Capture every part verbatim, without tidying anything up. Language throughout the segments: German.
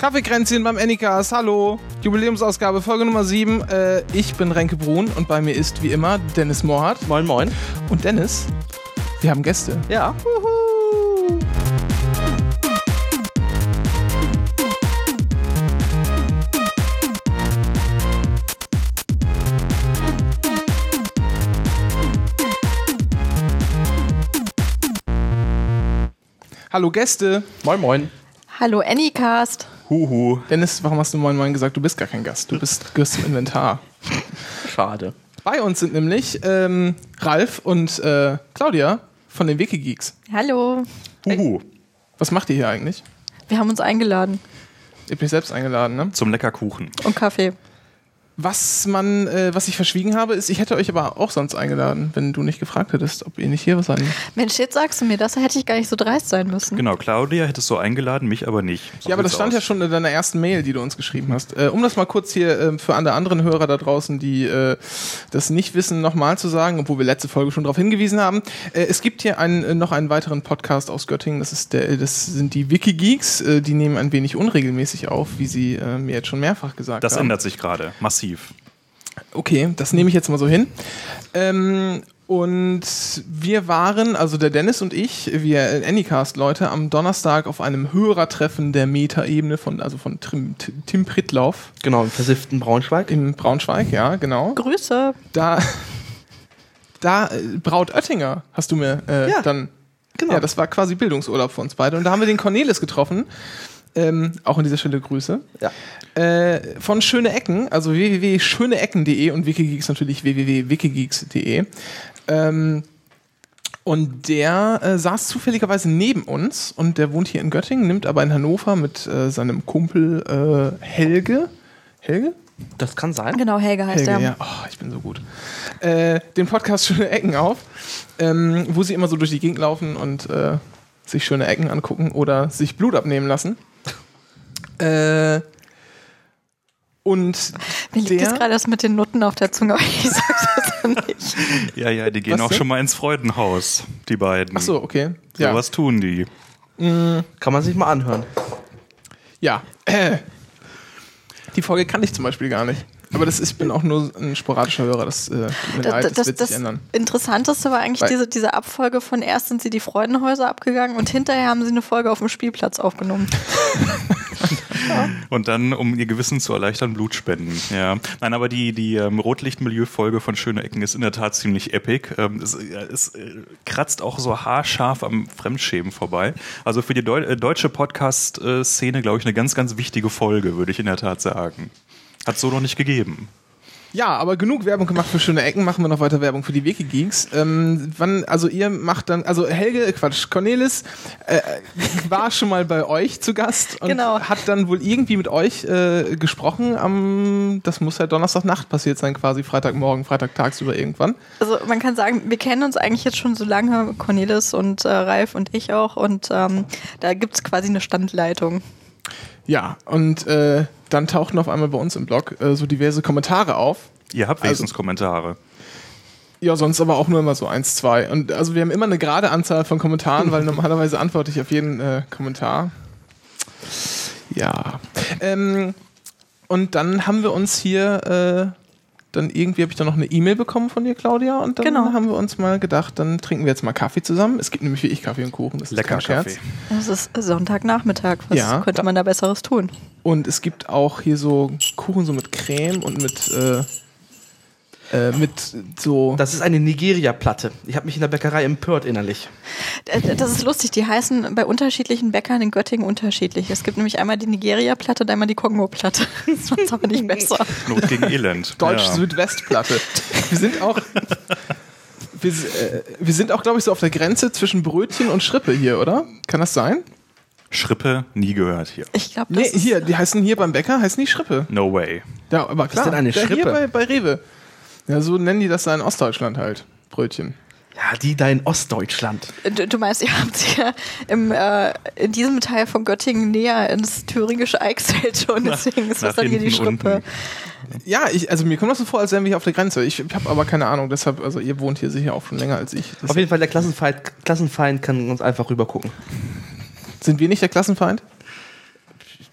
Kaffeekränzchen beim Anycast, hallo. Jubiläumsausgabe, Folge Nummer sieben. Äh, ich bin Renke Brun und bei mir ist wie immer Dennis Mohrhardt. Moin, moin. Und Dennis, wir haben Gäste. Ja. Wuhu. Hallo Gäste. Moin, moin. Hallo Anycast. Huhu. Dennis, warum hast du moin moin gesagt? Du bist gar kein Gast. Du bist gehörst zum Inventar. Schade. Bei uns sind nämlich ähm, Ralf und äh, Claudia von den Wikigeeks. Hallo. Huhu. Was macht ihr hier eigentlich? Wir haben uns eingeladen. Ihr habt mich selbst eingeladen, ne? Zum Leckerkuchen. Und Kaffee. Was man, äh, was ich verschwiegen habe, ist, ich hätte euch aber auch sonst eingeladen, wenn du nicht gefragt hättest, ob ihr nicht hier sein. Mensch, jetzt sagst du mir das, da hätte ich gar nicht so dreist sein müssen. Genau, Claudia hättest du eingeladen, mich aber nicht. So Ja, aber das sieht's stand aus. ja schon in deiner ersten Mail, die du uns geschrieben hast. Äh, um das mal kurz hier äh, für alle anderen Hörer da draußen, die äh, das nicht wissen, nochmal zu sagen, obwohl wir letzte Folge schon darauf hingewiesen haben. Äh, es gibt hier einen, äh, noch einen weiteren Podcast aus Göttingen, das ist der, das sind die Wikigeeks, äh, die nehmen ein wenig unregelmäßig auf, wie sie äh, mir jetzt schon mehrfach gesagt Das haben. ändert sich gerade, massiv. Okay, das nehme ich jetzt mal so hin. Ähm, und wir waren, also der Dennis und ich, wir Anycast-Leute, am Donnerstag auf einem Hörertreffen der Meta-Ebene von, also von Tim, Tim Prittlauf. Genau, im versifften Braunschweig. In Braunschweig, ja, genau. Grüße. Da, da äh, Braut Oettinger hast du mir äh, Ja, dann, genau. ja, das war quasi Bildungsurlaub für uns beide. Und da haben wir den Cornelis getroffen. Ähm, auch an dieser Stelle Grüße. Ja. Äh, von Schöne Ecken, also w w w punkt schöne ecken punkt de und Wikigeeks natürlich w w w punkt wikigeeks punkt de. Ähm, und der äh, saß zufälligerweise neben uns und der wohnt hier in Göttingen, nimmt aber in Hannover mit äh, seinem Kumpel äh, Helge. Helge? Das kann sein. Genau, Helge heißt Helge, er. ja. Oh, ich bin so gut. Äh, den Podcast Schöne Ecken auf, ähm, wo sie immer so durch die Gegend laufen und äh, sich schöne Ecken angucken oder sich Blut abnehmen lassen. Äh, und Mir liegt der, jetzt gerade das mit den Nutten auf der Zunge, aber ich sag's jetzt nicht. Ja, ja, die gehen Was auch denn? schon mal ins Freudenhaus, die beiden. Ach so, okay. So Ja. was tun die. Kann man sich mal anhören. Ja. Äh. Die Folge kann ich zum Beispiel gar nicht. Aber das ist, ich bin auch nur ein sporadischer Hörer. Das, äh, tut mir leid, das, Das, wird das sich ändern. Interessanteste war eigentlich Weil- diese, diese Abfolge von erst sind sie die Freudenhäuser abgegangen und hinterher haben sie eine Folge auf dem Spielplatz aufgenommen. Und dann, um ihr Gewissen zu erleichtern, Blut spenden. Ja. Nein, aber die, die ähm, Rotlichtmilieu-Folge von Schöne Ecken ist in der Tat ziemlich epic. Ähm, es ja, es äh, kratzt auch so haarscharf am Fremdschämen vorbei. Also für die Deu äh, deutsche Podcast-Szene, glaube ich, eine ganz, ganz wichtige Folge, würde ich in der Tat sagen. Hat es so noch nicht gegeben. Ja, aber genug Werbung gemacht für Schöne Ecken. Machen wir noch weiter Werbung für die Wikigeeks. Ähm, wann, also ihr macht dann, also Helge, äh, Quatsch, Cornelis äh, war schon mal bei euch zu Gast und Genau. hat dann wohl irgendwie mit euch äh, gesprochen am, das muss ja Donnerstagnacht passiert sein, quasi Freitagmorgen, Freitag tagsüber irgendwann. Also man kann sagen, wir kennen uns eigentlich jetzt schon so lange, Cornelis und äh, Ralf und ich auch, und ähm, da gibt's quasi eine Standleitung. Ja, und äh, dann tauchten auf einmal bei uns im Blog äh, so diverse Kommentare auf. Ihr habt wenigstens Kommentare. Ja, sonst aber auch nur immer so eins, zwei. Und also wir haben immer eine gerade Anzahl von Kommentaren, weil normalerweise antworte ich auf jeden äh, Kommentar. Ja. Ähm, und dann haben wir uns hier, äh, dann irgendwie habe ich dann noch eine E-Mail bekommen von dir, Claudia, und dann Genau. haben wir uns mal gedacht, dann trinken wir jetzt mal Kaffee zusammen. Es gibt nämlich wie ich Kaffee und Kuchen, das ist Lecker kein Scherz. Kaffee. Es ist Sonntagnachmittag, was Ja. könnte man da Besseres tun? Und es gibt auch hier so Kuchen so mit Creme und mit, äh, äh, mit so... Das ist eine Nigeria-Platte. Ich habe mich in der Bäckerei empört innerlich. Äh, Das ist lustig, die heißen bei unterschiedlichen Bäckern in Göttingen unterschiedlich. Es gibt nämlich einmal die Nigeria-Platte und einmal die Kongo-Platte. Das macht's aber nicht besser. Not gegen Elend. Deutsch-Südwest-Platte. Wir sind auch, wir, äh, wir sind auch, glaube ich, so auf der Grenze zwischen Brötchen und Schrippe hier, oder? Kann das sein? Schrippe nie gehört hier. Ich glaube, das Nee, hier, die heißen hier beim Bäcker, heißen die Schrippe. No way. Ja, aber klar. denn eine ja, Schrippe? Hier bei, bei Rewe. Ja, so nennen die das da in Ostdeutschland halt. Brötchen. Ja, die da in Ostdeutschland. Du, du meinst, ihr habt sie ja im, äh, in diesem Teil von Göttingen näher ins thüringische Eichsfeld und deswegen ist das nach dann hier die hinten Schrippe. unten. Ja, ich, also mir kommt das so vor, als wären wir hier auf der Grenze. Ich, ich habe aber keine Ahnung, deshalb, also ihr wohnt hier sicher auch schon länger als ich. Das Auf jeden Fall, der Klassenfeind, Klassenfeind kann uns einfach rüber gucken. sind wir nicht der Klassenfeind?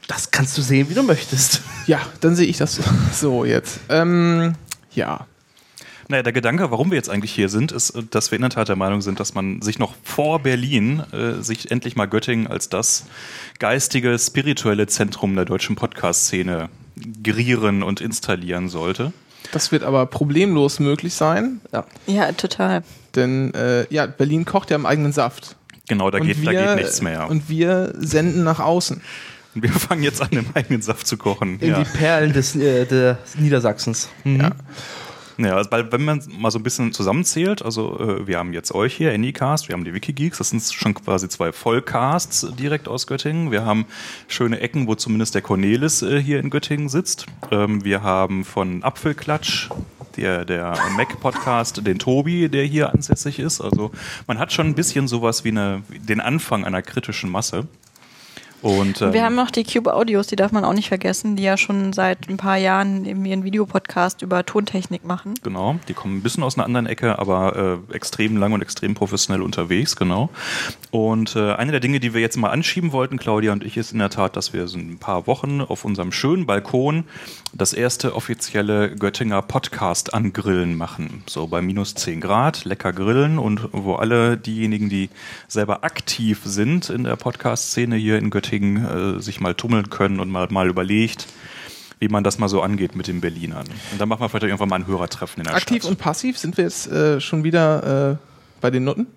Das kannst du sehen, wie du möchtest. Ja, dann sehe ich das so jetzt. Ähm, ja. Naja, der Gedanke, warum wir jetzt eigentlich hier sind, ist, dass wir in der Tat der Meinung sind, dass man sich noch vor Berlin äh, sich endlich mal Göttingen als das geistige, spirituelle Zentrum der deutschen Podcast-Szene gerieren und installieren sollte. Das wird aber problemlos möglich sein. Ja, Ja, total. Denn äh, ja, Berlin kocht ja im eigenen Saft. Genau, da, Und geht, da wir- geht nichts mehr. Und wir senden nach außen. Und wir fangen jetzt an, im eigenen Saft zu kochen. in Ja. die Perlen des, äh, des Niedersachsens. Mhm. Ja. Ja, also weil, wenn man mal so ein bisschen zusammenzählt, also äh, wir haben jetzt euch hier, Anycast, wir haben die Wikigeeks, das sind schon quasi zwei Vollcasts direkt aus Göttingen. Wir haben schöne Ecken, wo zumindest der Cornelis äh, hier in Göttingen sitzt. Ähm, wir haben von Apfelklatsch, der, der Mac-Podcast, den Tobi, der hier ansässig ist. Also man hat schon ein bisschen sowas wie eine, den Anfang einer kritischen Masse. Und, ähm, Wir haben noch die Cube Audios, die darf man auch nicht vergessen, die ja schon seit ein paar Jahren eben ihren Videopodcast über Tontechnik machen. Genau, die kommen ein bisschen aus einer anderen Ecke, aber äh, extrem lang und extrem professionell unterwegs, genau. Und äh, eine der Dinge, die wir jetzt mal anschieben wollten, Claudia und ich, ist in der Tat, dass wir so ein paar Wochen auf unserem schönen Balkon das erste offizielle Göttinger Podcast angrillen machen. So bei minus zehn Grad, lecker grillen und wo alle diejenigen, die selber aktiv sind in der Podcast-Szene hier in Göttingen, äh, sich mal tummeln können und mal, mal überlegt, wie man das mal so angeht mit den Berlinern. Und dann machen wir vielleicht irgendwann mal ein Hörertreffen in der Aktiv Stadt. und passiv sind wir jetzt äh, schon wieder äh, bei den Nutten.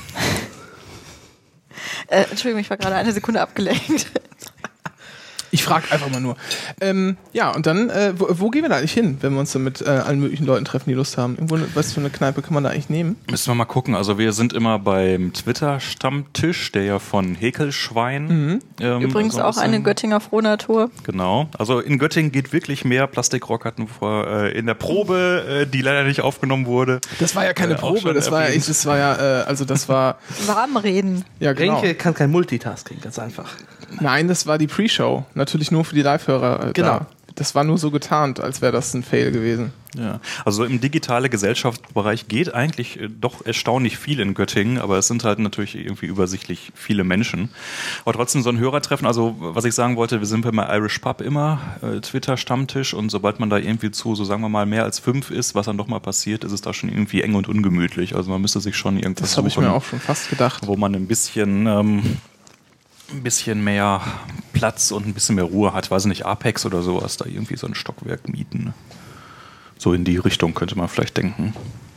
Äh, Entschuldigung, ich war gerade eine Sekunde abgelenkt. Ich frage einfach mal nur. Ähm, ja, und dann, äh, wo, wo gehen wir da eigentlich hin, wenn wir uns dann mit äh, allen möglichen Leuten treffen, die Lust haben? Irgendwo, eine- was für eine Kneipe kann man da eigentlich nehmen? Müssen wir mal gucken. Also wir sind immer beim Twitter-Stammtisch, der ja von Häkelschwein. Ähm, Übrigens so ein auch eine bisschen- Göttinger Frohnatur. Genau. Also in Göttingen geht wirklich mehr. Plastikrock hatten vor äh, in der Probe, äh, die leider nicht aufgenommen wurde. Das war ja keine Äh, auch Probe, schon das war ja, erwähnt. ich, das war ja, äh, also das war, Warm reden. ja genau. Renke kann kein Multitasking, ganz einfach. Nein, das war die Pre-Show. Natürlich nur für die Live-Hörer. Äh, Genau. Da. Das war nur so getarnt, als wäre das ein Fail gewesen. Ja, also im digitale Gesellschaftsbereich geht eigentlich äh, doch erstaunlich viel in Göttingen, aber es sind halt natürlich irgendwie übersichtlich viele Menschen. Aber trotzdem so ein Hörertreffen, also was ich sagen wollte, wir sind bei Irish Pub immer, äh, Twitter-Stammtisch und sobald man da irgendwie zu, so sagen wir mal, mehr als fünf ist, was dann doch mal passiert, ist es da schon irgendwie eng und ungemütlich. Also man müsste sich schon irgendwas Das habe ich suchen, mir auch schon fast gedacht. wo man ein bisschen... Ähm, ein bisschen mehr Platz und ein bisschen mehr Ruhe hat, weiß nicht, Apex oder sowas, da irgendwie so ein Stockwerk mieten. So in die Richtung könnte man vielleicht denken.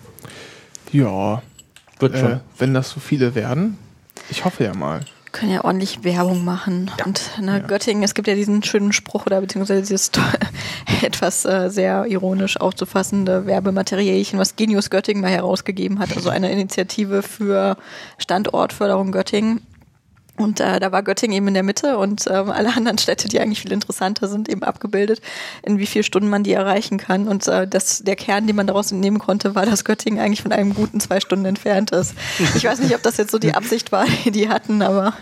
Ja, Wird äh, schon. wenn das so viele werden. Ich hoffe ja mal. Können ja ordentlich Werbung machen. Und na, Göttingen, es gibt ja diesen schönen Spruch oder beziehungsweise dieses to- etwas äh, sehr ironisch aufzufassende Werbematerialchen, was Genius Göttingen mal herausgegeben hat. Also eine Initiative für Standortförderung Göttingen. Und äh, da war Göttingen eben in der Mitte und ähm, alle anderen Städte, die eigentlich viel interessanter sind, eben abgebildet, in wie viel Stunden man die erreichen kann. Und äh, das, der Kern, den man daraus entnehmen konnte, war, dass Göttingen eigentlich von einem guten zwei Stunden entfernt ist. Ich weiß nicht, ob das jetzt so die Absicht war, die die hatten, aber...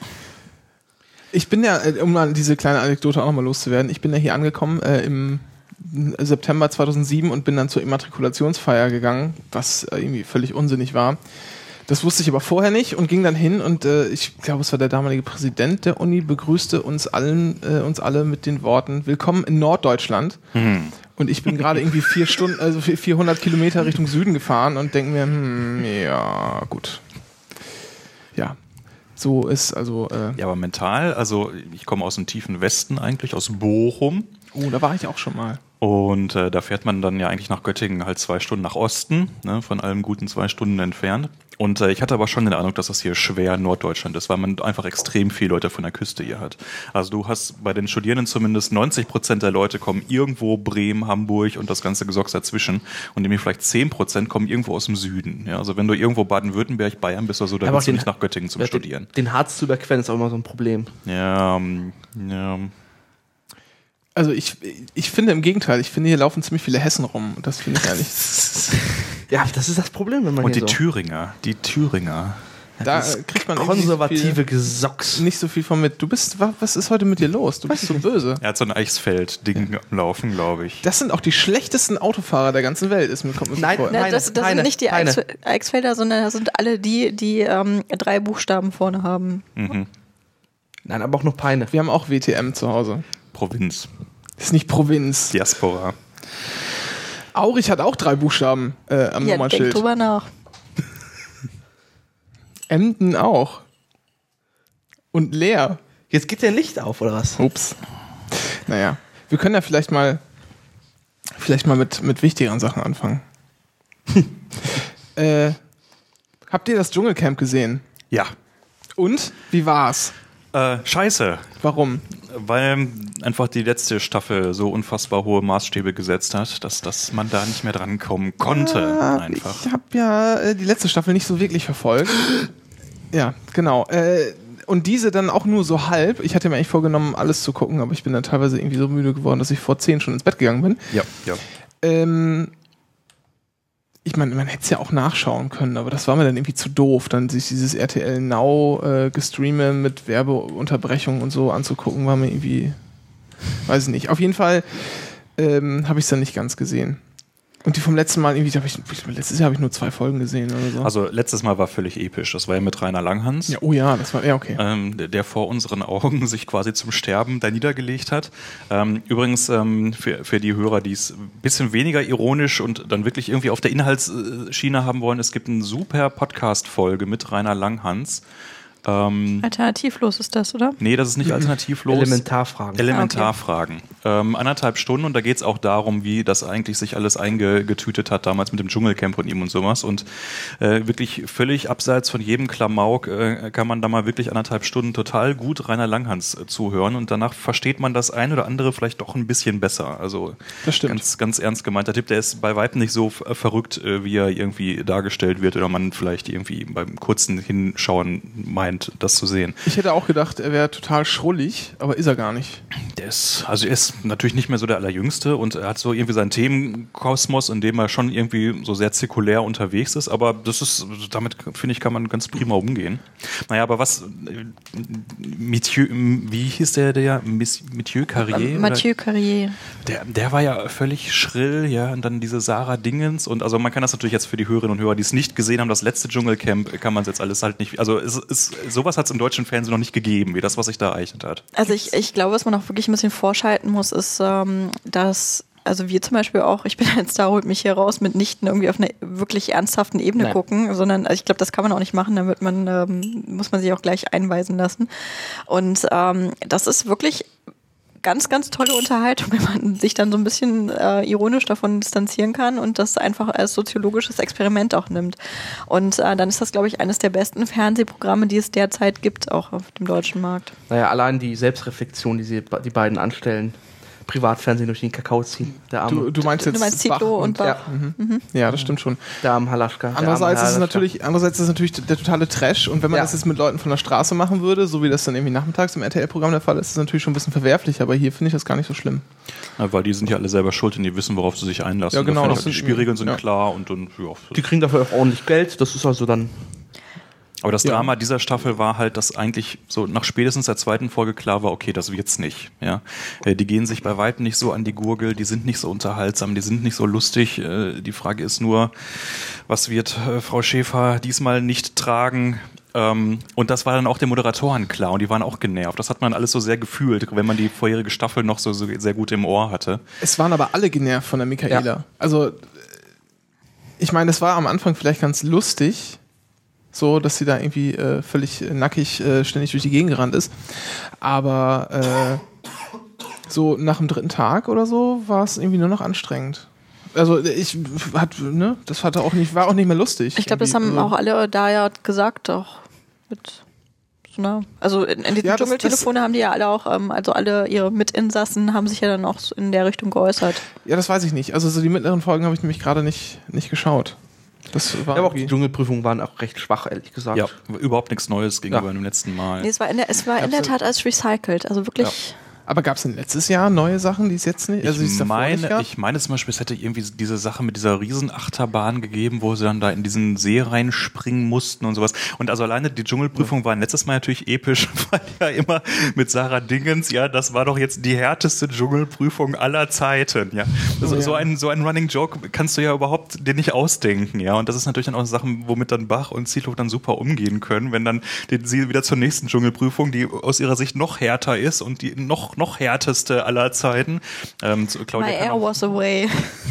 Ich bin ja, äh, um mal diese kleine Anekdote auch nochmal loszuwerden, ich bin ja hier angekommen äh, im September zweitausendsieben und bin dann zur Immatrikulationsfeier gegangen, was äh, irgendwie völlig unsinnig war. Das wusste ich aber vorher nicht und ging dann hin und äh, ich glaube, es war der damalige Präsident der Uni, begrüßte uns allen, äh, uns alle mit den Worten Willkommen in Norddeutschland. Hm. Und ich bin gerade irgendwie vier Stunden, also vierhundert Kilometer Richtung Süden gefahren und denke mir, hm, ja, gut. Ja, so ist also, äh, Ja, aber mental, also ich komme aus dem tiefen Westen eigentlich, aus Bochum. oh, da war ich auch schon mal. Und äh, da fährt man dann ja eigentlich nach Göttingen halt zwei Stunden nach Osten, ne, von allem guten zwei Stunden entfernt. Und äh, ich hatte aber schon den Eindruck, dass das hier schwer Norddeutschland ist, weil man einfach extrem viele Leute von der Küste hier hat. Also du hast bei den Studierenden zumindest neunzig Prozent der Leute kommen irgendwo Bremen, Hamburg und das ganze Gesocks dazwischen. Und nämlich vielleicht zehn Prozent kommen irgendwo aus dem Süden. Ja, also wenn du irgendwo Baden-Württemberg, Bayern bist oder so, dann Aber willst du den- nicht nach Göttingen zum Ja, Studieren. Den, den Harz zu überqueren ist auch immer so ein Problem. Ja, ähm, ja. Also ich, ich finde im Gegenteil, ich finde, hier laufen ziemlich viele Hessen rum. Und das finde ich eigentlich. Ja, das ist das Problem, wenn man Und die hier so Thüringer, die Thüringer. Da das äh, kriegt man irgendwie konservative viel, Gesocks. nicht so viel von mit. Du bist, wa- was ist heute mit dir los? Du bist so böse. Er hat so ein Eichsfeld-Ding am Laufen, glaube ich. Das sind auch die schlechtesten Autofahrer der ganzen Welt, ist mir kommt mir so Nein, vor. Na, Keine, das das keine, sind nicht die keine. Eichsf- Eichsfelder, sondern das sind alle die, die ähm, drei Buchstaben vorne haben. Mhm. Nein, aber auch noch Peine. Wir haben auch W T M zu Hause. Provinz. Das ist nicht Provinz. Diaspora. Aurich hat auch drei Buchstaben äh, am Ja, Nummernschild. denk drüber nach. Emden auch. Und Leer. Jetzt geht der Licht auf, oder was? Ups. Naja, wir können ja vielleicht mal vielleicht mal mit, mit wichtigeren Sachen anfangen. äh, habt ihr das Dschungelcamp gesehen? Ja. Und? Wie war's? Äh, scheiße. Warum? Weil einfach die letzte Staffel so unfassbar hohe Maßstäbe gesetzt hat, dass, dass man da nicht mehr drankommen konnte. Ah, einfach. Ich habe ja äh, die letzte Staffel nicht so wirklich verfolgt. Ja, genau. Äh, und diese dann auch nur so halb. Ich hatte mir eigentlich vorgenommen, alles zu gucken, aber ich bin dann teilweise irgendwie so müde geworden, dass ich vor zehn schon ins Bett gegangen bin. Ja, ja. Ähm, ich meine, man hätte es ja auch nachschauen können, aber das war mir dann irgendwie zu doof, dann sich dieses R T L Now äh, gestreame mit Werbeunterbrechungen und so anzugucken, war mir irgendwie, weiß ich nicht. Auf jeden Fall ähm, habe ich es dann nicht ganz gesehen. Und die vom letzten Mal, irgendwie, hab ich, letztes Jahr habe ich nur zwei Folgen gesehen oder so. Also letztes Mal war völlig episch. Das war ja mit Rainer Langhans. Ja, oh ja, das war, ja, okay. Ähm, der, der vor unseren Augen sich quasi zum Sterben da niedergelegt hat. Ähm, übrigens, ähm, für, für die Hörer, die es ein bisschen weniger ironisch und dann wirklich irgendwie auf der Inhaltsschiene haben wollen, es gibt eine super Podcast-Folge mit Rainer Langhans. Ähm, Alternativlos ist das, oder? nee, das ist nicht alternativlos. Elementarfragen. Elementarfragen. Ähm, anderthalb Stunden und da geht es auch darum, wie das eigentlich sich alles eingetütet hat, damals mit dem Dschungelcamp und ihm und sowas. Und äh, wirklich völlig abseits von jedem Klamauk äh, kann man da mal wirklich anderthalb Stunden total gut Rainer Langhans äh, zuhören und danach versteht man das ein oder andere vielleicht doch ein bisschen besser. Also Das stimmt. ganz, ganz ernst gemeint. Der Tipp, der ist bei weitem nicht so f- verrückt, äh, wie er irgendwie dargestellt wird oder man vielleicht irgendwie beim kurzen Hinschauen meint, das zu sehen. Ich hätte auch gedacht, er wäre total schrullig, aber ist er gar nicht. Der ist, also er ist natürlich nicht mehr so der Allerjüngste und er hat so irgendwie seinen Themenkosmos, in dem er schon irgendwie so sehr zirkulär unterwegs ist, aber das ist, damit finde ich, kann man ganz prima umgehen. Naja, aber was, äh, Mathieu, wie hieß der, der Mathieu Carrier? Mathieu Carrier. Der, der war ja völlig schrill, ja, und dann diese Sarah Dingens und also man kann das natürlich jetzt für die Hörerinnen und Hörer, die es nicht gesehen haben, das letzte Dschungelcamp, kann man es jetzt alles halt nicht, also es ist, sowas hat es im deutschen Fernsehen noch nicht gegeben, wie das, was sich da ereignet hat. Also ich, ich glaube, was man auch wirklich ein bisschen vorschalten muss, ist, ähm, dass, also wir zum Beispiel auch, ich bin jetzt da, holt mich hier raus, mitnichten irgendwie auf einer wirklich ernsthaften Ebene Nein. gucken, sondern also ich glaube, das kann man auch nicht machen, dann wird man, ähm, muss man sich auch gleich einweisen lassen. Und ähm, das ist wirklich ganz, ganz tolle Unterhaltung, wenn man sich dann so ein bisschen äh, ironisch davon distanzieren kann und das einfach als soziologisches Experiment auch nimmt. Und äh, dann ist das, glaube ich, eines der besten Fernsehprogramme, die es derzeit gibt, auch auf dem deutschen Markt. Naja, allein die Selbstreflexion, die sie, die beiden anstellen. Privatfernsehen durch den Kakao ziehen. Der arme, Du, du meinst jetzt Du meinst Bach Zitlo und Bach. Ja. Ja, das stimmt schon. der arme Halaschka. der Andererseits arme ist, es Halaschka. natürlich, andererseits ist es natürlich der totale Trash und wenn man Ja. das jetzt mit Leuten von der Straße machen würde, so wie das dann irgendwie nachmittags im R T L-Programm der Fall ist, ist es natürlich schon ein bisschen verwerflich, aber hier finde ich das gar nicht so schlimm. Ja, weil die sind ja alle selber schuld und die wissen, worauf sie sich einlassen. Ja, genau, Da das finde ich, sind- die Spielregeln sind ja. klar und, und ja. Die kriegen dafür auch ordentlich Geld. Das ist also dann. Aber das Ja. Drama dieser Staffel war halt, dass eigentlich so nach spätestens der zweiten Folge klar war, okay, das wird's nicht. Ja, Äh, die gehen sich bei weitem nicht so an die Gurgel, die sind nicht so unterhaltsam, die sind nicht so lustig. Äh, Die Frage ist nur, was wird äh, Frau Schäfer diesmal nicht tragen? Ähm, Und das war dann auch den Moderatoren klar und die waren auch genervt. Das hat man alles so sehr gefühlt, wenn man die vorherige Staffel noch so, so sehr gut im Ohr hatte. Es waren aber alle genervt von der Michaela. Ja. Also, ich meine, es war am Anfang vielleicht ganz lustig, so, dass sie da irgendwie äh, völlig nackig äh, ständig durch die Gegend gerannt ist. Aber äh, so nach dem dritten Tag oder so war es irgendwie nur noch anstrengend. Also ich hat, ne, das hatte auch nicht, war auch nicht mehr lustig. Ich glaube, das haben Irgendwie. auch alle da ja gesagt, auch mit so einer, also in, in diesen Ja, das- Dschungeltelefone haben die ja alle auch, ähm, also alle ihre Mitinsassen haben sich ja dann auch so in der Richtung geäußert. Ja, das weiß ich nicht. Also so die mittleren Folgen habe ich nämlich gerade nicht, nicht geschaut. Das war Ja, aber auch die irgendwie- Dschungelprüfungen waren auch recht schwach, ehrlich gesagt. Ja, überhaupt nichts Neues gegenüber Ja. dem letzten Mal. Nee, es war in der, es war in der Tat als recycelt, also wirklich. Aber gab es denn letztes Jahr neue Sachen, die es jetzt nicht, also die es ich, davor nicht meine, gab? ich meine zum Beispiel, es hätte irgendwie diese Sache mit dieser Riesenachterbahn gegeben, wo sie dann da in diesen See reinspringen mussten und sowas. Und also alleine die Dschungelprüfung war letztes Mal natürlich episch, weil ja immer mit Sarah Dingens, ja, das war doch jetzt die härteste Dschungelprüfung aller Zeiten, ja. so, ja. so, ein, so ein Running Joke kannst du ja überhaupt dir nicht ausdenken, ja. Und das ist natürlich dann auch Sachen, womit dann Bach und Zietlow dann super umgehen können, wenn dann die, sie wieder zur nächsten Dschungelprüfung, die aus ihrer Sicht noch härter ist und die noch, noch härteste aller Zeiten. Ähm, so, Claudia My kann air auch, was away.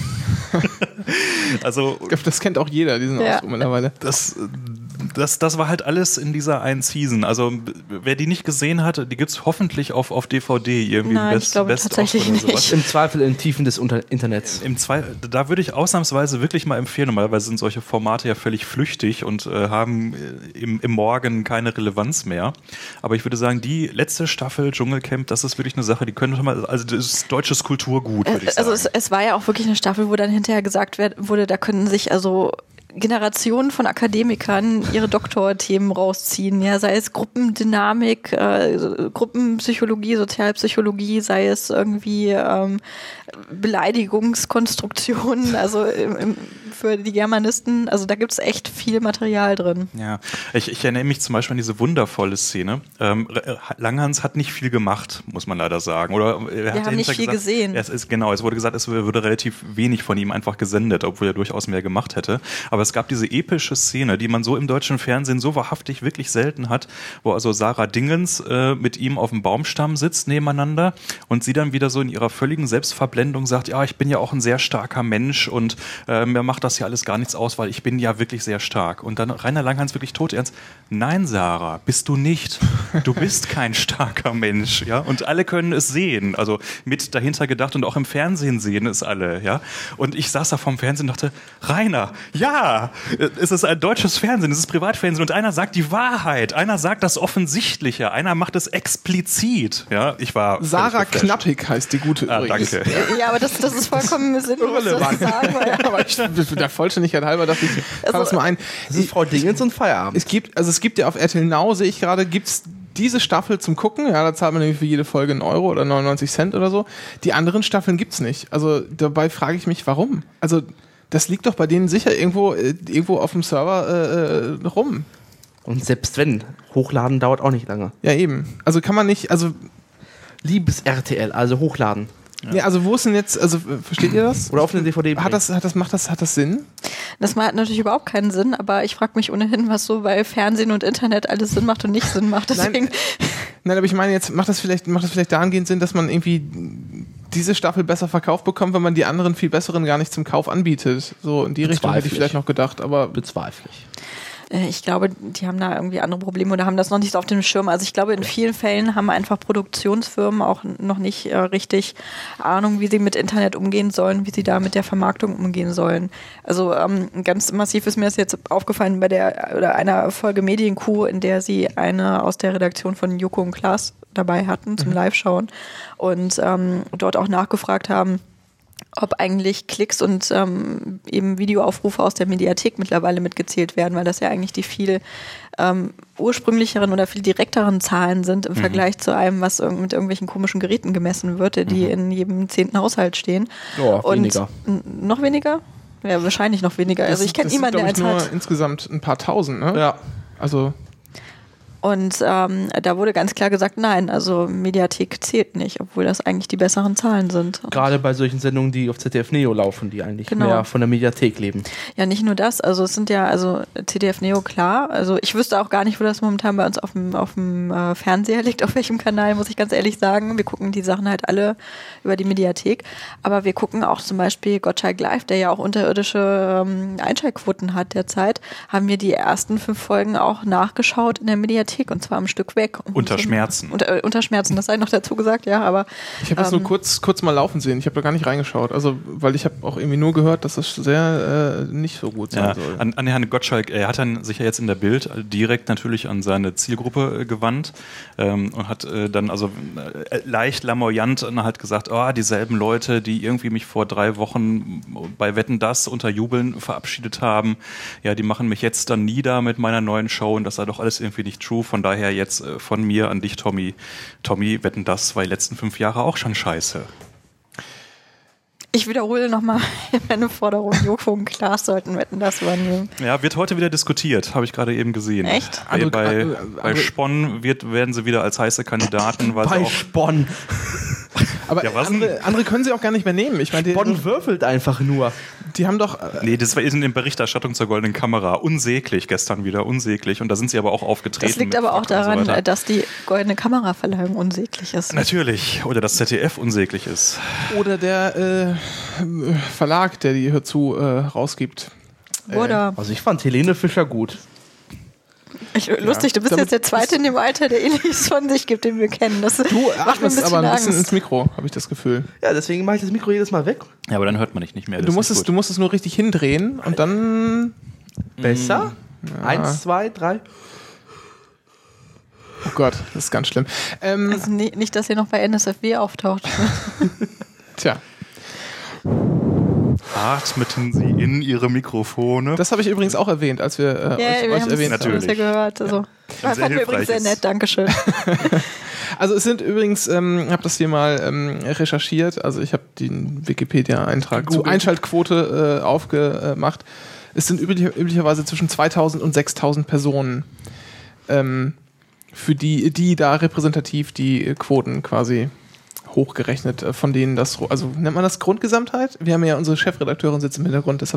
also Ich glaube, das kennt auch jeder, diesen Ja. Ausdruck mittlerweile. das, das, das war halt alles in dieser einen Season. Also wer die nicht gesehen hat, die gibt's hoffentlich auf, auf D V D irgendwie. Nein, Best, ich glaube Best tatsächlich of oder sowas. nicht. Im Zweifel in Tiefen des Unter- Internets. Im Zwei, da würde ich ausnahmsweise wirklich mal empfehlen, normalerweise sind solche Formate ja völlig flüchtig und äh, haben äh, im, im Morgen keine Relevanz mehr. Aber ich würde sagen, die letzte Staffel Dschungelcamp, das ist wirklich eine Sache, die könnte mal, also das ist deutsches Kulturgut, würde ich sagen. Also es, es war ja auch wirklich eine Staffel, wo dann hinterher gesagt werd, wurde, da können sich also Generationen von Akademikern ihre Doktorthemen rausziehen, ja, sei es Gruppendynamik, äh, Gruppenpsychologie, Sozialpsychologie, sei es irgendwie ähm, Beleidigungskonstruktionen, also im, im, für die Germanisten, also da gibt es echt viel Material drin. Ja, ich, ich erinnere mich zum Beispiel an diese wundervolle Szene. Ähm, Langhans hat nicht viel gemacht, muss man leider sagen. Oder er Wir hat haben nicht viel gesagt, gesehen. Es ist, genau, es wurde gesagt, es würde relativ wenig von ihm einfach gesendet, obwohl er durchaus mehr gemacht hätte. Aber es gab diese epische Szene, die man so im deutschen Fernsehen so wahrhaftig wirklich selten hat, wo also Sarah Dingens äh, mit ihm auf dem Baumstamm sitzt nebeneinander und sie dann wieder so in ihrer völligen Selbstverblendung sagt, ja, ich bin ja auch ein sehr starker Mensch und äh, mir macht das ja alles gar nichts aus, weil ich bin ja wirklich sehr stark. Und dann Rainer Langhans wirklich todernst, nein, Sarah, bist du nicht. Du bist kein starker Mensch, ja. Und alle können es sehen, also mit dahinter gedacht und auch im Fernsehen sehen es alle, ja. Und ich saß da vorm Fernsehen und dachte, Rainer, ja, es ist ein deutsches Fernsehen, es ist Privatfernsehen und einer sagt die Wahrheit, einer sagt das Offensichtliche, einer macht es explizit, ja. Ich war Sarah Knappig heißt die gute Ah, übrigens. danke. Ja, aber das, das ist vollkommen sinnlos, das zu sagen, weil Ja, aber ich, der Vollständigkeit halber dachte ich, fahr das mal ein. Das ist Frau Dingens und Feierabend. Es gibt, also es gibt ja auf R T L Now, sehe ich gerade, gibt's diese Staffel zum Gucken, ja, da zahlt man nämlich für jede Folge einen Euro oder neunundneunzig Cent oder so. Die anderen Staffeln gibt's nicht. Also dabei frage ich mich, warum? Also das liegt doch bei denen sicher irgendwo, äh, irgendwo auf dem Server äh, rum. Und selbst wenn, hochladen dauert auch nicht lange. Ja, eben. Also kann man nicht, also, Liebes R T L, also hochladen. ja. Ja, also wo ist denn jetzt, also äh, versteht ihr das? Oder auf eine D V D. Hat das, hat das, macht das, hat das Sinn? das macht natürlich überhaupt keinen Sinn, aber ich frage mich ohnehin, was so bei Fernsehen und Internet alles Sinn macht und nicht Sinn macht. Deswegen, Nein, aber ich meine jetzt, macht das vielleicht, macht das vielleicht dahingehend Sinn, dass man irgendwie diese Staffel besser verkauft bekommt, wenn man die anderen viel besseren gar nicht zum Kauf anbietet. So in die Richtung hätte ich Bezweifle vielleicht ich. noch gedacht, aber bezweifle ich. äh, ich glaube, die haben da irgendwie andere Probleme oder haben das noch nicht so auf dem Schirm. Also ich glaube, in vielen Fällen haben einfach Produktionsfirmen auch noch nicht äh, richtig Ahnung, wie sie mit Internet umgehen sollen, wie sie da mit der Vermarktung umgehen sollen. Also ähm, ganz massiv ist mir das jetzt aufgefallen bei der oder einer Folge Medienkuh, in der sie eine aus der Redaktion von Joko und Klaas dabei hatten zum Live-Schauen und ähm, dort auch nachgefragt haben, ob eigentlich Klicks und ähm, eben Videoaufrufe aus der Mediathek mittlerweile mitgezählt werden, weil das ja eigentlich die viel ähm, ursprünglicheren oder viel direkteren Zahlen sind im mhm. Vergleich zu einem, was irg- mit irgendwelchen komischen Geräten gemessen wird, die mhm. in jedem zehnten Haushalt stehen. Ja, und weniger. N- noch weniger? Ja, wahrscheinlich noch weniger. Also ich kenne niemanden, der das sind, eins glaub ich, hat. nur insgesamt ein paar tausend, ne? Ja. Also Und ähm, da wurde ganz klar gesagt, nein, also Mediathek zählt nicht, obwohl das eigentlich die besseren Zahlen sind. Gerade bei solchen Sendungen, die auf Z D F Neo laufen, die eigentlich Genau. mehr von der Mediathek leben. Ja, nicht nur das, also es sind ja, also Z D F Neo, klar, also ich wüsste auch gar nicht, wo das momentan bei uns auf dem, auf dem äh, Fernseher liegt, auf welchem Kanal, muss ich ganz ehrlich sagen. Wir gucken die Sachen halt alle über die Mediathek, aber wir gucken auch zum Beispiel Gottschalk Live, der ja auch unterirdische ähm, Einschaltquoten hat derzeit, haben wir die ersten fünf Folgen auch nachgeschaut in der Mediathek und zwar am Stück weg. Und Unter so, Schmerzen. Unter, äh, unter Schmerzen, das sei noch dazu gesagt, ja, aber ich habe das ähm, nur kurz, kurz mal laufen sehen. Ich habe da gar nicht reingeschaut. Also, weil ich habe auch irgendwie nur gehört, dass das sehr äh, nicht so gut sein Ja, soll. an, an Herrn Gottschalk, er hat dann sich ja jetzt in der Bild direkt natürlich an seine Zielgruppe äh, gewandt ähm, und hat äh, dann also äh, leicht lamoyant und hat gesagt, oh, dieselben Leute, die irgendwie mich vor drei Wochen bei Wetten, dass unter Jubeln verabschiedet haben, ja, die machen mich jetzt dann nieder mit meiner neuen Show und das sei doch alles irgendwie nicht true. Von daher jetzt äh, von mir an dich, Tommy. Tommy, Wetten, das war die letzten fünf Jahre auch schon scheiße. ich wiederhole nochmal meine Forderung, Joko und Klaas sollten Wetten, das übernehmen. Ja, wird heute wieder diskutiert, habe ich gerade eben gesehen. Echt? Bei, Andere- bei, andere- bei Spon wird, werden sie wieder als heiße Kandidaten, weil sie Bei auch Spon. Aber Ja, was andere, andere können sie auch gar nicht mehr nehmen. Ich meine, die, Bonn würfelt einfach nur. die haben doch... Äh, Nee, das war in der Berichterstattung zur Goldenen Kamera. Unsäglich gestern wieder, unsäglich. Und da sind sie aber auch aufgetreten. Das liegt mit aber auch Fakten und so daran, weiter. dass die Goldene Kameraverleihung unsäglich ist. Natürlich. Oder das Z D F unsäglich ist. oder der äh, Verlag, der die Hör zu äh, rausgibt. Oder? Also ich fand Helene Fischer gut. Ich, lustig, du bist Damit- jetzt der Zweite in dem Alter, der ähnliches von sich gibt, den wir kennen. Das Du macht mir ein atmest bisschen aber ein bisschen Angst. ins Mikro, habe ich das Gefühl. Ja, deswegen mache ich das Mikro jedes Mal weg. Ja, aber dann hört man dich nicht mehr. Das Du ist musst, nicht es, gut. du musst es nur richtig hindrehen und dann... Besser? Eins, zwei, drei. Oh Gott, das ist ganz schlimm. Ähm, Also nie- nicht, dass ihr noch bei N S F W auftaucht. tja, Atmeten Sie in Ihre Mikrofone. das habe ich übrigens auch erwähnt, als wir äh, Ja, euch, wir euch haben erwähnt es haben. Natürlich. ja gehört. Also. Ein Das sehr fand wir übrigens sehr hilfreiches- nett, Dankeschön. Also es sind übrigens, ähm, ich habe das hier mal ähm, recherchiert, also ich habe den Wikipedia-Eintrag zu Einschaltquote äh, aufgemacht. Es sind üblich, üblicherweise zwischen zweitausend und sechstausend Personen, ähm, für die, die da repräsentativ die Quoten quasi hochgerechnet, äh, von denen das, also nennt man das Grundgesamtheit? Wir haben ja unsere Chefredakteurin sitzt im Hintergrund, deshalb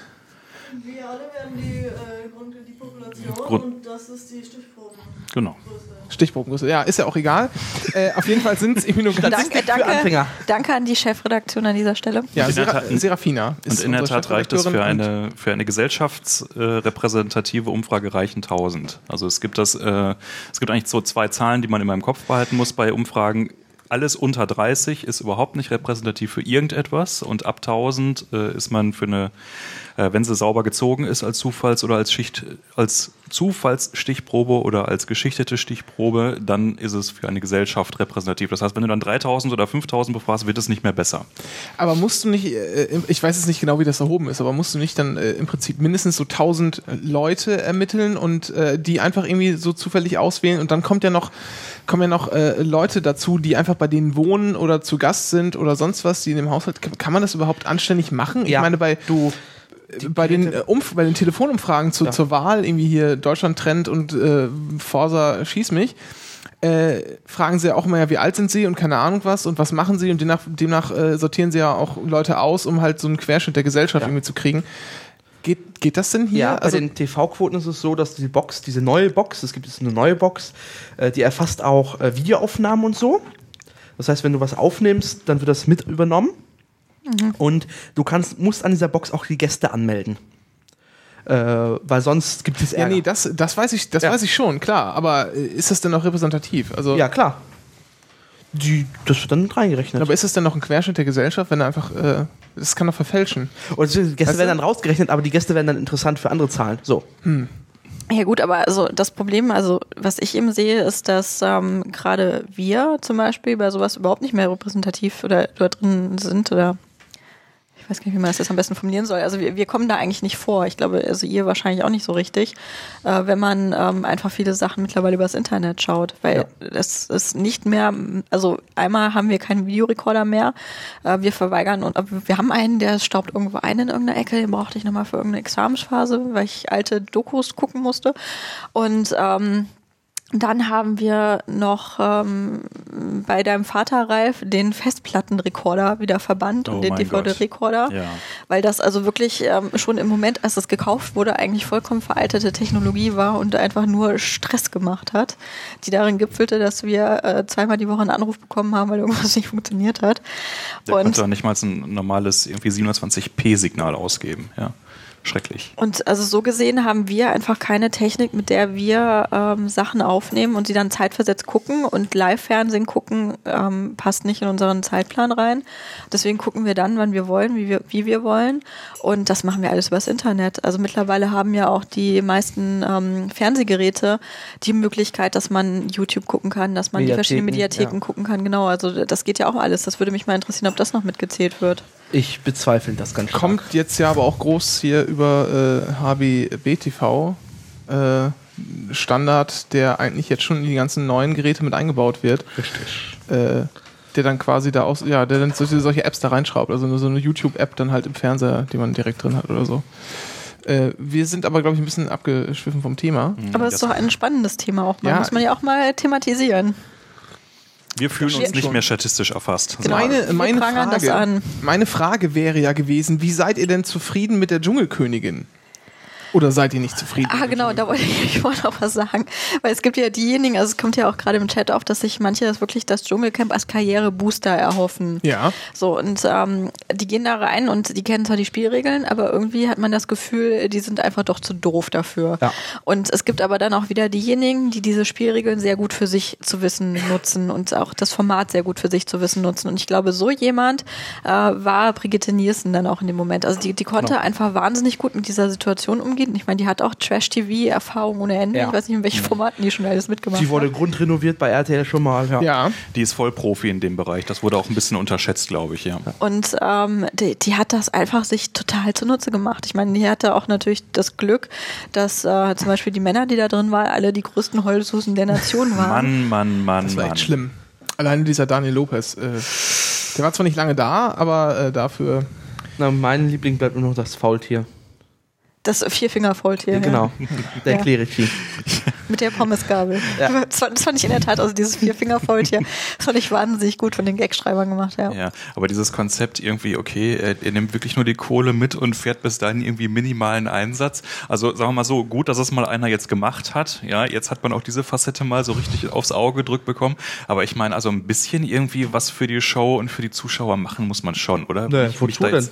Wir alle werden die, äh, Grund, die Population Grund- und das ist die Stichprobe. Genau. Stichprobengröße, ja, ist ja auch egal. äh, auf jeden Fall sind es irgendwie nur ganz... Danke, für Anfänger. danke, danke an die Chefredaktion an dieser Stelle. Ja, Und in der Sera Tat- Serafina ist Und in der unsere Tat reicht es für Chefredakteurin und- eine, für eine gesellschaftsrepräsentative Umfrage reichen tausend. Also es gibt das, äh, es gibt eigentlich so zwei Zahlen, die man in meinem Kopf behalten muss bei Umfragen. Alles unter dreißig ist überhaupt nicht repräsentativ für irgendetwas und ab tausend äh, ist man für eine, äh, wenn sie sauber gezogen ist als Zufalls- oder als Schicht, als Zufallsstichprobe oder als geschichtete Stichprobe, dann ist es für eine Gesellschaft repräsentativ. Das heißt, wenn du dann dreitausend oder fünftausend befragst, wird es nicht mehr besser. Aber musst du nicht, äh, ich weiß jetzt nicht genau, wie das erhoben ist, aber musst du nicht dann äh, im Prinzip mindestens so tausend Leute ermitteln und äh, die einfach irgendwie so zufällig auswählen und dann kommt ja noch, kommen ja noch äh, Leute dazu, die einfach bei denen wohnen oder zu Gast sind oder sonst was, die in dem Haushalt, kann, kann man das überhaupt anständig machen? Ich Ja, meine, bei, du, bei den, äh, Umf bei den Telefonumfragen zu, Ja. zur Wahl, irgendwie hier Deutschland Trend und äh, Forsa schieß mich, äh, fragen sie ja auch immer, ja, wie alt sind sie und keine Ahnung was und was machen sie und demnach, demnach äh, sortieren sie ja auch Leute aus, um halt so einen Querschnitt der Gesellschaft Ja. irgendwie zu kriegen. Geht, geht das denn hier? ja, bei also, den T V-Quoten ist es so, dass die Box, diese neue Box, es gibt jetzt eine neue Box, äh, die erfasst auch äh, Videoaufnahmen und so. Das heißt, wenn du was aufnimmst, dann wird das mit übernommen. Und du kannst, musst an dieser Box auch die Gäste anmelden. Äh, weil sonst gibt es ja, Ärger. nee, das, das weiß ich, das Ja. weiß ich schon, klar. Aber äh, ist das denn noch repräsentativ? Also, Ja, klar. Die, das wird dann mit reingerechnet. aber ist das denn noch ein Querschnitt der Gesellschaft, wenn er einfach, äh, das kann doch verfälschen. Und die Gäste Weißt du? werden dann rausgerechnet, aber die Gäste werden dann interessant für andere Zahlen. So. Ja gut, aber also das Problem, also was ich eben sehe, ist, dass ähm, gerade wir zum Beispiel bei sowas überhaupt nicht mehr repräsentativ oder da drin sind oder ich weiß gar nicht, wie man das jetzt am besten formulieren soll. Also wir, wir kommen da eigentlich nicht vor. Ich glaube, also ihr wahrscheinlich auch nicht so richtig, äh, wenn man ähm, einfach viele Sachen mittlerweile übers Internet schaut, weil es ist nicht mehr, also einmal haben wir keinen Videorekorder mehr, äh, wir verweigern und wir haben einen, der staubt irgendwo ein in irgendeiner Ecke, den brauchte ich nochmal für irgendeine Examensphase, weil ich alte Dokus gucken musste und ähm, dann haben wir noch ähm, bei deinem Vater, Ralf, den Festplattenrekorder wieder verbannt Oh und den mein D V D-Rekorder, Ja. weil das also wirklich ähm, schon im Moment, als es gekauft wurde, eigentlich vollkommen veraltete Technologie war und einfach nur Stress gemacht hat, die darin gipfelte, dass wir äh, zweimal die Woche einen Anruf bekommen haben, weil irgendwas nicht funktioniert hat. Der Und konnte dann nicht mal ein normales irgendwie siebenhundertzwanzig p Signal ausgeben. Ja. Schrecklich. Und also so gesehen haben wir einfach keine Technik, mit der wir ähm, Sachen aufnehmen und sie dann zeitversetzt gucken und Live-Fernsehen gucken, ähm, passt nicht in unseren Zeitplan rein. Deswegen gucken wir dann, wann wir wollen, wie wir, wie wir wollen und das machen wir alles übers Internet. Also mittlerweile haben ja auch die meisten ähm, Fernsehgeräte die Möglichkeit, dass man YouTube gucken kann, dass man die Mediatheken, verschiedenen Mediatheken ja. gucken kann. Genau, also das geht ja auch alles. Das würde mich mal interessieren, ob das noch mitgezählt wird. Ich bezweifle das ganz stark. Kommt jetzt ja aber auch groß hier über äh, H B B T V äh, Standard, der eigentlich jetzt schon in die ganzen neuen Geräte mit eingebaut wird. Richtig. Äh, der dann quasi da aus, ja, der dann solche, solche Apps da reinschraubt. Also nur so eine YouTube-App dann halt im Fernseher, die man direkt drin hat oder so. Äh, wir sind aber, glaube ich, ein bisschen abgeschwiffen vom Thema. Aber es ist doch ein spannendes Thema auch mal. Ja, Muss man ja auch mal thematisieren. Wir fühlen uns nicht schon. mehr statistisch erfasst. Genau. Meine, Wir meine, prangern das Frage, an. meine Frage wäre ja gewesen, wie seid ihr denn zufrieden mit der Dschungelkönigin? Oder seid ihr nicht zufrieden? Ah, mit der genau, da wollte ich, ich wollte noch was sagen. Weil es gibt ja diejenigen, also es kommt ja auch gerade im Chat auf, dass sich manche das wirklich das Dschungelcamp als Karrierebooster erhoffen. Ja. So, und ähm, die gehen da rein und die kennen zwar die Spielregeln, aber irgendwie hat man das Gefühl, die sind einfach doch zu doof dafür. Ja. Und es gibt aber dann auch wieder diejenigen, die diese Spielregeln sehr gut für sich zu wissen nutzen und auch das Format sehr gut für sich zu wissen nutzen. Und ich glaube, so jemand äh, war Brigitte Nielsen dann auch in dem Moment. Also die, die konnte Genau. einfach wahnsinnig gut mit dieser Situation umgehen. Ich meine, die hat auch Trash-T V-Erfahrung ohne Ende. Ja. Ich weiß nicht, in welchen Formaten die schon alles mitgemacht Sie wurde hat. grundrenoviert bei R T L schon mal. Ja. Ja. Die ist voll Profi in dem Bereich. Das wurde auch ein bisschen unterschätzt, glaube ich, ja. Und ähm, die, die hat das einfach sich total zunutze gemacht. Ich meine, die hatte auch natürlich das Glück, dass äh, zum Beispiel die Männer, die da drin waren, alle die größten Heulsusen der Nation waren. Mann, Mann, Mann, Das war Mann. echt schlimm. Alleine dieser Daniel Lopez. Äh, der war zwar nicht lange da, aber äh, dafür. Na, mein Liebling bleibt nur noch das Faultier. Das Vierfingerfaultier. Ja, genau. Der Ja. Clerici. Mit der Pommesgabel. Ja. Das, fand, das fand ich in der Tat, also dieses Vierfingerfaultier, das fand ich wahnsinnig gut von den Gagschreibern gemacht, ja. Ja, aber dieses Konzept irgendwie, okay, er, er nimmt wirklich nur die Kohle mit und fährt bis dahin irgendwie minimalen Einsatz. Also sagen wir mal so, gut, dass es mal einer jetzt gemacht hat. Ja, jetzt hat man auch diese Facette mal so richtig aufs Auge gedrückt bekommen. Aber ich meine, also ein bisschen irgendwie was für die Show und für die Zuschauer machen muss man schon, oder? Nee, Ich- mich wozu da jetzt-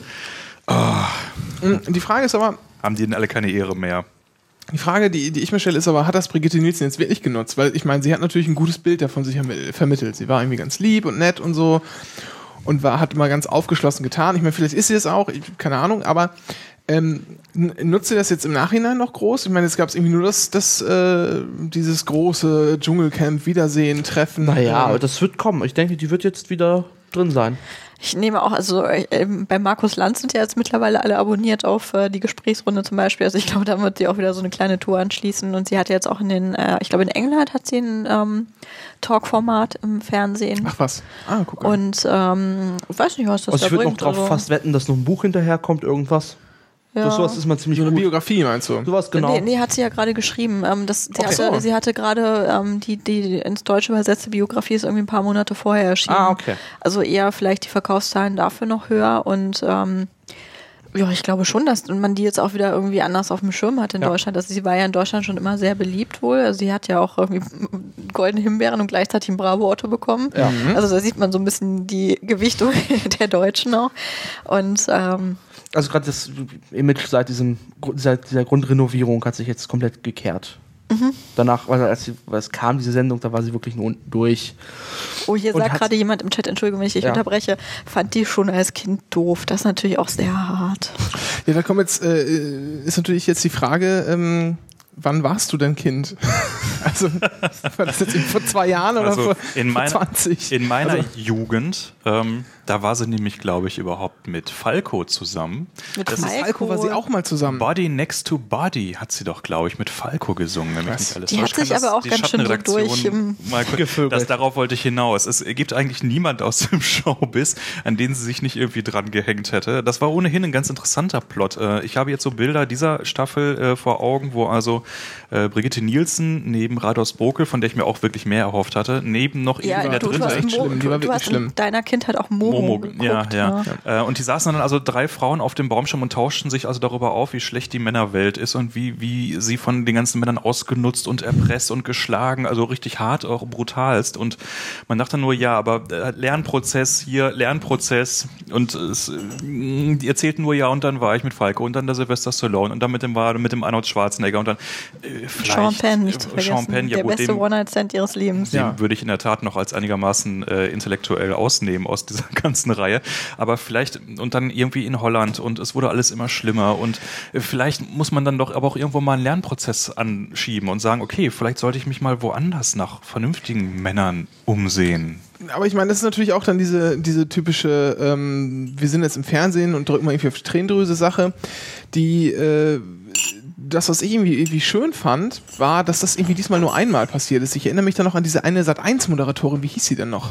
Mm, Die Frage ist aber, Haben die denn alle keine Ehre mehr? die Frage, die, die ich mir stelle, ist aber, hat das Brigitte Nielsen jetzt wirklich genutzt? Weil ich meine, sie hat natürlich ein gutes Bild davon sich ermi- vermittelt. Sie war irgendwie ganz lieb und nett und so und war, hat immer ganz aufgeschlossen getan. Ich meine, vielleicht ist sie es auch, ich, keine Ahnung, aber ähm, n- nutzt sie das jetzt im Nachhinein noch groß? Ich meine, es gab irgendwie nur das, das äh, dieses große Dschungelcamp, Wiedersehen, Treffen. Naja, aber ähm, das wird kommen. Ich denke, die wird jetzt wieder drin sein. Ich nehme auch, also äh, bei Markus Lanz sind ja jetzt mittlerweile alle abonniert auf äh, die Gesprächsrunde zum Beispiel. Also ich glaube, da wird sie auch wieder so eine kleine Tour anschließen. Und sie hat jetzt auch in den, äh, ich glaube in England hat sie ein ähm, Talkformat im Fernsehen. Ach was. Ah, guck mal. Und ähm, ich weiß nicht, was das Also da ich würde noch bringt. drauf also, fast wetten, dass noch ein Buch hinterherkommt, irgendwas. ja. Das sowas ist mal ziemlich So eine gut. Biografie, meinst du? Sowas genau. Nee, nee, hat sie ja gerade geschrieben. Ähm, das, sie, Ach hatte, so. sie hatte gerade ähm, die, die ins Deutsche übersetzte Biografie ist irgendwie ein paar Monate vorher erschienen. Ah, okay. Also eher vielleicht die Verkaufszahlen dafür noch höher und ähm, ja, ich glaube schon, dass man die jetzt auch wieder irgendwie anders auf dem Schirm hat in Ja. Deutschland. Also sie war ja in Deutschland schon immer sehr beliebt wohl. Also sie hat ja auch irgendwie goldene Himbeeren und gleichzeitig ein Bravo-Otto bekommen. Ja. Also da sieht man so ein bisschen die Gewichtung der Deutschen auch. Und ähm, Also gerade das Image seit, diesem, seit dieser Grundrenovierung hat sich jetzt komplett gekehrt. Danach, weil als, sie, weil es kam, diese Sendung, da war sie wirklich nur unten durch. oh, hier Und sagt hat- gerade jemand im Chat, Entschuldigung, wenn ich dich Ja. unterbreche, fand die schon als Kind doof. Das ist natürlich auch sehr hart. Ja, da kommt jetzt, äh, ist natürlich jetzt die Frage, ähm, wann warst du denn Kind? Also, war das jetzt vor zwei Jahren oder Also vor, in vor meiner, zwanzig? in meiner Also, Jugend, ähm, da war sie nämlich, glaube ich, überhaupt mit Falco zusammen. Mit Das ist Falco war sie auch mal zusammen. Body Next to Body hat sie doch, glaube ich, mit Falco gesungen. Wenn mich Was? nicht alles Die täuscht. hat sich Kann das aber auch die ganz schön so Schattenredaktion durch im- mal kurz- Gevögelt. das, Darauf wollte ich hinaus. Es gibt eigentlich niemand aus dem Showbiz, an den sie sich nicht irgendwie dran gehängt hätte. Das war ohnehin ein ganz interessanter Plot. Äh, Ich habe jetzt so Bilder dieser Staffel äh, vor Augen, wo also äh, Brigitte Nielsen neben Rados Bokel, von der ich mir auch wirklich mehr erhofft hatte, neben noch Ja, irgendwie du, da du, drin hast, echt Mo, schlimm, die war du, du wirklich hast schlimm. in deiner Kindheit auch Momo, Momo, geguckt. ja, ja. Äh, Und die saßen dann also drei Frauen auf dem Baumstamm und tauschten sich also darüber auf, wie schlecht die Männerwelt ist und wie, wie sie von den ganzen Männern ausgenutzt und erpresst und geschlagen, also richtig hart, auch brutalst. Und man dachte nur, ja, aber äh, Lernprozess hier, Lernprozess und es, äh, die erzählten nur, ja, und dann war ich mit Falco und dann der Sylvester Stallone und dann mit dem, war, mit dem Arnold Schwarzenegger und dann äh, vielleicht, Sean Penn, nicht zu äh, vergessen. Sean Penn, ja, der gut, beste dem, One-Night-Stand ihres Lebens. den Ja. würde ich in der Tat noch als einigermaßen äh, intellektuell ausnehmen aus dieser ganzen Reihe. Aber vielleicht, und dann irgendwie in Holland und es wurde alles immer schlimmer und äh, vielleicht muss man dann doch aber auch irgendwo mal einen Lernprozess anschieben und sagen, okay, vielleicht sollte ich mich mal woanders nach vernünftigen Männern umsehen. Aber ich meine, das ist natürlich auch dann diese, diese typische, ähm, wir sind jetzt im Fernsehen und drücken mal irgendwie auf die Tränendrüse Sache, die, äh, das, was ich irgendwie, irgendwie schön fand, war, dass das irgendwie diesmal nur einmal passiert ist. Ich erinnere mich dann noch an diese eine Sat eins Moderatorin, wie hieß sie denn noch?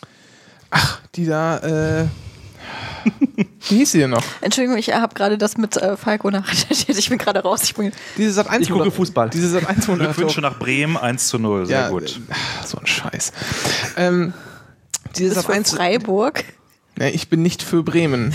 Ach, die da, äh, wie hieß sie denn noch? Entschuldigung, ich habe gerade das mit äh, Falco nachrecherchiert. Ich bin gerade raus. Ich bin Diese Sat eins Ich gucke Fußball. Diese Sat eins Glückwünsche Moderatorin. nach Bremen, eins zu null, sehr Ja, gut. äh, so ein Scheiß. Ähm, Du bist für Freiburg. Ne, ich bin nicht für Bremen.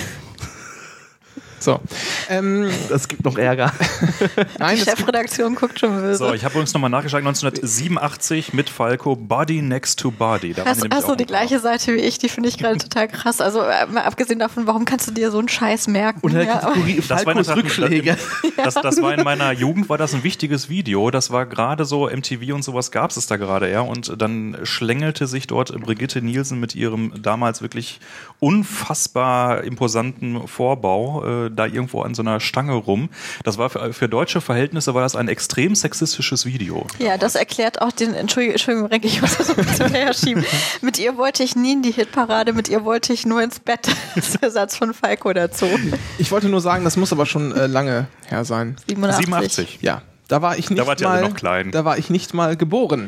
So. Ähm, das gibt noch Ärger. Nein, Die Chefredaktion guckt schon böse. So, ich habe übrigens nochmal nachgeschaut, neunzehnhundertsiebenundachtzig mit Falco, Body Next to Body. Da waren die Hast, nämlich hast du auch die mit gleiche drauf. Seite wie ich? Die finde ich gerade total krass. Also äh, mal abgesehen davon, warum kannst du dir so einen Scheiß merken? Und der Ja, Kategorie Das war, in der Falcos Tat, Rückschläge. das, das war in meiner Jugend, war das ein wichtiges Video. Das war gerade so, M T V und sowas gab es da gerade, ja. Und dann schlängelte sich dort Brigitte Nielsen mit ihrem damals wirklich unfassbar imposanten Vorbau äh, da irgendwo an so einer Stange rum. Das war für, für deutsche Verhältnisse war das ein extrem sexistisches Video. ja, das erklärt auch den, Entschuldigung, Entschuldigung Renke, ich muss das so ein bisschen herschieben. Mit ihr wollte ich nie in die Hitparade, mit ihr wollte ich nur ins Bett. Das ist der Satz von Falco dazu. ich wollte nur sagen, das muss aber schon äh, lange her sein. siebenundachtzig. siebenundachtzig. Ja, da war ich nicht Da wart ihr mal alle noch klein. Da war ich nicht mal geboren.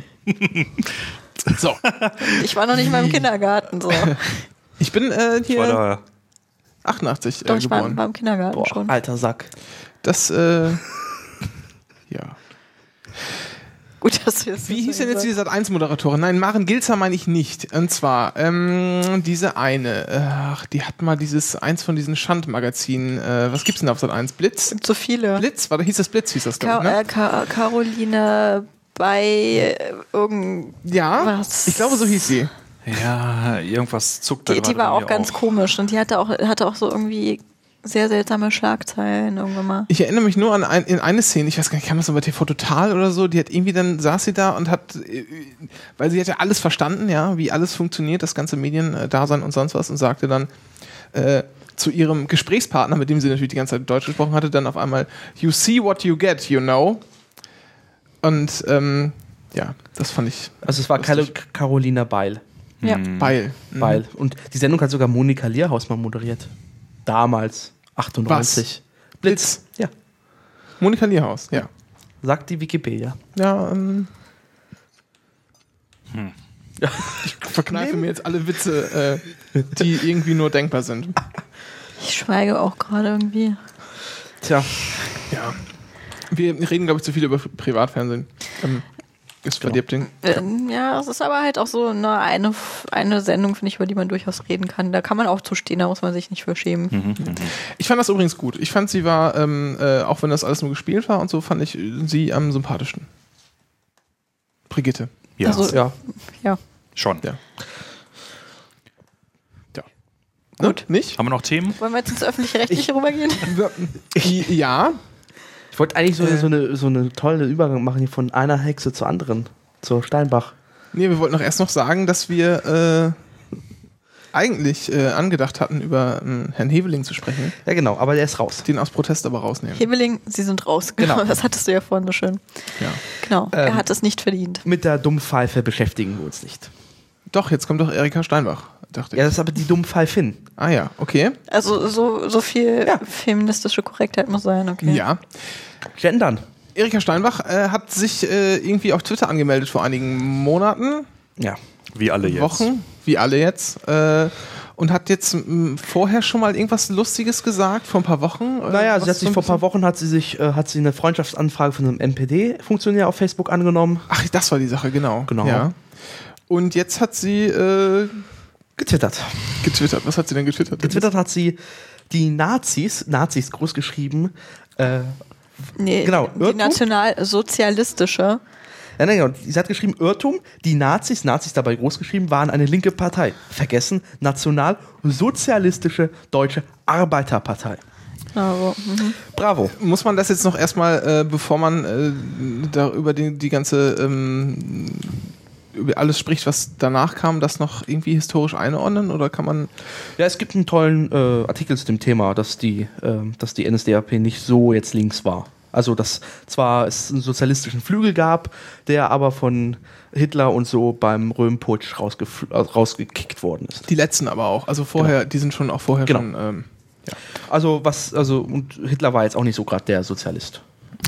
So, Ich war noch nicht mal im Kindergarten. So. ich bin äh, Ich war hier da. achtundachtzig äh, Doch, ich war, geboren. war im Kindergarten Boah, schon. alter Sack. Das äh, ja. Gut, dass wir es Wie nicht hieß so denn jetzt die gesagt Sat eins Moderatorin? Nein, Maren Gilzer meine ich nicht. Und zwar, ähm, diese eine, ach, die hat mal dieses, eins von diesen Schandmagazinen, äh, was gibt's denn auf Sat eins? Blitz? haben. Zu viele. Blitz? War, hieß das Blitz, hieß das, Ka glaub ich, ne? äh, Ka Caroline bei äh, irgend. Ja, was? ich glaube, so hieß sie. Ja, irgendwas zuckt da Die, die gerade war bei auch mir ganz auf. komisch und die hatte auch, hatte auch so irgendwie sehr seltsame Schlagzeilen irgendwann mal. Ich erinnere mich nur an ein, in eine Szene, ich weiß gar nicht, kam das aber T V Total oder so, die hat irgendwie dann, saß sie da und hat, äh, weil sie hat ja alles verstanden, ja, wie alles funktioniert, das ganze Mediendasein und sonst was und sagte dann äh, zu ihrem Gesprächspartner, mit dem sie natürlich die ganze Zeit Deutsch gesprochen hatte, dann auf einmal, you see what you get, you know. Und ähm, ja, das fand ich Also es war Lustig. Kar Carolina Beil. Ja. Beil. Mhm. Beil. Und die Sendung hat sogar Monika Lierhaus mal moderiert. Damals. achtundneunzig. Blitz. Ja. Monika Lierhaus, ja. Sagt die Wikipedia. Ja, ähm. Ich verkneife mir jetzt alle Witze, äh, die irgendwie nur denkbar sind. Ich schweige auch gerade irgendwie. Tja. Ja. Wir reden, glaube ich, zu viel über Privatfernsehen. Ähm, ist verdirbt den. Ähm, ja, es ist aber halt auch so eine, eine, eine Sendung, finde ich, über die man durchaus reden kann. Da kann man auch zu stehen, da muss man sich nicht für schämen. Ich fand das übrigens gut. Ich fand, sie war, ähm, äh, auch wenn das alles nur gespielt war und so, fand ich sie am sympathischsten. Brigitte. Ja, Also- Ja. Ja. schon. Ja. Ja. Gut. Ne? Nicht? Haben wir noch Themen? Wollen wir jetzt ins Öffentlich-Rechtliche rübergehen? Ja. Ich wollte eigentlich so, Äh. so, eine, so eine tolle Übergang machen hier von einer Hexe zur anderen. Zur Steinbach. Nee, wir wollten doch erst noch sagen, dass wir äh, eigentlich äh, angedacht hatten, über äh, Herrn Heveling zu sprechen, Ja, genau, aber der ist raus. den aus Protest aber rausnehmen. Heveling, Sie sind raus. Genau. Genau. Das hattest du ja vorhin so schön. Ja. Genau. er Ähm. hat es nicht verdient. Mit der Dummpfeife beschäftigen wir uns nicht. Doch, jetzt kommt doch Erika Steinbach, dachte ich. Ja, das ist aber die Dummpfeifin. Ah ja, okay. Also so, so viel Ja. feministische Korrektheit muss sein, okay. Ja. Gendern. Erika Steinbach äh, hat sich äh, irgendwie auf Twitter angemeldet vor einigen Monaten, Ja. Wie alle jetzt. Wochen, wie alle jetzt, äh, und hat jetzt m, vorher schon mal irgendwas Lustiges gesagt, vor ein paar Wochen. Äh, Naja, was sie hat sich so ein vor ein paar bisschen- Wochen hat sie sich äh, hat sie eine Freundschaftsanfrage von einem N P D-Funktionär auf Facebook angenommen. Ach, das war die Sache, genau. Genau. Ja. Und jetzt hat sie äh, Getwittert. getwittert. Was hat sie denn getwittert? Getwittert hat sie die Nazis, Nazis groß geschrieben, äh, Nee, Genau, die Irrtum? nationalsozialistische. ja, nein, genau. Sie hat geschrieben, Irrtum, die Nazis, Nazis dabei groß geschrieben, waren eine linke Partei. Vergessen, nationalsozialistische deutsche Arbeiterpartei. Also, mhm. Bravo. Muss man das jetzt noch erstmal, äh, bevor man äh, da über die, die ganze ähm, über alles spricht, was danach kam, das noch irgendwie historisch einordnen oder kann man. Ja, es gibt einen tollen äh, Artikel zu dem Thema, dass die, äh, dass die N S D A P nicht so jetzt links war. Also, dass zwar es einen sozialistischen Flügel gab, der aber von Hitler und so beim Röhmputsch rausgef- äh, rausgekickt worden ist. Die letzten aber auch. Also vorher, die sind schon auch vorher Genau. schon. Ähm, Also, was, also, und Hitler war jetzt auch nicht so gerade der Sozialist.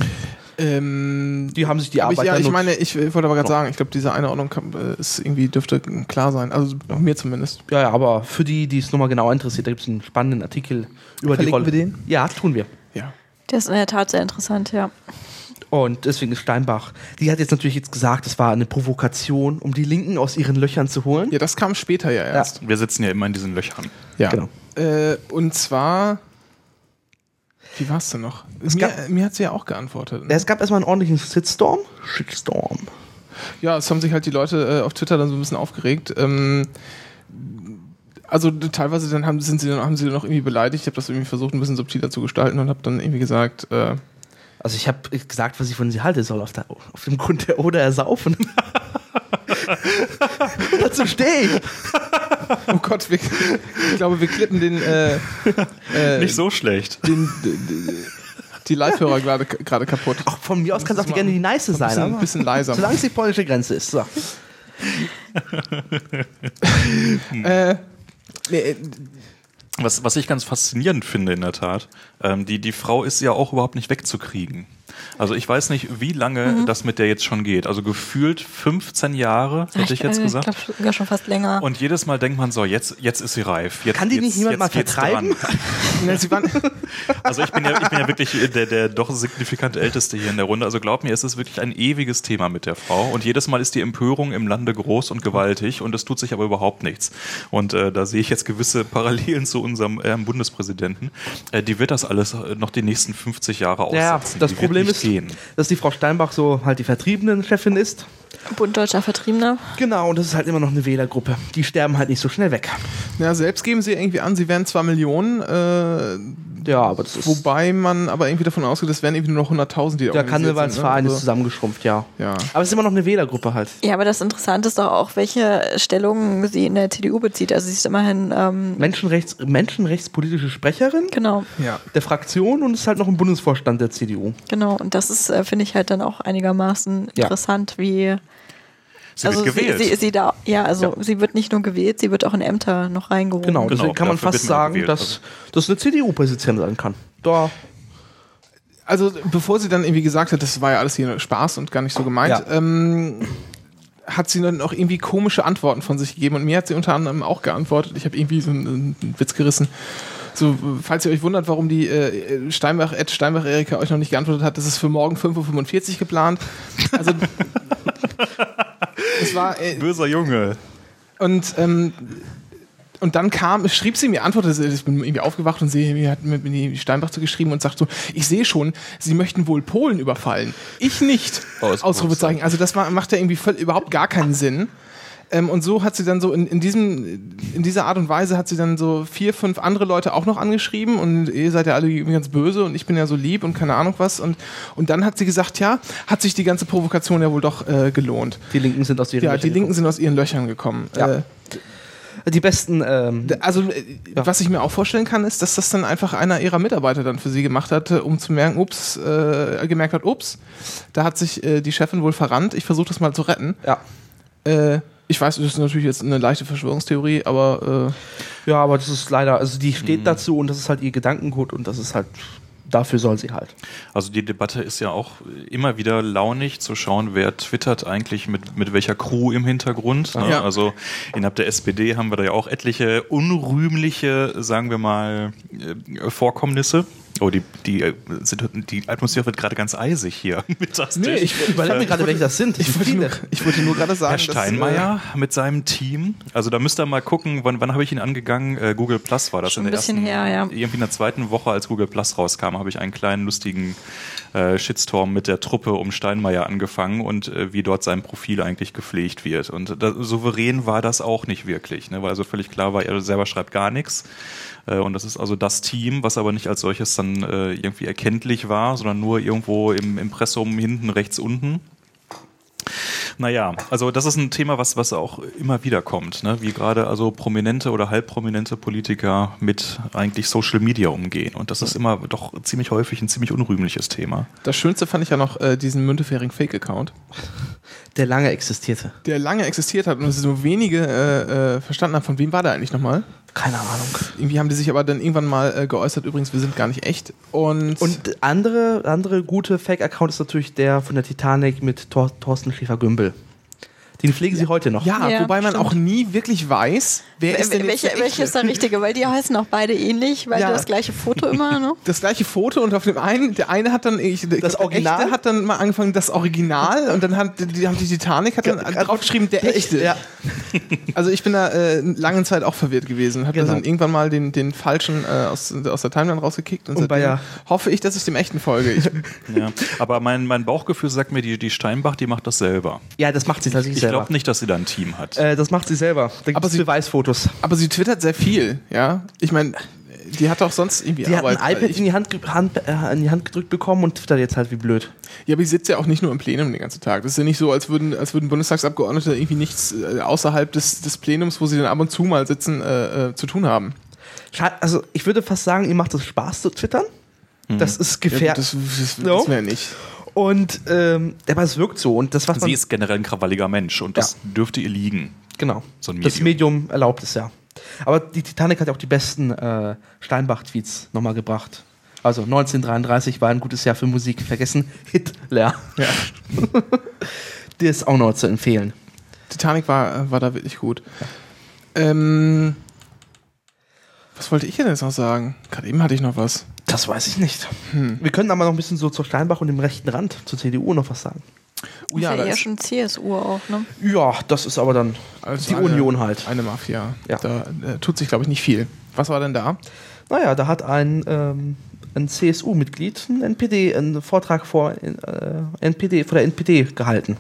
ähm, Die haben sich die aber ich, Arbeiter ja, ich nutzt- meine, ich, ich wollte aber gerade Genau. sagen, ich glaube, diese Einordnung kann, äh, ist irgendwie dürfte klar sein. Also mir zumindest. Ja, ja, aber für die, die es nochmal genau interessiert, da gibt es einen spannenden Artikel über die Verlinken Rolle. wir den? Ja, tun wir. Ja. Der ist in der Tat sehr interessant, ja. Und deswegen ist Steinbach, die hat jetzt natürlich jetzt gesagt, es war eine Provokation, um die Linken aus ihren Löchern zu holen. Ja, das kam später ja erst. Wir sitzen ja immer in diesen Löchern. Ja. Genau. Äh, und zwar, wie war es denn noch? Es Mir, gab- mir hat sie ja auch geantwortet. Ne? Es gab erstmal einen ordentlichen Shitstorm. Shitstorm. Ja, es haben sich halt die Leute äh, auf Twitter dann so ein bisschen aufgeregt. Ähm, also d- teilweise dann haben, sind sie dann, haben sie dann auch irgendwie beleidigt. Ich habe das irgendwie versucht, ein bisschen subtiler zu gestalten und habe dann irgendwie gesagt, äh, Also ich habe gesagt, was ich von sie halte, soll auf, der, auf dem Grund der Oder ersaufen. Dazu stehe ich. oh Gott, wir, ich glaube, wir klippen den, äh, äh, Nicht so schlecht. den d- d- die Live-Hörer gerade gerade kaputt. Auch von mir aus kann es auch Mal gerne die nice ein sein. bisschen, aber bisschen leiser. solange es die polnische Grenze ist. So. äh, nee, äh, Was, was ich ganz faszinierend finde in der Tat, ähm, die, die Frau ist ja auch überhaupt nicht wegzukriegen. Also ich weiß nicht, wie lange Mhm. das mit der jetzt schon geht. Also gefühlt fünfzehn Jahre, hätte ich jetzt äh, gesagt. Ich glaube sogar schon fast länger. Und jedes Mal denkt man so, jetzt, jetzt ist sie reif. Jetzt, Kann die jetzt, nicht jemand jetzt mal geht's vertreiben? dran. ja, sie waren, Also ich bin ja, ich bin ja wirklich der, der doch signifikant Älteste hier in der Runde. Also glaub mir, es ist wirklich ein ewiges Thema mit der Frau. Und jedes Mal ist die Empörung im Lande groß und gewaltig und es tut sich aber überhaupt nichts. Und äh, da sehe ich jetzt gewisse Parallelen zu unserem äh, Bundespräsidenten. Äh, die wird das alles noch die nächsten fünfzig Jahre aussetzen. Ja, das Die wird Problem nicht ist, gehen. dass die Frau Steinbach so halt die Vertriebenen-Chefin ist. Bund Deutscher Vertriebener. Genau, und das ist halt immer noch eine Wählergruppe. Die sterben halt nicht so schnell weg. ja, selbst geben sie irgendwie an, sie wären zwar Millionen, äh, Ja, aber das ist... wobei man aber irgendwie davon ausgeht, es wären irgendwie nur noch hunderttausend, die da der organisiert Karnevalsverein sind, ne? ist Also, zusammengeschrumpft, ja. ja. Aber es ist immer noch eine Wählergruppe halt. Ja, aber das Interessante ist doch auch, welche Stellung sie in der C D U bezieht. Also sie ist immerhin, ähm, Menschenrechts, menschenrechtspolitische Sprecherin genau, Ja. der Fraktion und ist halt noch im Bundesvorstand der C D U. genau. Und das ist, äh, finde ich halt dann auch einigermaßen Ja. interessant, wie... Sie also wird gewählt. Sie, sie, sie da, ja, also Ja. sie wird nicht nur gewählt, sie wird auch in Ämter noch reingehoben. Genau, Genau, deswegen kann man dafür fast wird man sagen, gewählt, dass das eine C D U-Position sein kann. Da. Also bevor sie dann irgendwie gesagt hat, das war ja alles hier Spaß und gar nicht so gemeint, Ja. ähm, hat sie dann auch irgendwie komische Antworten von sich gegeben und mir hat sie unter anderem auch geantwortet. Ich habe irgendwie so einen, einen Witz gerissen. So, falls ihr euch wundert, warum die äh, Steinbach, Ed Steinbach Erika euch noch nicht geantwortet hat, das ist für morgen fünf Uhr fünfundvierzig geplant. Also es war äh, Böser Junge. und ähm, und dann kam, schrieb sie mir, antwortete, ich bin irgendwie aufgewacht und sehe, mir hat mir die Steinbach so geschrieben und sagt so, ich sehe schon, sie möchten wohl Polen überfallen. Ich nicht. Ausrufezeichen. Ausrufezeichen. Also das war, macht ja irgendwie voll, überhaupt gar keinen Sinn. Ähm, und so hat sie dann so in, in diesem, in dieser Art und Weise hat sie dann so vier, fünf andere Leute auch noch angeschrieben und ihr seid ja alle ganz böse und ich bin ja so lieb und keine Ahnung was. Und, und dann hat sie gesagt, ja, hat sich die ganze Provokation ja wohl doch äh, gelohnt. Die Linken sind aus ihren Ja, Löchern die Linken sind aus ihren Löchern gekommen. Ja. Äh, gekommen. Die besten. Ähm, Also, äh, was ich mir auch vorstellen kann, ist, dass das dann einfach einer ihrer Mitarbeiter dann für sie gemacht hat, um zu merken, ups, äh, gemerkt hat, ups, da hat sich äh, die Chefin wohl verrannt, ich versuche das mal zu retten. ja. Äh, ich weiß, das ist natürlich jetzt eine leichte Verschwörungstheorie, aber äh, Ja, aber das ist leider, also die steht dazu und das ist halt ihr Gedankengut und das ist halt, dafür soll sie halt. Also die Debatte ist ja auch immer wieder launig zu schauen, wer twittert eigentlich mit, mit welcher Crew im Hintergrund. Ne? Ja. Also innerhalb der S P D haben wir da ja auch etliche unrühmliche, sagen wir mal, äh, Vorkommnisse. Oh, die, die, äh, die Atmosphäre wird gerade ganz eisig hier. nee, ich Überleg mir gerade, welche das sind. ich wollte nur, ich wollte nur gerade sagen, Herr Steinmeier mit seinem Team. Also da müsst ihr mal gucken, wann, wann habe ich ihn angegangen? Äh, Google Plus war das Schon in der ein bisschen ersten, her, ja. Irgendwie in der zweiten Woche, als Google Plus rauskam, habe ich einen kleinen lustigen äh, Shitstorm mit der Truppe um Steinmeier angefangen und äh, wie dort sein Profil eigentlich gepflegt wird. Und da, souverän war das auch nicht wirklich, ne? Weil also völlig klar war, er selber schreibt gar nichts. Äh, und das ist also das Team, was aber nicht als solches dann äh, irgendwie erkenntlich war, sondern nur irgendwo im Impressum hinten rechts unten. Naja, also das ist ein Thema, was, was auch immer wieder kommt, ne? Wie gerade also prominente oder halbprominente Politiker mit eigentlich Social Media umgehen. Und das ist immer doch ziemlich häufig ein ziemlich unrühmliches Thema. das Schönste fand ich ja noch äh, diesen Müntefering Fake-Account, Der lange existierte. der lange existiert hat und es so wenige äh, äh, verstanden haben, von wem war der eigentlich nochmal? Keine Ahnung. Irgendwie haben die sich aber dann irgendwann mal äh, geäußert, übrigens, wir sind gar nicht echt. Und, Und andere, andere gute Fake-Account ist natürlich der von der Titanic mit Thor, Thorsten Schäfer-Gümbel. Den pflegen sie heute noch. Ja, Ja, wobei man stimmt. auch nie wirklich weiß, wer ist denn jetzt welche, der welche Echte? ist der richtige? Weil die heißen auch beide ähnlich, weil Ja. das gleiche Foto immer, ne? Das gleiche Foto und auf dem einen, der eine hat dann, ich, Das der Original? Echte hat dann mal angefangen, das Original und dann hat die, haben die Titanic hat dann Ge- draufgeschrieben, der Echte. Ja. Also ich bin da äh, lange Zeit auch verwirrt gewesen. Hab Genau. dann irgendwann mal den, den falschen äh, aus, aus der Timeline rausgekickt und, Und bei seitdem ja- hoffe ich, dass ich dem Echten folge. Ich, Ja. Aber mein, mein Bauchgefühl sagt mir, die, die Steinbach, die macht das selber. ja, das macht sie tatsächlich Ich selber. glaube nicht, dass sie da ein Team hat. Äh, das macht sie selber. Da gibt Aber es sie- Beweisfotos. aber sie twittert sehr viel, ja. Ich meine, die hat auch sonst irgendwie Die hat ein Arbeit. iPad ich, in die, Hand, ge- Hand, äh, in die Hand gedrückt bekommen und twittert jetzt halt wie blöd. Ja, aber die sitzt ja auch nicht nur im Plenum den ganzen Tag. Das ist ja nicht so, als würden, als würden Bundestagsabgeordnete irgendwie nichts äh, außerhalb des, des Plenums, wo sie dann ab und zu mal sitzen, äh, äh, zu tun haben. Schade, also ich würde fast sagen, ihr macht es Spaß zu twittern. Das ist Ja, gut, gefährlich. das das No. wissen wir ja nicht. Und ähm, aber es wirkt so. Und das was man, Sie ist generell ein krawalliger Mensch und das dürfte ihr liegen. genau. so ein Das Medium. Medium erlaubt es ja. Aber die Titanic hat ja auch die besten äh, Steinbach-Tweets nochmal gebracht. Also neunzehnhundertdreiunddreißig war ein gutes Jahr für Musik. Vergessen Hitler. Ja. Der ist auch noch zu empfehlen. Titanic war, war da wirklich gut. Ähm, was wollte ich denn jetzt noch sagen? Gerade eben hatte ich noch was. Das weiß ich nicht. Hm. Wir können aber noch ein bisschen so zur Steinbach und dem rechten Rand, zur C D U noch was sagen. Oh ja, ja, da eher ist schon C S U auch, ne? Ja, das ist aber dann also die eine, Union halt. Eine Mafia. Ja. Da äh, tut sich, glaube ich, nicht viel. Was war denn da? Naja, da hat ein, ähm, ein C S U-Mitglied einen N P D, einen Vortrag vor, äh, N P D, vor der N P D gehalten.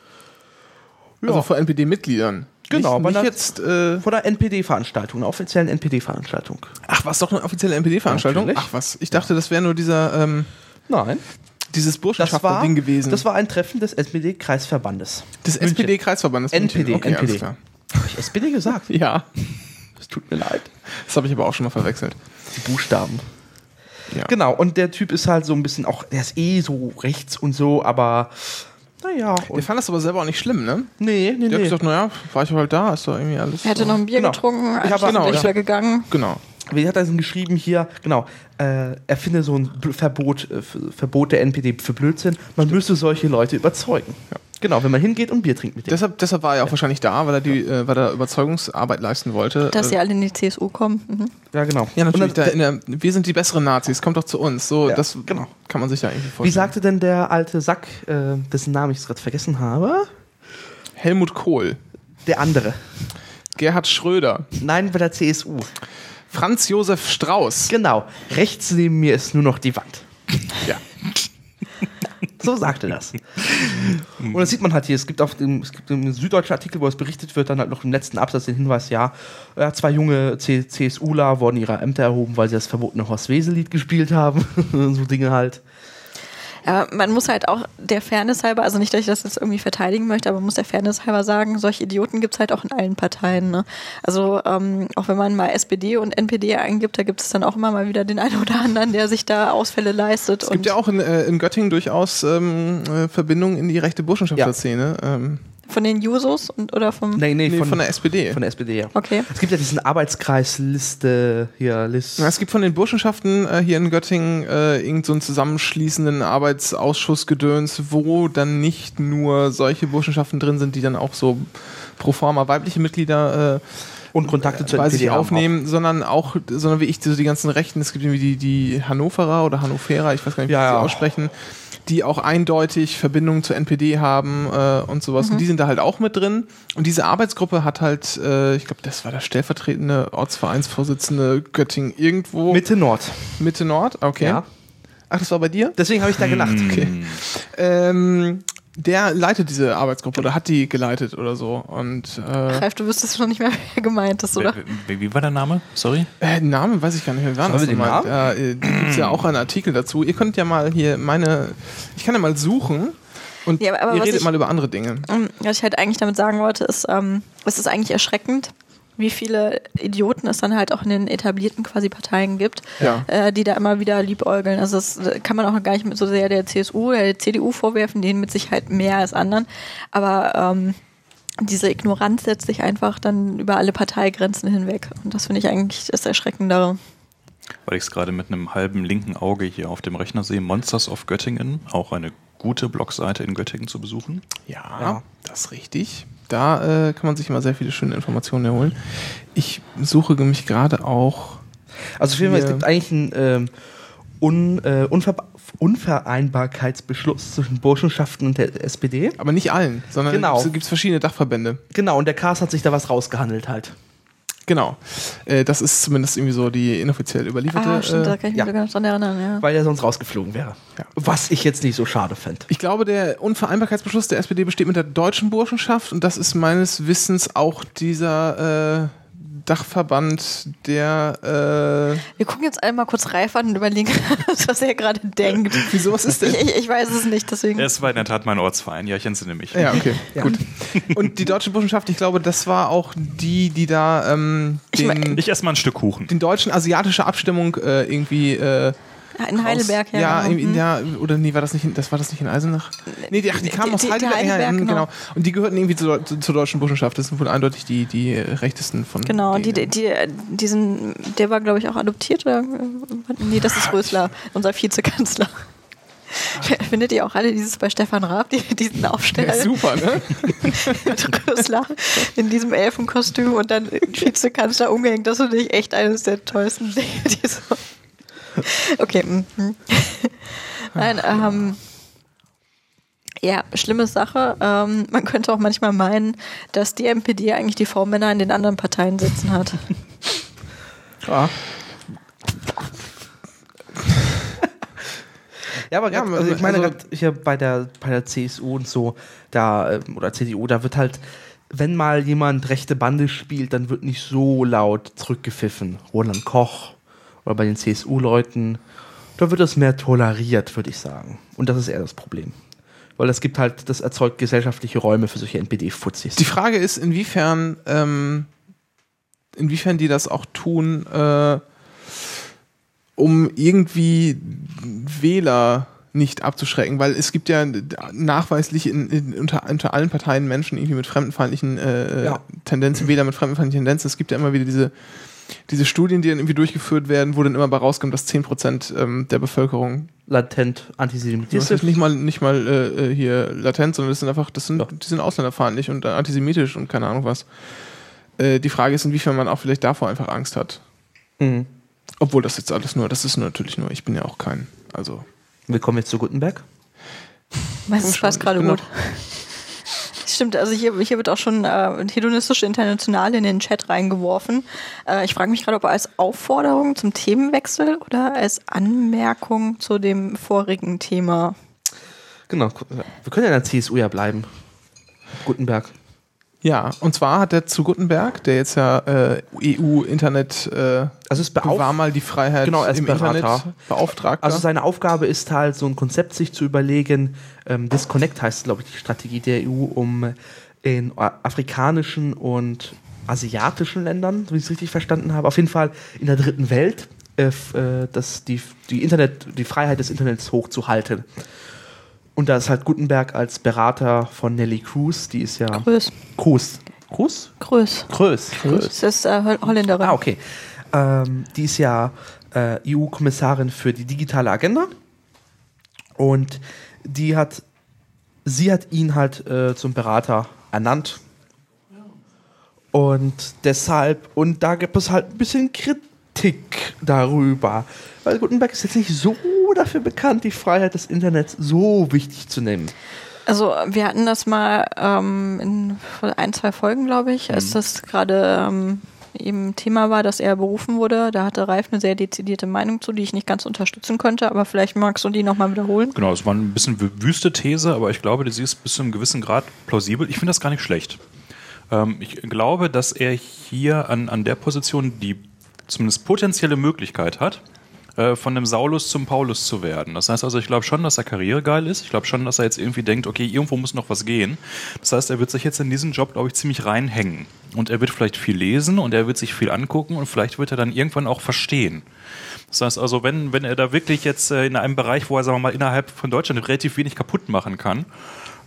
Also vor N P D-Mitgliedern. Genau, Nicht, aber nicht dann- jetzt. Äh, Vor der N P D-Veranstaltung, einer offiziellen N P D-Veranstaltung. ach, was doch eine offizielle N P D-Veranstaltung? Natürlich. Ach, was? Ich dachte, das wäre nur dieser ähm, Nein, dieses das war, Burschenschafter-Ding gewesen. das war ein Treffen des N P D-Kreisverbandes. des S P D-Kreisverbandes. N P D, Okay, N P D. alles klar. Habe ich S P D gesagt? Ja, Es tut mir leid. das habe ich aber auch schon mal verwechselt. Die Buchstaben. Ja. Genau, und der Typ ist halt so ein bisschen auch, der ist eh so rechts und so, aber naja. Der fand das aber selber auch nicht schlimm, ne? Nee, nee, Der hat nee. gesagt, naja, war ich halt da, ist doch irgendwie alles. Er hatte so. noch ein Bier Genau. getrunken, Ich hab- anschließend genau, bin ich ja. wieder gegangen. Genau. Wie hat er denn geschrieben hier? Genau, äh, er finde so ein B- Verbot, äh, F- Verbot der N P D für Blödsinn. Man müsse solche Leute überzeugen. Ja. Genau, wenn man hingeht und Bier trinkt mit denen. Deshalb, deshalb war er auch wahrscheinlich da, weil er die, äh, weil er Überzeugungsarbeit leisten wollte. Dass Äh, sie alle in die C S U kommen. Mhm. Ja, genau. ja, natürlich. Und dann, Da in der, wir sind die besseren Nazis, kommt doch zu uns. So, Ja, das genau. kann man sich da irgendwie vorstellen. wie sagte denn der alte Sack, äh, dessen Namen ich gerade vergessen habe? Helmut Kohl, Der andere. Gerhard Schröder, Nein, bei der C S U. Franz Josef Strauß. Genau. Rechts neben mir ist nur noch die Wand. Ja. So sagte das. Und das sieht man halt hier. Es gibt auf dem, es gibt einen süddeutschen Artikel, wo es berichtet wird, dann halt noch im letzten Absatz den Hinweis, ja, ja zwei junge C- CSUler wurden ihrer Ämter erhoben, weil sie das verbotene Horst-Wesel-Lied gespielt haben. So Dinge halt. Ja, man muss halt auch der Fairness halber, also nicht, dass ich das jetzt irgendwie verteidigen möchte, aber man muss der Fairness halber sagen, solche Idioten gibt es halt auch in allen Parteien. Ne? Also ähm, auch wenn man mal S P D und N P D eingibt, da gibt es dann auch immer mal wieder den einen oder anderen, der sich da Ausfälle leistet. Es gibt ja auch in, äh, in Göttingen durchaus ähm, äh, Verbindungen in die rechte Burschenschafterszene. Ähm, von den Jusos und oder vom... Nee, nee, nee, von, von der S P D. von der S P D, ja. Okay. Es gibt ja diesen Arbeitskreis Liste hier, List. Ja, es gibt von den Burschenschaften äh, hier in Göttingen äh, irgend so einen zusammenschließenden Arbeitsausschussgedöns, wo dann nicht nur solche Burschenschaften drin sind, die dann auch so pro forma weibliche Mitglieder äh, Und Kontakte zur bei N P D sich haben aufnehmen, sondern auch, sondern wie ich, so die ganzen Rechten, es gibt irgendwie die, die Hannoverer oder Hannoverer, ich weiß gar nicht, wie Ja, sie ja. aussprechen, die auch eindeutig Verbindungen zur N P D haben äh, und sowas. Und die sind da halt auch mit drin. Und diese Arbeitsgruppe hat halt, äh, ich glaube, das war der stellvertretende Ortsvereinsvorsitzende Göttingen irgendwo. auch. Mitte Nord. Mitte Nord? Okay. Ja. Ach, das war bei dir? Deswegen habe ich da gelacht. Okay. Ähm, der leitet diese Arbeitsgruppe oder hat die geleitet oder so. Und äh, Ralf, du wüsstest schon nicht mehr, wer gemeint ist, oder? Wie, wie war der Name? Sorry? äh, Namen weiß ich gar nicht mehr. Wer war Sollen das wir den nochmal? Namen? Ja, äh, da gibt es ja auch einen Artikel dazu. Ihr könnt ja mal hier meine, ich kann ja mal suchen und Ja, aber ihr was redet ich- mal über andere Dinge. Ähm, Was ich halt eigentlich damit sagen wollte, ist, ähm, es ist eigentlich erschreckend, wie viele Idioten es dann halt auch in den etablierten quasi Parteien gibt, Ja. äh, die da immer wieder liebäugeln. Also das äh, kann man auch gar nicht mit so sehr der C S U oder der C D U vorwerfen, denen mit Sicherheit mehr als anderen. Aber ähm, diese Ignoranz setzt sich einfach dann über alle Parteigrenzen hinweg. Und das finde ich eigentlich das Erschreckendere. Weil ich es gerade mit einem halben linken Auge hier auf dem Rechner sehe. Monsters of Göttingen, auch eine gute Blogseite in Göttingen zu besuchen. Ja, Ja. das ist richtig. Da äh, kann man sich immer sehr viele schöne Informationen erholen. Ich suche mich gerade auch. Also auf jeden Fall, es Wir- gibt eigentlich einen ähm, Un, äh, Unver Unvereinbarkeitsbeschluss zwischen Burschenschaften und der S P D. Aber nicht allen, sondern Genau. es gibt verschiedene Dachverbände. Genau, und der Cast hat sich da was rausgehandelt halt. Genau. Äh, das ist zumindest irgendwie so die inoffiziell überlieferte. Ah, stimmt, da äh, kann ich ja. mich sogar noch dran erinnern, ja. Weil er sonst rausgeflogen wäre. Ja. Was ich jetzt nicht so schade fände. ich glaube, der Unvereinbarkeitsbeschluss der S P D besteht mit der deutschen Burschenschaft und das ist meines Wissens auch dieser äh, Dachverband, der. Äh, Wir gucken jetzt einmal kurz Ralf an und überlegen, was er gerade denkt. wieso, was ist denn? Ich, ich, ich weiß es nicht, deswegen. Es war in der Tat mein Ortsverein, ja, ich entsinne mich. Ja, okay, Ja. gut. Und die deutsche Burschenschaft, ich glaube, das war auch die, die da ähm, Ich mein- den, Ich esse mal ein Stück Kuchen. den deutschen asiatische Abstimmung äh, irgendwie. Äh, In Heidelberg, ja. ja, genau. irgendwie, ja, oder nee, war das nicht in, das war das nicht in Eisenach? Nee, die, ach, die kamen Die- aus die- die Heidelberg, ja, Heidelberg, genau. genau. Und die gehörten irgendwie zur, zur, zur deutschen Burschenschaft. Das sind wohl eindeutig die, die äh, rechtesten von Genau, die, denen. die, diesen, der war, glaube ich, auch adoptiert. Oder? Nee, das ist Rösler, unser Vizekanzler. Findet ihr auch alle dieses bei Stefan Raab, die, diesen Aufsteller Ja, super, ne? mit Rösler in diesem Elfenkostüm und dann Vizekanzler umgehängt? Das finde ich echt eines der tollsten Dinge, die so. Okay. mhm. Nein, ähm. Ja, schlimme Sache. Ähm, man könnte auch manchmal meinen, dass die M P D eigentlich die V-Männer in den anderen Parteien sitzen hat. Ja. Ja, aber Ja, grad, also ich meine, also- grad hier bei der, bei der C S U und so, da, ähm, oder C D U, da wird halt, wenn mal jemand rechte Bande spielt, dann wird nicht so laut zurückgepfiffen. Roland Koch oder bei den C S U-Leuten, da wird das mehr toleriert, würde ich sagen. Und das ist eher das Problem. Weil das gibt halt, das erzeugt gesellschaftliche Räume für solche N P D-Fuzis. Die Frage ist, inwiefern, ähm, inwiefern die das auch tun, äh, um irgendwie Wähler nicht abzuschrecken, weil es gibt ja nachweislich in, in, unter, unter allen Parteien Menschen irgendwie mit fremdenfeindlichen äh, Ja. Tendenzen, Wähler mit fremdenfeindlichen Tendenzen. Es gibt ja immer wieder diese, diese Studien, die dann irgendwie durchgeführt werden, wo dann immer bei rauskommt, dass zehn Prozent ähm, der Bevölkerung, Latent das antisemitistisch. ist nicht mal, nicht mal äh, hier latent, sondern das sind einfach, das sind, Ja. die sind ausländerfeindlich und antisemitisch und keine Ahnung was. Äh, die Frage ist, inwiefern man auch vielleicht davor einfach Angst hat. Mhm. Obwohl das jetzt alles nur, das ist natürlich nur, ich bin ja auch kein, also. Willkommen jetzt zu Gutenberg. Meistens schon, passt ich gerade bin gut. Stimmt, also hier, hier wird auch schon äh, hedonistische Internationale in den Chat reingeworfen. Äh, ich frage mich gerade, ob als Aufforderung zum Themenwechsel oder als Anmerkung zu dem vorigen Thema. Genau, wir können ja in der C S U ja bleiben. Gutenberg. Ja, und zwar hat der zu Gutenberg, der jetzt ja äh, E U-Internet, äh, Also es beauf- bewahr mal die Freiheit Genau, als im Berater. Internet Beauftragter. Also seine Aufgabe ist halt, so ein Konzept sich zu überlegen. Ähm, Disconnect heißt, glaube ich, die Strategie der E U, um in afrikanischen und asiatischen Ländern, so wie ich es richtig verstanden habe, auf jeden Fall in der dritten Welt, äh, f- äh, das, die, die, Internet, die Freiheit des Internets hochzuhalten. Und da ist halt Gutenberg als Berater von Nelly Cruz, die ist ja... Grüß. Cruz. Cruz? Grüß. Cruz. Das ist äh, Holl- Holländerin. Ah, okay. Ähm, die ist ja äh, E U-Kommissarin für die digitale Agenda. Und die hat, sie hat ihn halt äh, zum Berater ernannt. Und deshalb, und da gibt es halt ein bisschen Kritik darüber. Weil Gutenberg ist jetzt nicht so dafür bekannt, die Freiheit des Internets so wichtig zu nehmen. Also wir hatten das mal ähm, in vor ein, zwei Folgen, glaube ich, als das gerade ähm, eben Thema war, dass er berufen wurde. Da hatte Ralf eine sehr dezidierte Meinung zu, die ich nicht ganz unterstützen konnte, aber vielleicht magst du die nochmal wiederholen. Genau, es war ein bisschen wü- wüste These, aber ich glaube, sie ist bis zu einem gewissen Grad plausibel. Ich finde das gar nicht schlecht. Ähm, ich glaube, dass er hier an, an der Position die zumindest potenzielle Möglichkeit hat, äh, von dem Saulus zum Paulus zu werden. Das heißt also, ich glaube schon, dass er karrieregeil ist. Ich glaube schon, dass er jetzt irgendwie denkt, okay, irgendwo muss noch was gehen. Das heißt, er wird sich jetzt in diesen Job, glaube ich, ziemlich reinhängen. Und er wird vielleicht viel lesen und er wird sich viel angucken und vielleicht wird er dann irgendwann auch verstehen. Das heißt also, wenn, wenn er da wirklich jetzt äh, in einem Bereich, wo er, sagen wir mal, innerhalb von Deutschland relativ wenig kaputt machen kann,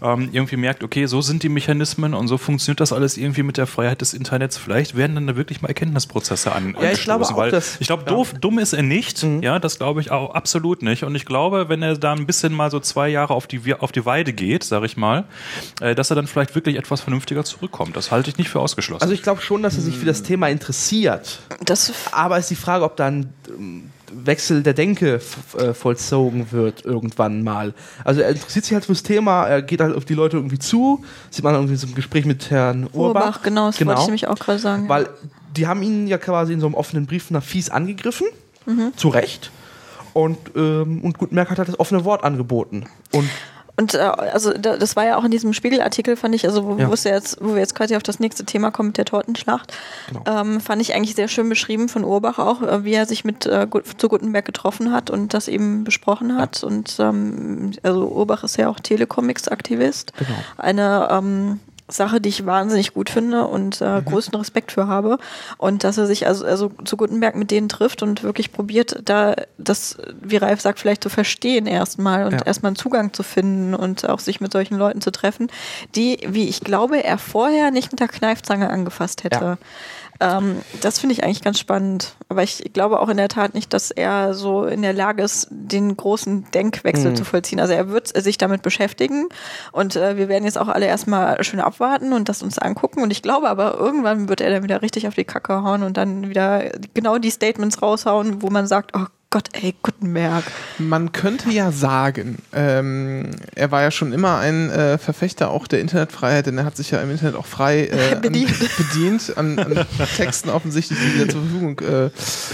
ähm, irgendwie merkt, okay, so sind die Mechanismen und so funktioniert das alles irgendwie mit der Freiheit des Internets. Vielleicht werden dann da wirklich mal Erkenntnisprozesse an. Ja, ich glaube auch, weil dass- ich glaube, ja. doof, dumm ist er nicht. Mhm. Ja, das glaube ich auch absolut nicht. Und ich glaube, wenn er da ein bisschen mal so zwei Jahre auf die, auf die Weide geht, sag ich mal, äh, dass er dann vielleicht wirklich etwas vernünftiger zurückkommt. Das halte ich nicht für ausgeschlossen. Also ich glaube schon, dass er sich für das Thema interessiert. Das Aber es ist die Frage, ob dann ähm, Wechsel der Denke f- äh, vollzogen wird irgendwann mal. Also er interessiert sich halt fürs Thema, er geht halt auf die Leute irgendwie zu. Sieht man irgendwie so ein Gespräch mit Herrn Urbach. Urbach, genau, das wollte ich nämlich auch gerade sagen. Weil die haben ihn ja quasi in so einem offenen Brief nach fies angegriffen. Zu Recht. Und, ähm, und Gutenberg hat halt das offene Wort angeboten. Und Und äh, also da, das war ja auch in diesem Spiegelartikel, fand ich, also wo, Ja. wo es ja jetzt, wo wir jetzt quasi auf das nächste Thema kommen mit der Tortenschlacht, Genau. ähm, fand ich eigentlich sehr schön beschrieben von Urbach auch, äh, wie er sich mit äh, Gut- zu Gutenberg getroffen hat und das eben besprochen hat. Und ähm, also Urbach ist ja auch Telecomics-Aktivist. Genau. Eine ähm, Sache, die ich wahnsinnig gut finde und äh, Mhm. größten Respekt für habe. Und dass er sich also, also zu Gutenberg mit denen trifft und wirklich probiert, da das, wie Ralf sagt, vielleicht zu verstehen erstmal und Ja. erstmal einen Zugang zu finden und auch sich mit solchen Leuten zu treffen, die, wie ich glaube, er vorher nicht mit der Kneifzange angefasst hätte. Ähm, das finde ich eigentlich ganz spannend. Aber ich glaube auch in der Tat nicht, dass er so in der Lage ist, den großen Denkwechsel Mhm. zu vollziehen. Also er wird sich damit beschäftigen und äh, wir werden jetzt auch alle erstmal schön abwarten und das uns angucken. Und ich glaube aber, irgendwann wird er dann wieder richtig auf die Kacke hauen und dann wieder genau die Statements raushauen, wo man sagt, oh Gott, ey, Gutenberg. Man könnte ja sagen, ähm, er war ja schon immer ein äh, Verfechter auch der Internetfreiheit, denn er hat sich ja im Internet auch frei äh, Bedient. An, bedient an, an Texten offensichtlich, die wieder zur Verfügung äh,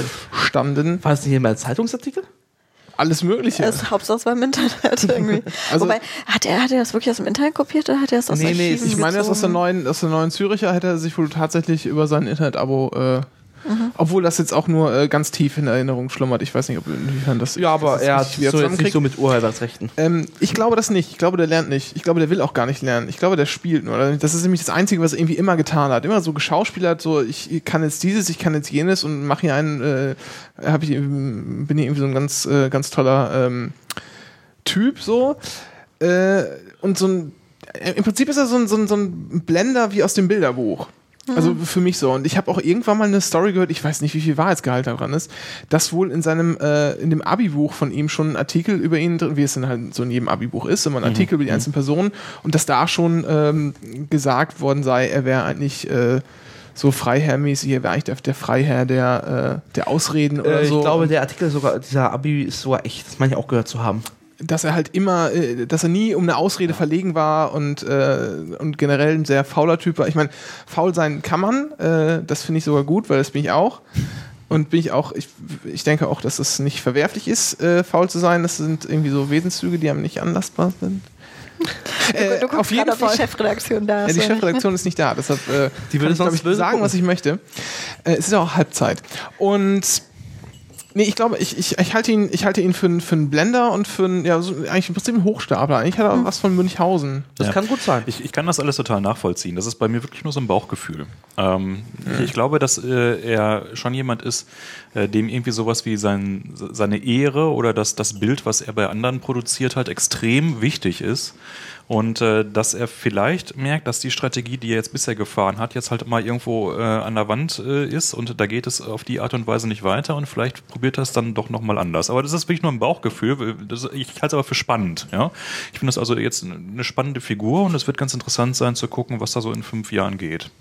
standen. war das nicht immer ein Zeitungsartikel? Alles Mögliche. Das Hauptsache beim Internet irgendwie. Also- Wobei, hat er, hat er das wirklich aus dem Internet kopiert oder hat er es aus Nee, nee, Archiven Ich meine, das aus der gezogen? neuen, aus der neuen Züricher hätte er sich wohl tatsächlich über sein Internet-Abo, äh, obwohl das jetzt auch nur äh, ganz tief in Erinnerung schlummert. Ich weiß nicht, ob inwiefern das. Ja, aber das er hat nicht so wieder jetzt nicht zusammenkriegt. so mit Urheberrechten. Ähm, ich glaube das nicht. Ich glaube, der lernt nicht. Ich glaube, der will auch gar nicht lernen. Ich glaube, der spielt nur. Das ist nämlich das Einzige, was er irgendwie immer getan hat. Immer so geschauspielert, so ich kann jetzt dieses, ich kann jetzt jenes und mache hier einen, äh, hab ich, bin hier irgendwie so ein ganz, äh, ganz toller ähm, Typ so. Äh, und so ein, im Prinzip ist er so ein, so ein, so ein Blender wie aus dem Bilderbuch. Also für mich so. Und ich habe auch irgendwann mal eine Story gehört, ich weiß nicht, wie viel Wahrheitsgehalt da dran ist, dass wohl in seinem, äh, in dem Abi-Buch von ihm schon ein Artikel über ihn drin, wie es dann halt so in jedem Abi-Buch ist, immer ein Artikel über die einzelnen Personen und dass da schon ähm, gesagt worden sei, er wäre eigentlich äh, so freiherrmäßig, er wäre eigentlich der, der Freiherr der, äh, der Ausreden oder Äh, so. ich glaube, Und der Artikel sogar, dieser Abi ist sogar echt, das meine ich auch gehört zu haben. dass er halt immer, äh, dass er nie um eine Ausrede verlegen war und, äh, und generell ein sehr fauler Typ war. Ich meine, faul sein kann man, äh, das finde ich sogar gut, weil das bin ich auch. Und bin ich auch, ich, ich denke auch, dass es nicht verwerflich ist, äh, faul zu sein. Das sind irgendwie so Wesenszüge, die einem nicht anlastbar sind. Äh, Du guckst auf jeden gerade, ob Fall. die Chefredaktion da Ja, ist. die oder nicht, ne? Chefredaktion ist nicht da, deshalb äh, Die kann würde ich, glaub sonst ich, böse sagen, gucken. was ich möchte. Äh, es ist ja auch Halbzeit. Und nee, ich glaube, ich, ich, ich halte ihn, ich halte ihn für, einen- für einen Blender und für einen, ja, so, eigentlich im Prinzip einen Hochstapler. Eigentlich hat er auch was von Münchhausen. Das Ja. kann gut sein. Ich, ich kann das alles total nachvollziehen. Das ist bei mir wirklich nur so ein Bauchgefühl. Ähm, ich, ich glaube, dass äh, er schon jemand ist, äh, dem irgendwie sowas wie sein, seine Ehre oder das, das Bild, was er bei anderen produziert hat, extrem wichtig ist. Und äh, dass er vielleicht merkt, dass die Strategie, die er jetzt bisher gefahren hat, jetzt halt mal irgendwo äh, an der Wand äh, ist und da geht es auf die Art und Weise nicht weiter und vielleicht probiert er es dann doch nochmal anders. Aber das ist wirklich nur ein Bauchgefühl. Das, ich halte es aber für spannend. Ja? Ich finde das also jetzt eine spannende Figur und es wird ganz interessant sein zu gucken, was da so in fünf Jahren geht.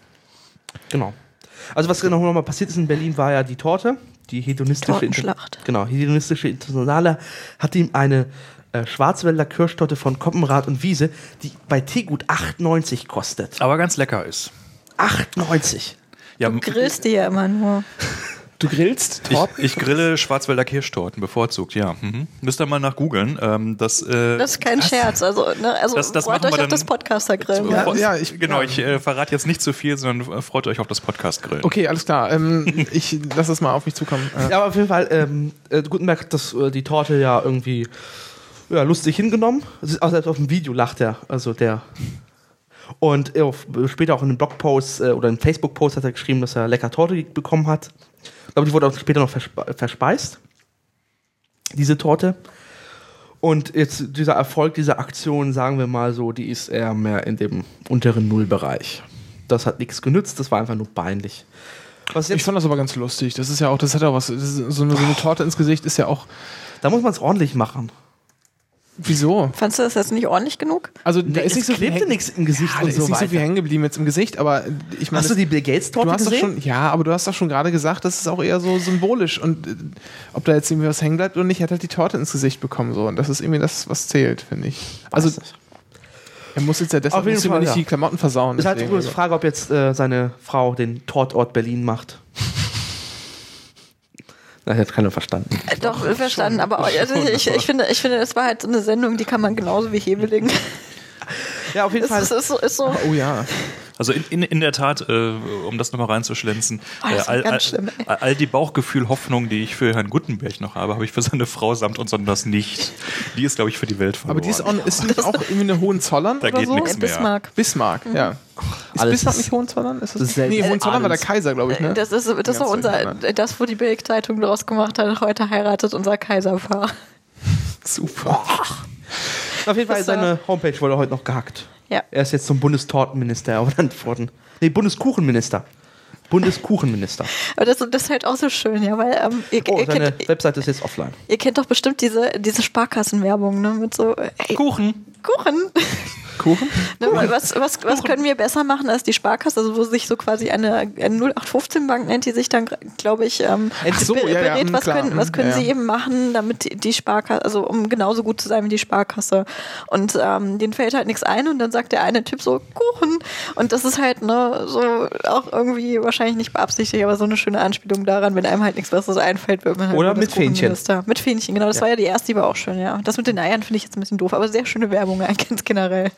Genau. Also was genau noch mal passiert ist in Berlin, war ja die Torte, die hedonistische Tortenschlacht. Inter genau, hedonistische Internationale hat ihm eine äh, Schwarzwälder Kirschtorte von Koppenrad und Wiese, die bei Teegut acht neunzig kostet. Aber ganz lecker ist. acht neunzig. Ja, Du grillst die ja immer nur. Du grillst ich, Torten? ich grille Schwarzwälder Kirschtorten, bevorzugt, ja. Mhm. Müsst ihr mal nach googeln. Ähm, das, äh, Das ist kein Scherz. Also, ne, also Das- das freut machen euch wir auf das dann- Podcaster-Grillen. Ja, Ja. ja, ich, genau, ja. ich äh, verrate jetzt nicht zu viel, sondern äh, freut euch auf das Podcast-Grillen. Okay, alles klar. Ähm, ich lasse es mal auf mich zukommen. Äh, Ja, aber auf jeden Fall, ähm, äh, Gutenberg hat das, äh, die Torte ja irgendwie ja, lustig hingenommen. Es ist auch selbst auf dem Video lacht er, also der. Und äh, auf, später auch in einem Blogpost äh, oder in einem Facebook-Post hat er geschrieben, dass er lecker Torte bekommen hat. Ich glaube, die wurde auch später noch verspe verspeist, diese Torte. Und jetzt dieser Erfolg dieser Aktion, sagen wir mal so, die ist eher mehr in dem unteren Nullbereich. Das hat nichts genützt, das war einfach nur peinlich. Was jetzt, Ich fand das aber ganz lustig. Das ist ja auch, das hat ja auch was, das ist so, eine, so eine Torte ins Gesicht ist ja auch. da muss man es ordentlich machen. Wieso? Fandst du das jetzt nicht ordentlich genug? Also da Nee, ist es nicht so viel klebte häng- nichts im Gesicht ja, und da so ist nicht so weiter. viel hängen geblieben jetzt im Gesicht, aber ich meine, Hast du die Bill Gates Torte du hast doch gesehen? schon, ja, aber du hast doch schon gerade gesagt, das ist auch eher so symbolisch und äh, ob da jetzt irgendwie was hängen bleibt oder nicht, er hat halt die Torte ins Gesicht bekommen so und das ist irgendwie das, was zählt, finde ich. Also Weiß nicht. er muss jetzt ja deshalb Auf jeden muss immer Fall, nicht ja. die Klamotten versauen. ist halt deswegen, nur die also. Frage, ob jetzt äh, seine Frau den Tortort Berlin macht. Das hat keiner verstanden. Äh, Doch, verstanden, aber also ich, ich, finde, ich finde, das war halt so eine Sendung, die kann man genauso wie Hebeling. Ja, auf jeden Es Fall. ist, ist so, ist so. Oh ja. Also in, in, in der Tat, äh, um das nochmal reinzuschlänzen, Oh, das äh, war all, ganz all, schlimm, ey. all die Bauchgefühl-Hoffnung, die ich für Herrn Gutenberg noch habe, habe ich für seine Frau samt und sonders nicht. Die ist, glaube ich, für die Welt verloren. Aber die ist auch, ist die auch irgendwie eine Hohenzollern Da oder geht so? nix Äh, mehr. Bismarck. Bismarck, ja. Ist Alles Bismarck ist- nicht Hohenzollern? Ist das, das ist selten. nee, Hohenzollern war der Alles. Kaiser, glaube ich, ne? Das ist, das ist Ganz auch unser, durcheinander. das, wo die Bild-Zeitung draus gemacht hat, heute heiratet unser Kaiserpaar. Super. Auf jeden Fall, Das, seine Homepage wurde heute noch gehackt. Ja. Er ist jetzt zum Bundestortenminister ernannt worden. Nee, Bundeskuchenminister. Bundeskuchenminister. Aber das, das ist halt auch so schön, ja, weil ähm, ihr, Oh, ihr, seine kennt, Webseite ist jetzt offline. ihr kennt doch bestimmt diese, diese Sparkassenwerbung, ne, mit so, ey, Kuchen. Kuchen. Kuchen? Ne, was, was, was können wir besser machen als die Sparkasse, also wo sich so quasi eine, eine null acht fünfzehn Bank nennt, die sich dann, glaube ich, ähm, Ach so, be- ja, ja, berät, mh, was klar, können, was mh, können ja, sie ja. eben machen, damit die, die Sparkasse, also um genauso gut zu sein wie die Sparkasse. Und ähm, denen fällt halt nichts ein und dann sagt der eine Typ so, Kuchen. Und das ist halt, ne, so auch irgendwie wahrscheinlich nicht beabsichtigt, aber so eine schöne Anspielung daran, wenn einem halt nichts Besseres einfällt, wird man halt Oder nur das mit Fähnchen. Kuchenminister. Mit Fähnchen, genau. Das Ja. war ja die erste, die war auch schön, ja. Das mit den Eiern finde ich jetzt ein bisschen doof, aber sehr schöne Werbung eigentlich ganz generell.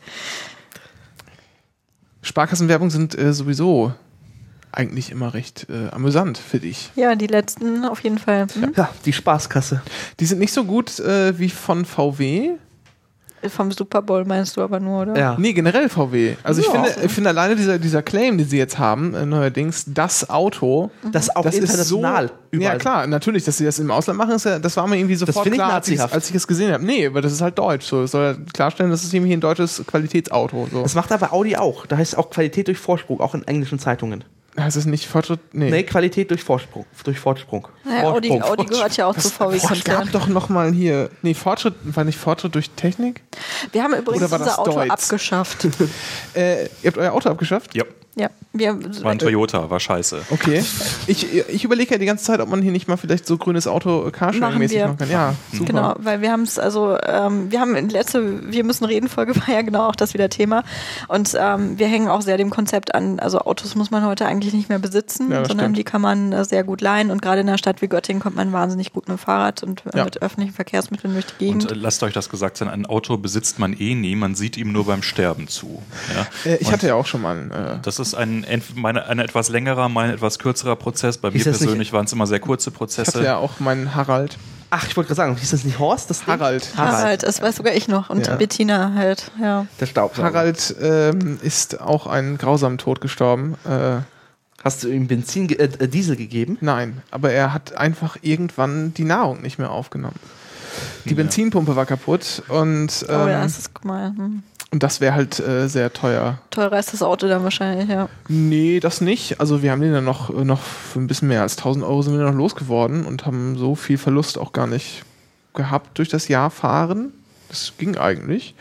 Sparkassenwerbung sind äh, sowieso eigentlich immer recht äh, amüsant, finde ich. Ja, die letzten auf jeden Fall. Hm? Ja, die Spaßkasse. Die sind nicht so gut äh, wie von V W. Vom Super Bowl meinst du aber nur, oder? Ja. Nee, generell V W. Also ich Ja. finde, ich finde alleine dieser, dieser Claim, den sie jetzt haben, äh, neuerdings, das Auto, Das auch das international ist so, ja klar, natürlich, dass sie das im Ausland machen, ist ja, das war mir irgendwie sofort finde ich klar, als ich, nazihaft. als ich es gesehen habe. Nee, aber das ist halt deutsch. So, es soll ja klarstellen, das ist irgendwie ein deutsches Qualitätsauto. So. Das macht aber Audi auch. Da heißt es auch Qualität durch Vorsprung, auch in englischen Zeitungen. Heißt es nicht Fortschritt? Nee. Nee, Qualität durch Vorsprung. Durch Vorsprung. Naja, Audi, Vorsprung. Audi gehört ja auch zu Es V W-Konzern. gab doch noch mal hier, nee, Fortschritt, war nicht Fortschritt durch Technik? Wir haben übrigens Oder war das unser Auto Deutz? abgeschafft. Äh, ihr habt euer Auto abgeschafft? Ja, Ja, wir, war ein Toyota, war scheiße. Okay. Ich, ich überlege ja die ganze Zeit, ob man hier nicht mal vielleicht so grünes Auto Carsharing-mäßig wir. machen kann. Ja, super. Genau, weil wir haben es, also ähm, wir haben in letzte Wir müssen reden Folge war ja genau auch das wieder Thema und ähm, wir hängen auch sehr dem Konzept an, also Autos muss man heute eigentlich nicht mehr besitzen, Ja, das sondern stimmt. die kann man äh, sehr gut leihen und gerade in einer Stadt wie Göttingen kommt man wahnsinnig gut mit dem Fahrrad und äh, Ja. mit öffentlichen Verkehrsmitteln durch die Gegend. Und äh, lasst euch das gesagt sein, ein Auto besitzt man eh nie, man sieht ihm nur beim Sterben zu. Ja? Äh, ich Und hatte ja auch schon mal einen, äh, das ist ein, ent- meine, ein etwas längerer, mein etwas kürzerer Prozess. Bei mir Ist das nicht- persönlich waren es immer sehr kurze ich Prozesse. hatte ja auch meinen Harald. Ach, ich wollte gerade sagen, hieß das nicht Horst? Das Ding? Harald. Harald, das weiß sogar ich noch und Ja. Bettina halt, ja. Der Staubsauger. Harald ähm, ist auch einen grausamen Tod gestorben. Äh, Hast du ihm Benzin, ge- äh, Diesel gegeben? nein, aber er hat einfach irgendwann die Nahrung nicht mehr aufgenommen. Die Ja. Benzinpumpe war kaputt und, ähm, Oh ja, das ist gemein. Hm. und das wäre halt äh, sehr teuer. Teurer ist das Auto dann wahrscheinlich, ja. Nee, das nicht. Also wir haben den dann noch, noch für ein bisschen mehr als tausend Euro sind wir noch losgeworden und haben so viel Verlust auch gar nicht gehabt durch das Jahr fahren. Das ging eigentlich.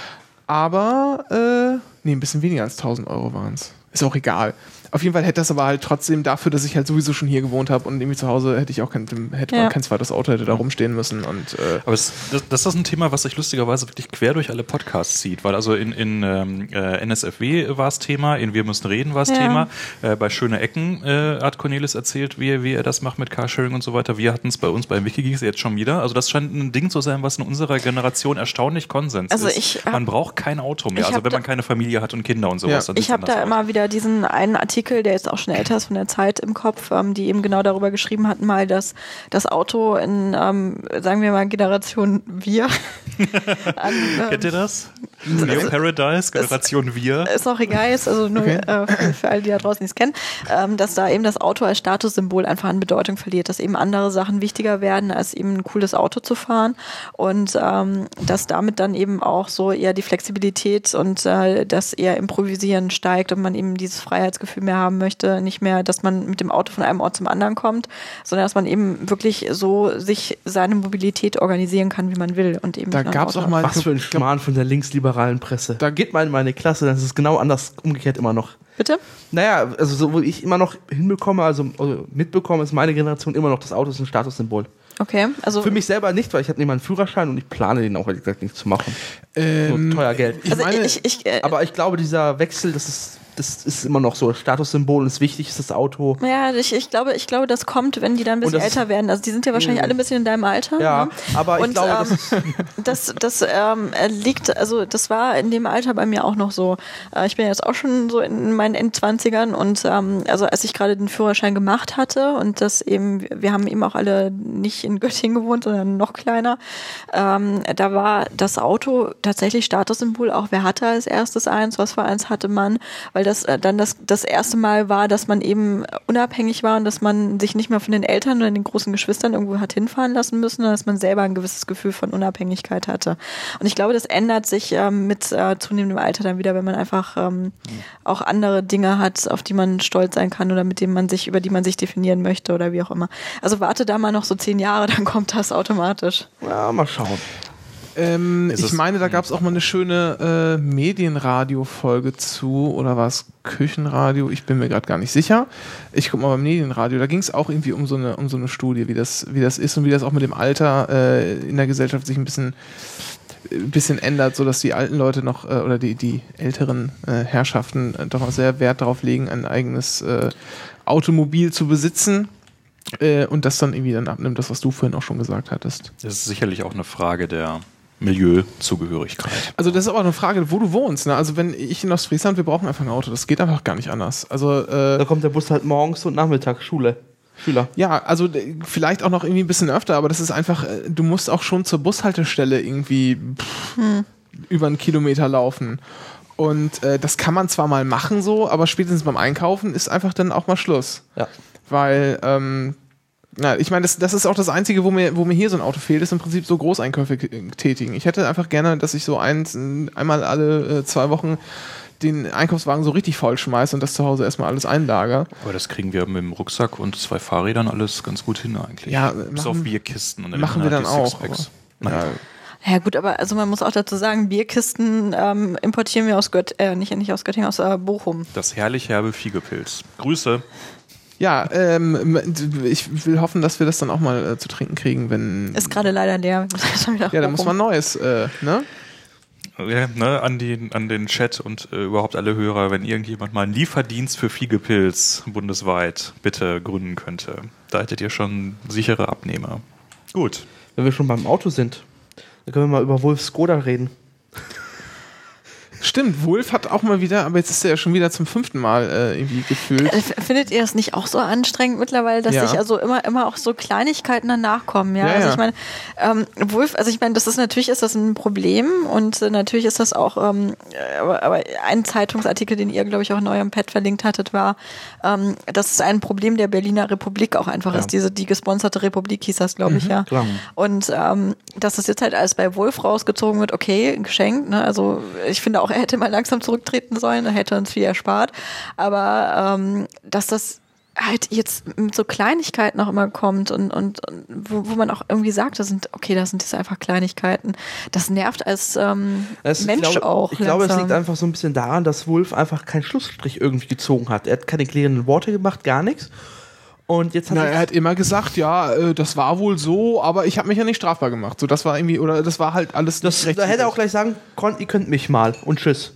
Aber, äh, nee, ein bisschen weniger als tausend Euro waren es. Ist auch egal. Auf jeden Fall hätte das aber halt trotzdem dafür, dass ich halt sowieso schon hier gewohnt habe und irgendwie zu Hause hätte ich auch kein, hätte Ja. man kein zweites Auto hätte da rumstehen müssen und äh, Aber es, das, das ist ein Thema, was sich lustigerweise wirklich quer durch alle Podcasts zieht, weil also in, in ähm, äh, N S F W war es Thema, in Wir müssen reden war es Ja. Thema, äh, bei Schöne Ecken äh, hat Cornelis erzählt, wie, wie er das macht mit Carsharing und so weiter. Wir hatten es bei uns bei Wikigeeks jetzt schon wieder. Also das scheint ein Ding zu sein, was in unserer Generation erstaunlich Konsens Also ist. ich hab- man braucht kein Auto mehr, ich also hab wenn da- man keine Familie hat und Kinder und sowas. Ja. dann sieht's Ich habe anders da aus. immer wieder diesen einen Artikel, der jetzt auch schon älter ist von der Zeit im Kopf, ähm, die eben genau darüber geschrieben hatten, mal, dass das Auto in, ähm, sagen wir mal, Generation wir. an, ähm, Kennt ihr das? Neo Paradise, Generation Wir. Ist auch egal jetzt, also nur Okay. äh, für, für alle, die da draußen nichts kennen, ähm, dass da eben das Auto als Statussymbol einfach an Bedeutung verliert, dass eben andere Sachen wichtiger werden, als eben ein cooles Auto zu fahren und ähm, dass damit dann eben auch so eher die Flexibilität und äh, das eher Improvisieren steigt und man eben dieses Freiheitsgefühl mehr haben möchte, nicht mehr, dass man mit dem Auto von einem Ort zum anderen kommt, sondern dass man eben wirklich so sich seine Mobilität organisieren kann, wie man will und eben Da nicht nur ein gab's Auto. auch mal- Was für ein Schmarrn von der linksliberalen Presse. Da geht mal in meine Klasse, dann ist es genau anders umgekehrt immer noch. Bitte? Naja, also so wo ich immer noch hinbekomme, also, also mitbekomme, ist meine Generation immer noch, das Auto ist ein Statussymbol. Okay, also Für mich selber nicht, weil ich habe nicht mal einen Führerschein und ich plane den auch ehrlich gesagt nicht zu machen. Ähm, Nur teuer Geld. ich also meine, ich, ich, äh, Aber ich glaube, dieser Wechsel, das ist, das ist immer noch so. Das Statussymbol und das wichtig ist das Auto. Ja, ich, ich, glaube, ich glaube, das kommt, wenn die dann ein bisschen Und das- älter werden. Also die sind ja wahrscheinlich alle ein bisschen in deinem Alter. Ja, ne? aber ich Und, glaube, ähm, das ist, Das, das ähm, liegt, also das war in dem Alter bei mir auch noch so. Äh, ich bin jetzt auch schon so in meinen Endzwanzigern und ähm, also als ich gerade den Führerschein gemacht hatte und das eben, wir haben eben auch alle nicht in Göttingen gewohnt, sondern noch kleiner, ähm, da war das Auto tatsächlich Statussymbol, auch wer hatte als erstes eins, was für eins hatte man, weil das äh, dann das, das erste Mal war, dass man eben unabhängig war und dass man sich nicht mehr von den Eltern oder den großen Geschwistern irgendwo hat hinfahren lassen müssen, sondern dass man selber ein gewisses Gefühl von Unabhängigkeit hatte. Und ich glaube, das ändert sich ähm, mit äh, zunehmendem Alter dann wieder, wenn man einfach ähm, auch andere Dinge hat, auf die man stolz sein kann oder mit denen man sich, über die man sich definieren möchte oder wie auch immer. Also warte da mal noch so zehn Jahre, dann kommt das automatisch. ja, mal schauen. Ähm, Ist ich es- meine, da gab es auch mal eine schöne äh, Medienradio-Folge zu, oder war es Küchenradio? Ich bin mir gerade gar nicht sicher. Ich guck mal beim Medienradio, da ging es auch irgendwie um so eine, um so eine Studie, wie das, wie das ist und wie das auch mit dem Alter äh, in der Gesellschaft sich ein bisschen, ein bisschen ändert, sodass die alten Leute noch, äh, oder die, die älteren äh, Herrschaften äh, doch noch sehr Wert darauf legen, ein eigenes äh, Automobil zu besitzen. Äh, und das dann irgendwie dann abnimmt, das, was du vorhin auch schon gesagt hattest. Das ist sicherlich auch eine Frage der Milieuzugehörigkeit. Also das ist aber eine Frage, wo du wohnst. Ne? Also wenn ich in Ostfriesland, wir brauchen einfach ein Auto. Das geht einfach gar nicht anders. Also Da äh, kommt der Bus halt morgens und nachmittags Schule. Schüler. ja, also äh, vielleicht auch noch irgendwie ein bisschen öfter, aber das ist einfach, äh, du musst auch schon zur Bushaltestelle irgendwie pff, über einen Kilometer laufen. Und äh, das kann man zwar mal machen so, aber spätestens beim Einkaufen ist einfach dann auch mal Schluss. Ja. Weil, ähm, na, ich meine, das, das ist auch das Einzige, wo mir, wo mir hier so ein Auto fehlt, ist im Prinzip so Großeinkäufe k- tätigen. Ich hätte einfach gerne, dass ich so eins, äh, einmal alle äh, zwei Wochen den Einkaufswagen so richtig voll schmeiße und das zu Hause erstmal alles einlager. Aber das kriegen wir mit dem Rucksack und zwei Fahrrädern alles ganz gut hin eigentlich. Ja, Bis machen- auf Bierkisten. Und machen wir dann die auch. Sixpacks. aber- Ja, Ja gut, aber also man muss auch dazu sagen, Bierkisten ähm, importieren wir aus Gött, äh, nicht, nicht aus Göttingen, aus äh, Bochum. Das herrlich herbe Fiegepilz. Grüße. ja ähm, ich will hoffen, dass wir das dann auch mal äh, zu trinken kriegen, wenn... Ist gerade leider leer. Wir müssen schon wieder ja, da muss Bochum. man Neues, äh, ne? Ja, ne, an, den, an den Chat und äh, überhaupt alle Hörer, wenn irgendjemand mal einen Lieferdienst für Fiegepilz bundesweit bitte gründen könnte. Da hättet ihr schon sichere Abnehmer. Gut. Wenn wir schon beim Auto sind, dann können wir mal über Wolf Skoda reden. Stimmt, Wolf hat auch mal wieder, aber jetzt ist er ja schon wieder zum fünften Mal äh, irgendwie gefühlt. Äh, f- Findet ihr das nicht auch so anstrengend mittlerweile, dass Ja. sich also immer, immer auch so Kleinigkeiten danach kommen? Ja, Ja, also ja. ich meine, ähm, Wolf, also ich meine, das ist natürlich ist das ein Problem und äh, natürlich ist das auch, ähm, äh, aber, aber ein Zeitungsartikel, den ihr, glaube ich, auch in eurem Pad verlinkt hattet, war, ähm, dass es ein Problem der Berliner Republik auch einfach Ja. ist. Diese, die gesponserte Republik hieß das, glaube ich, ja. klar. Und ähm, dass das jetzt halt alles bei Wolf rausgezogen wird, okay, geschenkt, ne? Also ich finde auch, er hätte mal langsam zurücktreten sollen, er hätte uns viel erspart. Aber ähm, dass das halt jetzt mit so Kleinigkeiten auch immer kommt und, und, und wo, wo man auch irgendwie sagt, das sind, okay, das sind jetzt einfach Kleinigkeiten. Das nervt als ähm, Das, Mensch ich glaube, auch. Ich glaube, es langsam. liegt einfach so ein bisschen daran, dass Wolf einfach keinen Schlussstrich irgendwie gezogen hat. Er hat keine klärenden Worte gemacht, gar nichts. Und jetzt hat Na, er er hat immer gesagt, ja, äh, das war wohl so, aber ich habe mich ja nicht strafbar gemacht. So, das war irgendwie, oder das war halt alles das, nicht da hätte er auch rechtens. gleich sagen können, ihr könnt mich mal und tschüss.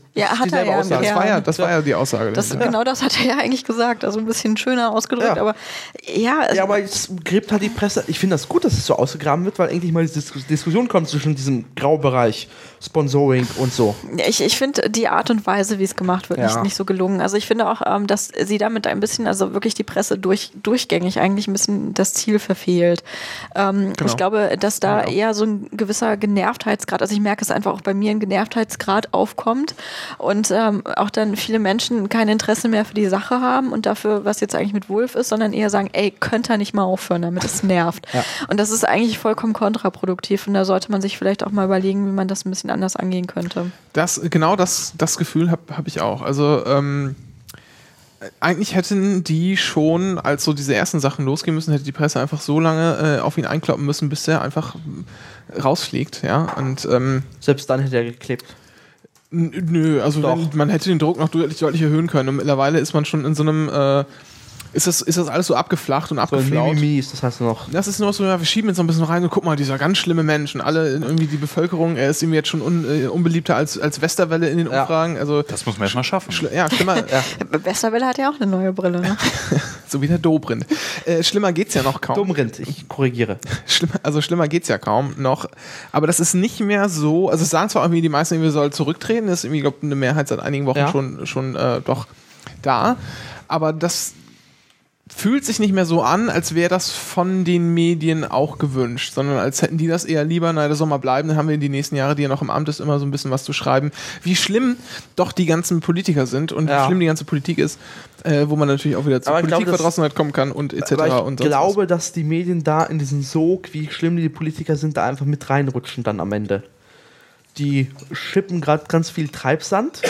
Ja, hat er ja. Das war ja, das war ja die Aussage. Das, ja. Genau das hat er ja eigentlich gesagt. Also ein bisschen schöner ausgedrückt, Ja. aber ja. Also Ja, aber jetzt gräbt halt die Presse. Ich finde das gut, dass es so ausgegraben wird, weil endlich mal die Dis Diskussion kommt zwischen diesem Graubereich, Sponsoring und so. Ich, ich finde die Art und Weise, wie es gemacht wird, Ja. nicht, nicht so gelungen. Also ich finde auch, ähm, dass sie damit ein bisschen, also wirklich die Presse durch, durchgängig eigentlich ein bisschen das Ziel verfehlt. Ähm, Genau. Ich glaube, dass da Ja. eher so ein gewisser Genervtheitsgrad, also ich merke es einfach auch bei mir, ein Genervtheitsgrad aufkommt und ähm, auch dann viele Menschen kein Interesse mehr für die Sache haben und dafür, was jetzt eigentlich mit Wolf ist, sondern eher sagen, ey, könnt ihr nicht mal aufhören, damit es nervt. Ja. Und das ist eigentlich vollkommen kontraproduktiv und da sollte man sich vielleicht auch mal überlegen, wie man das ein bisschen anders angehen könnte. Das, genau das, das Gefühl habe hab ich auch. Also ähm, eigentlich hätten die schon, als so diese ersten Sachen losgehen müssen, hätte die Presse einfach so lange äh, auf ihn einkloppen müssen, bis er einfach rausfliegt. Ja? Und ähm, Selbst dann hätte er geklebt. n- nö, also Doch. wenn, man hätte den Druck noch deutlich, deutlich erhöhen können. Und mittlerweile ist man schon in so einem äh, ist das, ist das alles so abgeflacht und So ein abgeflaut. Mimimi ist das heißt noch. Das ist nur so, ja, wir schieben jetzt noch ein bisschen rein und guck mal, dieser ganz schlimme Mensch und alle, irgendwie die Bevölkerung, er ist irgendwie jetzt schon un, äh, unbeliebter als, als Westerwelle in den Ja. Umfragen. Also, Das muss man erst mal schaffen. schli- ja, schlimmer, ja, Westerwelle hat ja auch eine neue Brille, ne? so wie der Dobrindt. Äh, schlimmer geht's ja noch kaum. Dummrind, ich korrigiere. Schlimmer, also schlimmer geht's ja kaum noch. Aber das ist nicht mehr so, also es sagen zwar irgendwie die meisten, irgendwie soll zurücktreten, das ist irgendwie, glaube eine Mehrheit seit einigen Wochen Ja. schon, schon äh, doch da. Aber das fühlt sich nicht mehr so an, als wäre das von den Medien auch gewünscht, sondern als hätten die das eher lieber, naja, das soll mal bleiben, dann haben wir die nächsten Jahre, die er noch im Amt ist, immer so ein bisschen was zu schreiben, wie schlimm doch die ganzen Politiker sind und Ja. wie schlimm die ganze Politik ist, äh, wo man natürlich auch wieder zur Aber ich glaube, das- Politikverdrossenheit kommen kann und et cetera. Aber ich und sonst glaube, dass die Medien da in diesen Sog, wie schlimm die Politiker sind, da einfach mit reinrutschen dann am Ende. Die schippen gerade ganz viel Treibsand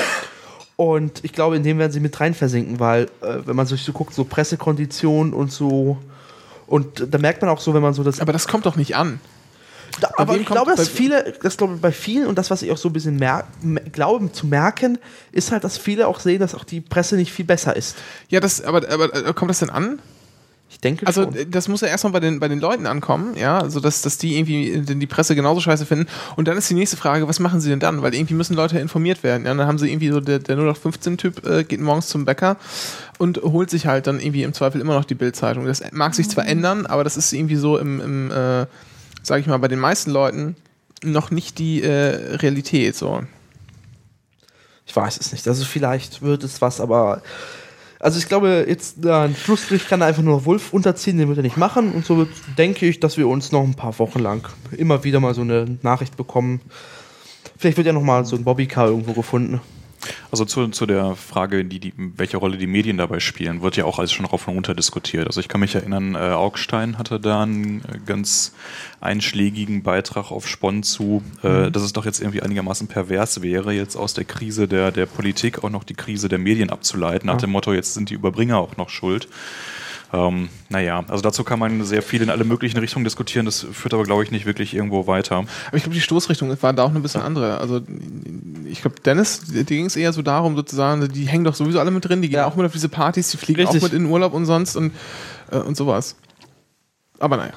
und ich glaube, in dem werden sie mit rein versinken, weil äh, wenn man sich so guckt, so Pressekonditionen und so und da merkt man auch so, wenn man so das... was. Aber das kommt doch nicht an. Da, aber wem ich glaube, kommt- dass bei- viele, das glaube ich bei vielen und das, was ich auch so ein bisschen mer me- glaube zu merken, ist halt, dass viele auch sehen, dass auch die Presse nicht viel besser ist. Ja, das, aber, aber äh, kommt das denn an? Ich denke Also schon. äh, das muss ja erstmal bei den, bei den Leuten ankommen, ja, also dass, dass die irgendwie äh, die Presse genauso scheiße finden. Und dann ist die nächste Frage, was machen sie denn dann? Weil irgendwie müssen Leute informiert werden. Ja? Und dann haben sie irgendwie so, der, der null acht fünfzehn-Typ äh, geht morgens zum Bäcker und holt sich halt dann irgendwie im Zweifel immer noch die Bild-Zeitung. Das mag sich zwar ändern, aber das ist irgendwie so im, im äh, sag ich mal, bei den meisten Leuten noch nicht die äh, Realität. So. Ich weiß es nicht. Also vielleicht wird es was, aber also ich glaube, jetzt äh, ein Schlussstrich kann einfach nur Wolf unterziehen, den wird er nicht machen. Und so wird, denke ich, dass wir uns noch ein paar Wochen lang immer wieder mal so eine Nachricht bekommen. Vielleicht wird ja noch mal so ein Bobbycar irgendwo gefunden. Also zu, zu der Frage, die, die, welche Rolle die Medien dabei spielen, wird ja auch alles schon rauf und runter diskutiert. Also ich kann mich erinnern, äh, Augstein hatte da einen äh, ganz einschlägigen Beitrag auf Spon zu, äh, dass es doch jetzt irgendwie einigermaßen pervers wäre, jetzt aus der Krise der, der Politik auch noch die Krise der Medien abzuleiten, nach dem Motto, jetzt sind die Überbringer auch noch schuld. Ähm, naja, also dazu kann man sehr viel in alle möglichen Richtungen diskutieren, das führt aber, glaube ich, nicht wirklich irgendwo weiter. Aber ich glaube, die Stoßrichtung war da auch ein bisschen andere. Also ich glaube, Dennis, dir ging es eher so darum, sozusagen, die hängen doch sowieso alle mit drin, die gehen Ja. auch mit auf diese Partys, die fliegen Richtig. auch mit in den Urlaub und sonst und, äh, und sowas. Aber naja.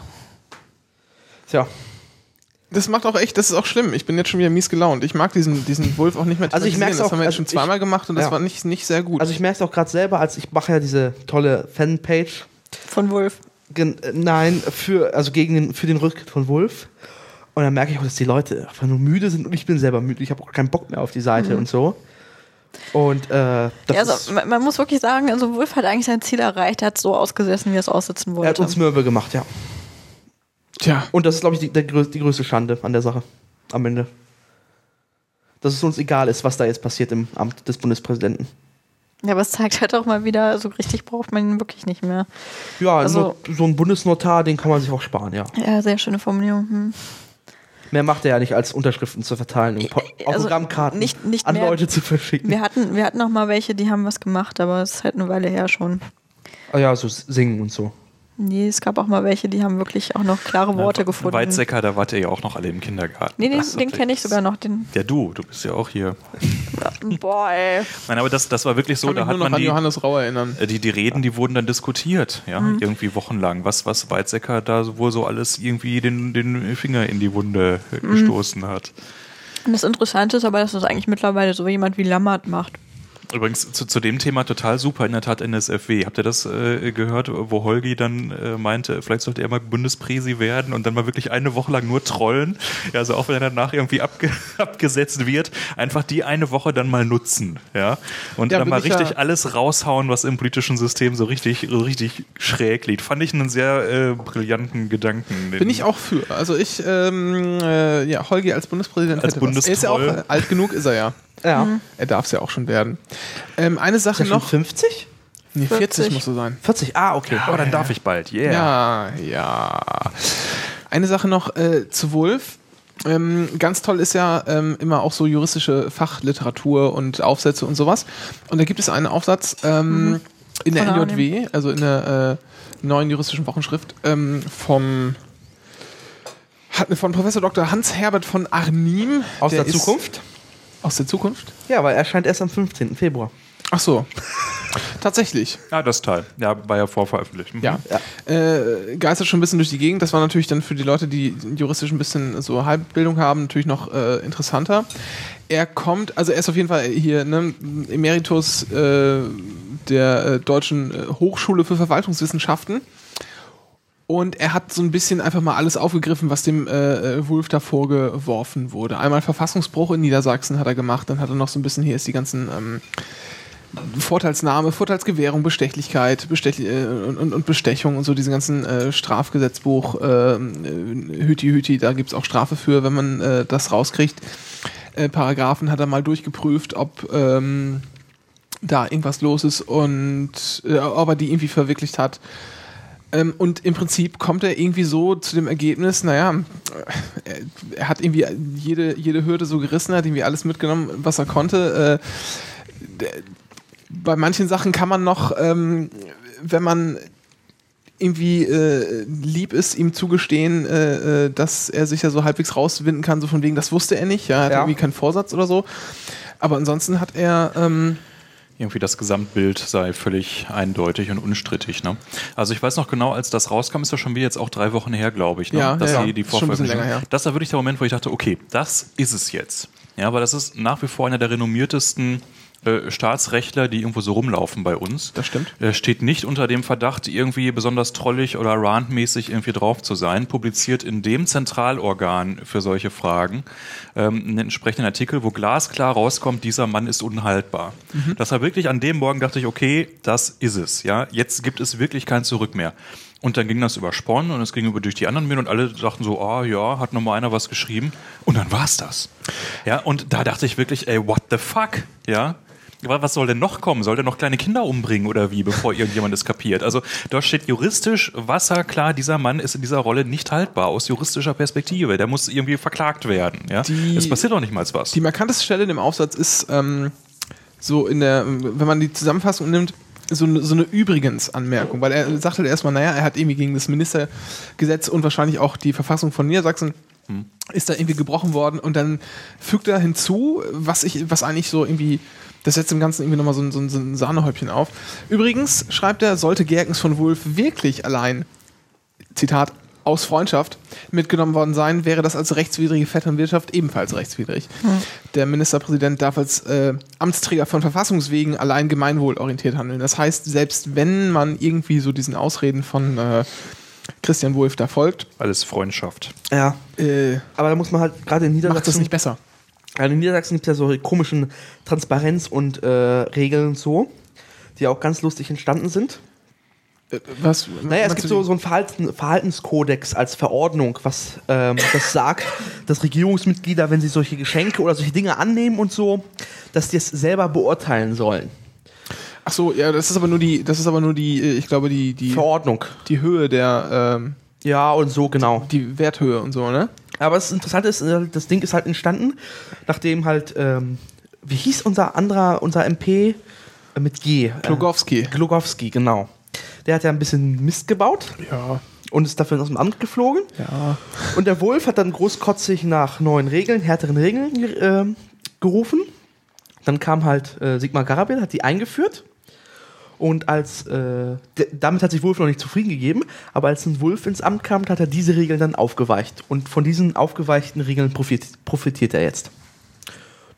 Tja. Das macht auch echt, das ist auch schlimm. Ich bin jetzt schon wieder mies gelaunt. Ich mag diesen, diesen Wolf auch nicht mehr Also ich thematisieren. merk's Das auch, haben wir jetzt also schon ich- zweimal gemacht und das ja. war nicht, nicht sehr gut. Also ich merke es auch gerade selber, als ich mache ja diese tolle Fanpage. Von Wolf. Gen äh, nein, für, also gegen den, für den Rücktritt von Wolf. Und dann merke ich auch, dass die Leute einfach nur müde sind und ich bin selber müde. Ich habe auch keinen Bock mehr auf die Seite und so. Und äh, das Ja, ist, also, man, man muss wirklich sagen, also Wolf hat eigentlich sein Ziel erreicht, er hat so ausgesessen, wie er es aussitzen wollte. er hat uns mürbe gemacht, ja. Tja, Und das ist, glaube ich, die, der, grö- die größte Schande an der Sache am Ende. Dass es uns egal ist, was da jetzt passiert im Amt des Bundespräsidenten. Ja, aber es zeigt halt auch mal wieder, so richtig braucht man ihn wirklich nicht mehr. Ja, Also- nur, so ein Bundesnotar, den kann man sich auch sparen, ja. Ja, sehr schöne Formulierung. Hm. Mehr macht er ja nicht, als Unterschriften zu verteilen und Po- Also Autogrammkarten nicht- nicht an mehr. Leute zu verschicken. Wir hatten, wir hatten noch mal welche, die haben was gemacht, aber es ist halt eine Weile her schon. Ah ja, so singen und so. Nee, es gab auch mal welche, die haben wirklich auch noch klare Worte gefunden. Weizsäcker, da wart ihr ja auch noch alle im Kindergarten. Nee, den, Das- den kenne ich sogar noch. Den, Ja, du, du bist ja auch hier. boah, ey. Nein, aber das, das war wirklich so, kann da mich hat nur noch man an die, Johannes Rau erinnern. äh, die, die Reden, die wurden dann diskutiert, ja, irgendwie wochenlang, was, was Weizsäcker da wohl so alles irgendwie den, den Finger in die Wunde äh, gestoßen hat. Und das Interessante ist aber, dass das eigentlich mittlerweile so jemand wie Lammert macht. Übrigens zu, zu dem Thema total super, in der Tat N S F W. Habt ihr das äh, gehört, wo Holgi dann äh, meinte, vielleicht sollte er mal Bundespräsi werden und dann mal wirklich eine Woche lang nur trollen? Ja, also auch wenn er danach irgendwie abge abgesetzt wird, einfach die eine Woche dann mal nutzen. Ja? Und Ja, dann mal bin ich richtig ja- alles raushauen, was im politischen System so richtig, so richtig schräg liegt. Fand ich einen sehr äh, brillanten Gedanken. Bin ich auch für. Also ich, ähm, äh, ja, Holgi als Bundespräsident Als hätte was. Er ist ja auch, Bundestroll. äh, alt genug ist er ja. Ja. Er darf es ja auch schon werden. Ähm, eine Sache Ist er schon noch. fünfzig? Nee, vierzig vierzig muss so sein. vierzig, ah, okay. Aber dann darf ich bald, yeah. Ja, ja. Eine Sache noch äh, zu Wulff. Ähm, ganz toll ist ja ähm, immer auch so juristische Fachliteratur und Aufsätze und sowas. Und da gibt es einen Aufsatz ähm, Mhm. in der Von N J W, also in der äh, neuen juristischen Wochenschrift, ähm, vom hat von Professor Doktor Hans-Herbert von Arnim. Aus der, ist- Zukunft? Aus der Zukunft? Ja, weil er erscheint erst am fünfzehnten Februar. Ach so. Tatsächlich. Ja, das Teil. Ja, war ja vorveröffentlicht. Mhm. Ja. Äh, geistert schon ein bisschen durch die Gegend. Das war natürlich dann für die Leute, die juristisch ein bisschen so Halbbildung haben, natürlich noch äh, interessanter. Er kommt, also er ist auf jeden Fall hier ne, Emeritus äh, der äh, Deutschen äh, Hochschule für Verwaltungswissenschaften. Und er hat so ein bisschen einfach mal alles aufgegriffen, was dem äh, Wulff da vorgeworfen wurde. Einmal Verfassungsbruch in Niedersachsen hat er gemacht, dann hat er noch so ein bisschen, hier ist die ganzen ähm, Vorteilsnahme, Vorteilsgewährung, Bestechlichkeit Bestech äh, und, und, und Bestechung und so, diese ganzen äh, Strafgesetzbuch, äh, Hüti Hüti, da gibt es auch Strafe für, wenn man äh, das rauskriegt. Äh, Paragraphen hat er mal durchgeprüft, ob ähm, da irgendwas los ist und äh, ob er die irgendwie verwirklicht hat. Ähm, und im Prinzip kommt er irgendwie so zu dem Ergebnis, naja, er, er hat irgendwie jede, jede Hürde so gerissen, hat irgendwie alles mitgenommen, was er konnte. Äh, der, bei manchen Sachen kann man noch, ähm, wenn man irgendwie äh, lieb ist, ihm zugestehen, äh, äh, dass er sich ja so halbwegs rauswinden kann, so von wegen, das wusste er nicht, ja, er hat Ja. irgendwie keinen Vorsatz oder so. Aber ansonsten hat er... Ähm, Irgendwie das Gesamtbild sei völlig eindeutig und unstrittig. Ne? Also ich weiß noch genau, als das rauskam, ist ja schon wieder jetzt auch drei Wochen her, glaube ich. Ne? Ja, dass ja, die, die ist schon ein bisschen Vorveröffentlichung- länger her. Das war wirklich der Moment, wo ich dachte, okay, das ist es jetzt. Ja, weil das ist nach wie vor einer der renommiertesten äh, Staatsrechtler, die irgendwo so rumlaufen bei uns. Das stimmt. Er steht nicht unter dem Verdacht, irgendwie besonders trollig oder rantmäßig irgendwie drauf zu sein, publiziert in dem Zentralorgan für solche Fragen ähm, einen entsprechenden Artikel, wo glasklar rauskommt, dieser Mann ist unhaltbar. Mhm. Das war wirklich an dem Morgen, dachte ich, okay, das ist es. Ja, jetzt gibt es wirklich kein Zurück mehr. Und dann ging das über Sporn und es ging über durch die anderen Medien und alle dachten so, ah ja, hat noch mal einer was geschrieben. Und dann war's das. Ja, und da dachte ich wirklich, ey, what the fuck? Ja. Was soll denn noch kommen? Soll der noch kleine Kinder umbringen oder wie, bevor irgendjemand es kapiert? Also da steht juristisch wasserklar, dieser Mann ist in dieser Rolle nicht haltbar aus juristischer Perspektive. Der muss irgendwie verklagt werden. Ja? Die- Es passiert doch nicht mal was. Die markanteste Stelle in dem Aufsatz ist ähm, so in der, wenn man die Zusammenfassung nimmt, so eine, so eine Übrigens-Anmerkung, weil er sagt halt erstmal, naja, er hat irgendwie gegen das Ministergesetz und wahrscheinlich auch die Verfassung von Niedersachsen Hm. ist da irgendwie gebrochen worden und dann fügt er hinzu, was ich, was eigentlich so irgendwie, das setzt dem Ganzen irgendwie nochmal so ein, so, ein, so ein Sahnehäubchen auf. Übrigens schreibt er, sollte Gerkens von Wulff wirklich allein, Zitat, aus Freundschaft mitgenommen worden sein, wäre das als rechtswidrige Vetternwirtschaft ebenfalls rechtswidrig. Der Ministerpräsident darf als äh, Amtsträger von Verfassungswegen allein gemeinwohlorientiert handeln. Das heißt, selbst wenn man irgendwie so diesen Ausreden von äh, Christian Wulff da folgt, Alles Freundschaft. Ja. äh, Aber da muss man halt gerade in macht das Niedersachsen. nicht besser. Also in Niedersachsen gibt es ja so komischen Transparenz- und äh, Regeln und so, die auch ganz lustig entstanden sind. Äh, was? Naja, es meinst gibt du so, die- so einen Verhalten, Verhaltenskodex als Verordnung, was ähm, das sagt, dass Regierungsmitglieder, wenn sie solche Geschenke oder solche Dinge annehmen und so, dass die es selber beurteilen sollen. Ach so, ja, das ist aber nur die, das ist aber nur die, äh, ich glaube die die Verordnung. die Höhe der ähm, Ja, und so, genau. die Werthöhe und so, ne? Aber das Interessante ist, äh, das Ding ist halt entstanden, nachdem halt, ähm, wie hieß unser anderer, unser M P äh, mit G? Glogowski. Äh, Glogowski, genau. Der hat ja ein bisschen Mist gebaut Ja, und ist dafür aus dem Amt geflogen. ja. Und der Wulff hat dann großkotzig nach neuen Regeln, härteren Regeln äh, gerufen. Dann kam halt äh, Sigmar Gabriel, hat die eingeführt. Und als äh, d- damit hat sich Wulff noch nicht zufrieden gegeben, aber als ein Wulff ins Amt kam, hat er diese Regeln dann aufgeweicht. Und von diesen aufgeweichten Regeln profit- profitiert er jetzt.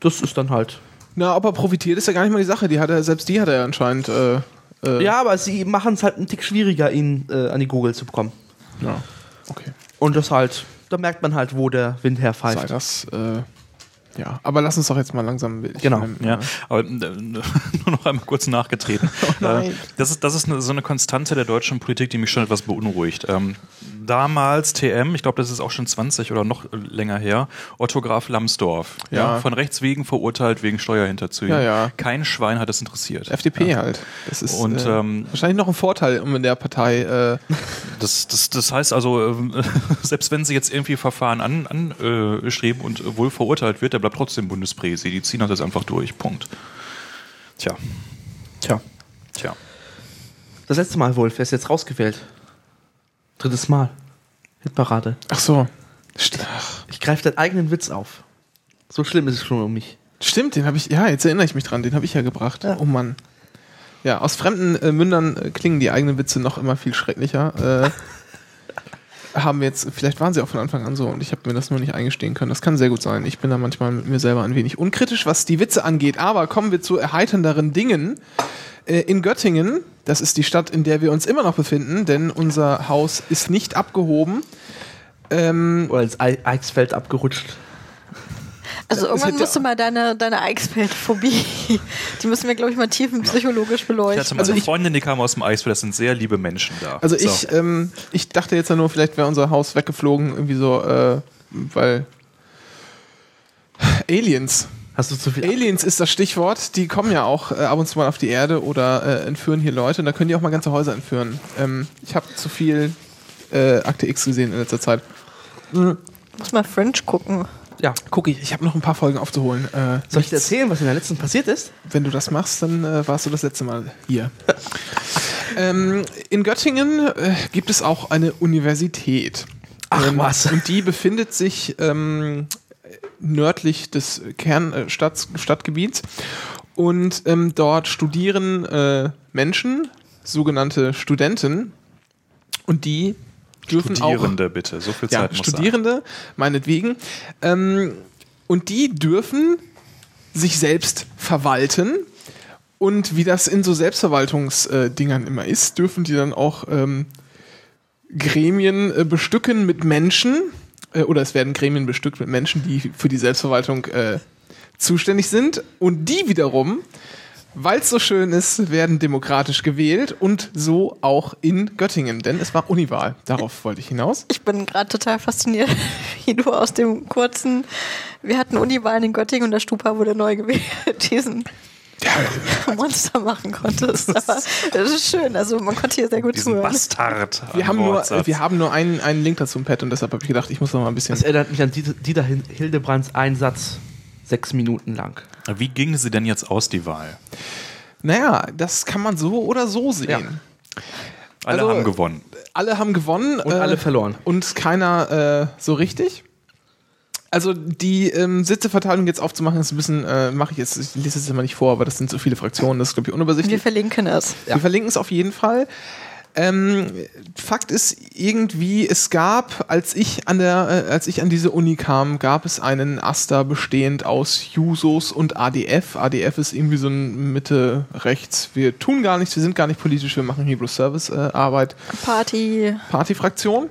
das ist dann halt... Na, ob er profitiert, ist ja gar nicht mal die Sache. Die hat er, selbst die hat er anscheinend... Äh, äh, Ja, aber sie machen es halt einen Tick schwieriger, ihn äh, an die Google zu bekommen. ja, okay. Und das halt, da merkt man halt, wo der Wind Sei herpfeift. das... Äh, ja, aber lass uns doch jetzt mal langsam... Ich Genau. meine, Ja, aber äh, nur noch einmal kurz nachgetreten. nein. Äh, das ist, das ist eine, so eine Konstante der deutschen Politik, die mich schon etwas beunruhigt. Ähm, damals T M, ich glaube, das ist auch schon zwanzig oder noch länger her, Otto Graf Lambsdorff. Ja. Von Rechts wegen verurteilt wegen Steuerhinterzügen. Ja, ja. Kein Schwein hat es interessiert. F D P ja. halt. Das ist Und, äh, ähm, wahrscheinlich noch ein Vorteil, um in der Partei... Äh, Das, das, das heißt also, äh, selbst wenn sie jetzt irgendwie Verfahren anstreben an, äh, streben und äh, wohl verurteilt wird, der bleibt trotzdem Bundespräsi. Die ziehen das jetzt einfach durch. Punkt. Tja. Tja. Tja. Das letzte Mal, Wolf, wer ist jetzt rausgewählt? Drittes Mal. Hitparade. ach so. St ach, Ich greife deinen eigenen Witz auf. So schlimm ist es schon um mich. stimmt, den habe ich... Ja, jetzt erinnere ich mich dran. Den habe ich ja gebracht. Ja. Oh Mann. Ja, aus fremden äh, Mündern äh, klingen die eigenen Witze noch immer viel schrecklicher. Äh, haben wir jetzt, vielleicht waren sie auch von Anfang an so und ich habe mir das nur nicht eingestehen können. Das kann sehr gut sein. Ich bin da manchmal mit mir selber ein wenig unkritisch, was die Witze angeht. Aber kommen wir zu erheiternderen Dingen. Äh, in Göttingen, das ist die Stadt, in der wir uns immer noch befinden, denn unser Haus ist nicht abgehoben. Ähm, Oder ins Ei- Eichsfeld abgerutscht. Also Das irgendwann hätte- musst du mal deine, deine Eichsfeld-Phobie, die müssen wir, glaube ich, mal tiefenpsychologisch Ich beleuchten. hatte mal eine Freundin, die kam aus dem Eisfeld, das sind sehr liebe Menschen da. Also So. ich, ähm, ich dachte jetzt ja nur, vielleicht wäre unser Haus weggeflogen, irgendwie so, äh, weil Aliens. Hast du zu viel... Aliens ist das Stichwort. Die kommen ja auch äh, ab und zu mal auf die Erde oder äh, entführen hier Leute. Und da können die auch mal ganze Häuser entführen. Ähm, ich habe zu viel äh, Akte X gesehen in letzter Zeit. Muss mal Fringe gucken. Ja. Guck ich, ich habe noch ein paar Folgen aufzuholen. Äh, Soll ich dir erzählen, was in der letzten passiert ist? Wenn du das machst, dann äh, warst du das letzte Mal hier. ähm, in Göttingen äh, gibt es auch eine Universität. Ach, ähm, was. Und die befindet sich ähm, nördlich des Kernstadtgebiets. Äh, Stadt, Stadtgebiets. Und ähm, dort studieren äh, Menschen, sogenannte Studenten. Und die dürfen auch... Studierende bitte, so viel Ja, Zeit muss Studierende, meinetwegen. Ähm, und die dürfen sich selbst verwalten. Und wie das in so Selbstverwaltungsdingern immer ist, dürfen die dann auch ähm, Gremien äh, bestücken mit Menschen. Äh, oder es werden Gremien bestückt mit Menschen, die für die Selbstverwaltung äh, zuständig sind. Und die wiederum, weil es so schön ist, werden demokratisch gewählt und so auch in Göttingen, denn es war Uniwahl. Darauf wollte ich hinaus. Ich bin gerade total fasziniert, wie du aus dem kurzen, wir hatten Uniwahlen in Göttingen und der Stupa wurde neu gewählt, diesen Monster machen konntest. Aber das ist schön, also man konnte hier sehr gut Diesen zuhören. Bastard. Wir an haben nur, Wortsatz. wir haben nur einen, einen Link dazu im Pad und deshalb habe ich gedacht, ich muss noch mal ein bisschen... Das erinnert mich an Dieter, Dieter Hildebrands Einsatz, sechs Minuten lang. Wie ging sie denn jetzt aus, die Wahl? Naja, das kann man so oder so sehen. Ja. Alle Also, haben gewonnen. Alle haben gewonnen. Und alle verloren. Und keiner äh, so richtig. Also die ähm, Sitzeverteilung jetzt aufzumachen, ist ein bisschen, äh, mache ich jetzt, ich lese es jetzt mal nicht vor, aber das sind so viele Fraktionen, das ist, glaube ich, Wir unübersichtlich. verlinken es. Wir verlinken es auf jeden Fall. Ähm, Fakt ist irgendwie, es gab, als ich an der, äh, als ich an diese Uni kam, gab es einen Aster bestehend aus Jusos und A D F. A D F ist irgendwie so ein Mitte rechts. Wir tun gar nichts, wir sind gar nicht politisch, wir machen hier bloß Service-Arbeit. Party. Partyfraktion.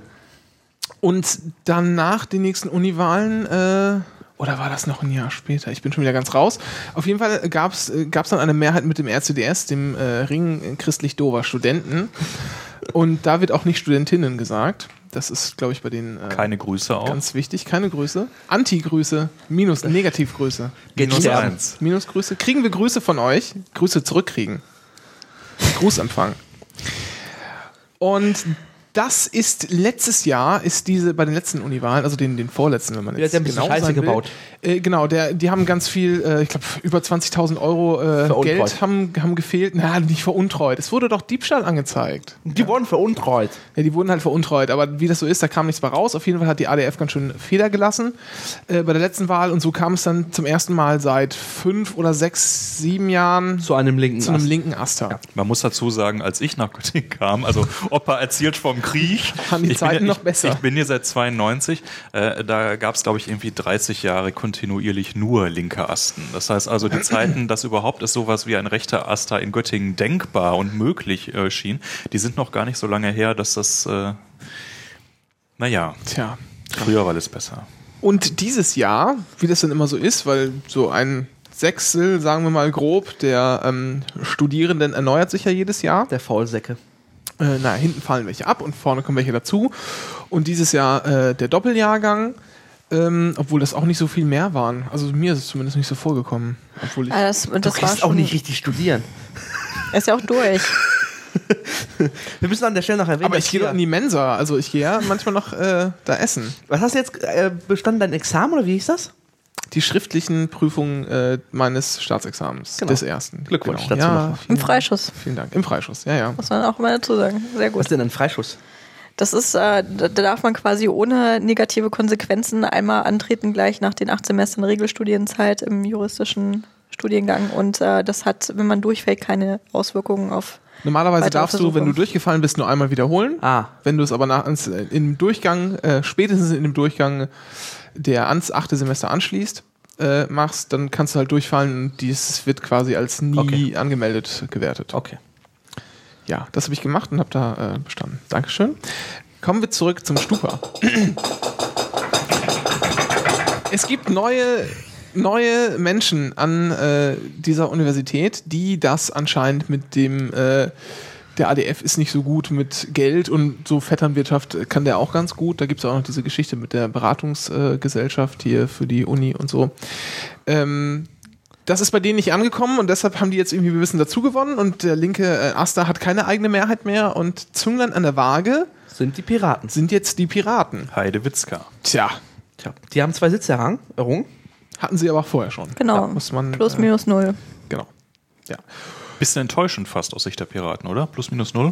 Und danach die nächsten Uniwahlen, äh, oder war das noch ein Jahr später? Ich bin schon wieder ganz raus. Auf jeden Fall gab es dann eine Mehrheit mit dem R C D S, dem äh, Ring christlich-dover Studenten. Und da wird auch nicht Studentinnen gesagt. Das ist, glaube ich, bei den äh, Keine Grüße auch. ganz wichtig. Keine Grüße. Anti-Grüße. Minus, Negativgrüße. Minus sterben. eins. Minusgrüße. Kriegen wir Grüße von euch? Grüße zurückkriegen. Grußempfang. Und das ist letztes Jahr, ist diese, bei den letzten Uniwahlen, also den, den vorletzten, wenn man Ja, jetzt die haben ein bisschen genau Scheiße sein will. gebaut. Äh, genau, der, die haben ganz viel, äh, ich glaube, über zwanzigtausend Euro äh, Veruntreut. Geld haben, haben gefehlt. Na, nicht veruntreut. Es wurde doch Diebstahl angezeigt. Die wurden veruntreut. Ja, die wurden halt veruntreut, aber wie das so ist, da kam nichts mehr raus. Auf jeden Fall hat die A D F ganz schön Fehler gelassen äh, bei der letzten Wahl und so kam es dann zum ersten Mal seit fünf oder sechs, sieben Jahren Zu einem linken zu einem Ast. linken Aster. Man muss dazu sagen, als ich nach Göttingen kam, also Opa erzählt vom Krieg. Haben die Ich bin Zeiten ja- noch ich, besser. Ich bin hier seit zweiundneunzig. Äh, da gab es, glaube ich, irgendwie dreißig Jahre kontinuierlich nur linke Asten. Das heißt also, die Zeiten, dass überhaupt es sowas wie ein rechter Aster in Göttingen denkbar und möglich äh, schien, die sind noch gar nicht so lange her, dass das, äh, naja, Tja. früher war alles besser. Und dieses Jahr, wie das dann immer so ist, weil so ein Sechstel, sagen wir mal grob, der ähm, Studierenden erneuert sich ja jedes Jahr. Der Faulsäcke. Äh, na, hinten fallen welche ab und vorne kommen welche dazu. Und dieses Jahr äh, der Doppeljahrgang, ähm, obwohl das auch nicht so viel mehr waren. Also mir ist es zumindest nicht so vorgekommen. Obwohl ich Ah, das, Du das war kannst auch schon, nicht richtig studieren. er ist ja auch durch. Wir müssen an der Stelle noch erwähnen, aber dass ich gehe doch hier- in die Mensa, also ich gehe ja manchmal noch äh, da essen. Was hast du jetzt äh, bestanden, dein Examen oder wie hieß das? Die schriftlichen Prüfungen äh, meines Staatsexamens, Genau. des ersten. Glückwunsch genau. dazu Ja, nochmal. Im Freischuss, vielen Dank. Im Freischuss, ja, ja. muss man auch mal dazu sagen. Sehr Was gut. ist denn ein Freischuss? Das ist, äh, da da darf man quasi ohne negative Konsequenzen einmal antreten, gleich nach den acht Semestern Regelstudienzeit im juristischen Studiengang. Und äh, das hat, wenn man durchfällt, keine Auswirkungen auf. Normalerweise Weitere darfst du, wenn Versuche. du durchgefallen bist, nur einmal wiederholen. Ah. Wenn du es aber nach, ins, im Durchgang, äh, spätestens in dem Durchgang, der ans achte Semester anschließt, äh, machst, dann kannst du halt durchfallen und dies wird quasi als nie Okay. angemeldet gewertet. Okay. Ja, das habe ich gemacht und habe da äh, bestanden. Dankeschön. Kommen wir zurück zum Stupa. Es gibt neue, neue Menschen an äh, dieser Universität, die das anscheinend mit dem, äh, der A D F ist nicht so gut mit Geld und so Vetternwirtschaft kann der auch ganz gut. Da gibt es auch noch diese Geschichte mit der Beratungsgesellschaft hier für die Uni und so. Ähm, das ist bei denen nicht angekommen und deshalb haben die jetzt irgendwie ein bisschen dazu gewonnen und der linke äh, Asta hat keine eigene Mehrheit mehr und Zünglein an der Waage Sind die Piraten. sind jetzt die Piraten. Heidewitzka. Tja, Tja, die haben zwei Sitze errang- errungen. hatten sie aber auch vorher schon. Genau. Da muss man, Plus, äh, minus, null. Genau. Ja. Bisschen enttäuschend fast aus Sicht der Piraten, oder? Plus minus null?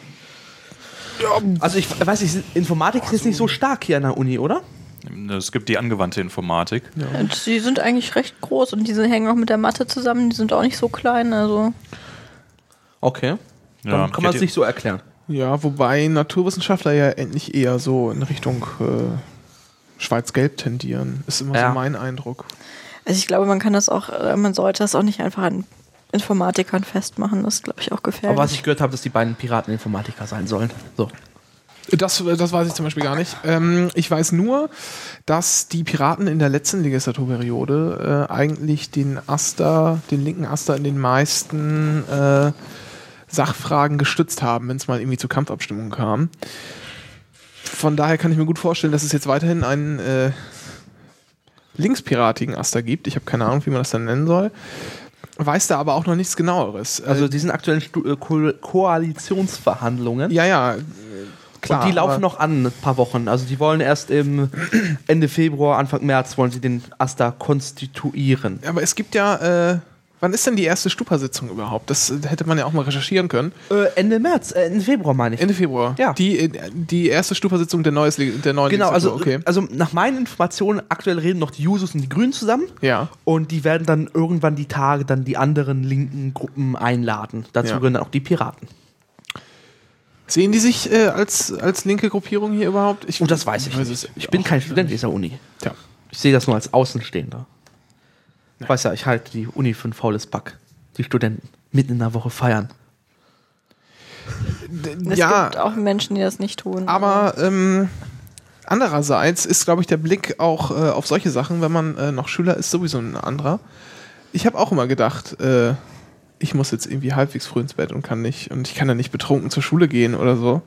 Also ich weiß nicht, Informatik ist jetzt nicht so stark hier an der Uni, oder? Es gibt die angewandte Informatik. Und die sind eigentlich recht groß und diese hängen auch mit der Mathe zusammen. Die sind auch nicht so klein. Also Okay. Dann Ja, kann ich man es hätte- nicht so erklären. Ja, wobei Naturwissenschaftler ja endlich eher so in Richtung äh, Schwarz-Gelb tendieren. Ist immer Ja. so mein Eindruck. Also ich glaube, man kann das auch, äh, man sollte das auch nicht einfach an Informatikern festmachen. Das ist, glaube ich, auch gefährlich. Aber was ich gehört habe, dass die beiden Piraten Informatiker sein sollen. So. Das, das weiß ich zum Beispiel gar nicht. Ähm, ich weiß nur, dass die Piraten in der letzten Legislaturperiode äh, eigentlich den Aster, den linken Aster in den meisten äh, Sachfragen gestützt haben, wenn es mal irgendwie zu Kampfabstimmungen kam. Von daher kann ich mir gut vorstellen, dass es jetzt weiterhin einen äh, linkspiratigen Aster gibt. Ich habe keine Ahnung, wie man das dann nennen soll. Weiß da aber auch noch nichts Genaueres. Also äh, die sind aktuell in Stu äh, Ko Koalitionsverhandlungen. ja, ja, äh, klar. und die laufen aber- noch an, ein paar Wochen. Also die wollen erst im Ende Februar, Anfang März wollen sie den Asta konstituieren. Aber es gibt ja, äh, wann ist denn die erste Stupa-Sitzung überhaupt? Das äh, hätte man ja auch mal recherchieren können. Äh, Ende März, äh, Ende Februar meine ich. Ende Februar. Ja. Die, äh, die erste Stupa-Sitzung der, neues, Le- der neuen Genau, also, Legislatur, okay. also nach meinen Informationen, aktuell reden noch die Jusos und die Grünen zusammen. Ja. Und die werden dann irgendwann die Tage dann die anderen linken Gruppen einladen. Dazu Ja. gehören dann auch die Piraten. Sehen die sich äh, als, als linke Gruppierung hier überhaupt? Ich, Und das weiß ich weiß nicht. es Ich bin auch kein nicht. Student dieser Uni. Tja. Ich sehe das nur als Außenstehender. Ich weiß ja, ich halte die Uni für ein faules Pack. Die Studenten mitten in der Woche feiern. es ja, gibt auch Menschen, die das nicht tun. aber ähm, andererseits ist, glaube ich, der Blick auch äh, auf solche Sachen, wenn man äh, noch Schüler ist, sowieso ein anderer. Ich habe auch immer gedacht, äh, ich muss jetzt irgendwie halbwegs früh ins Bett und kann nicht, und ich kann ja nicht betrunken zur Schule gehen oder so.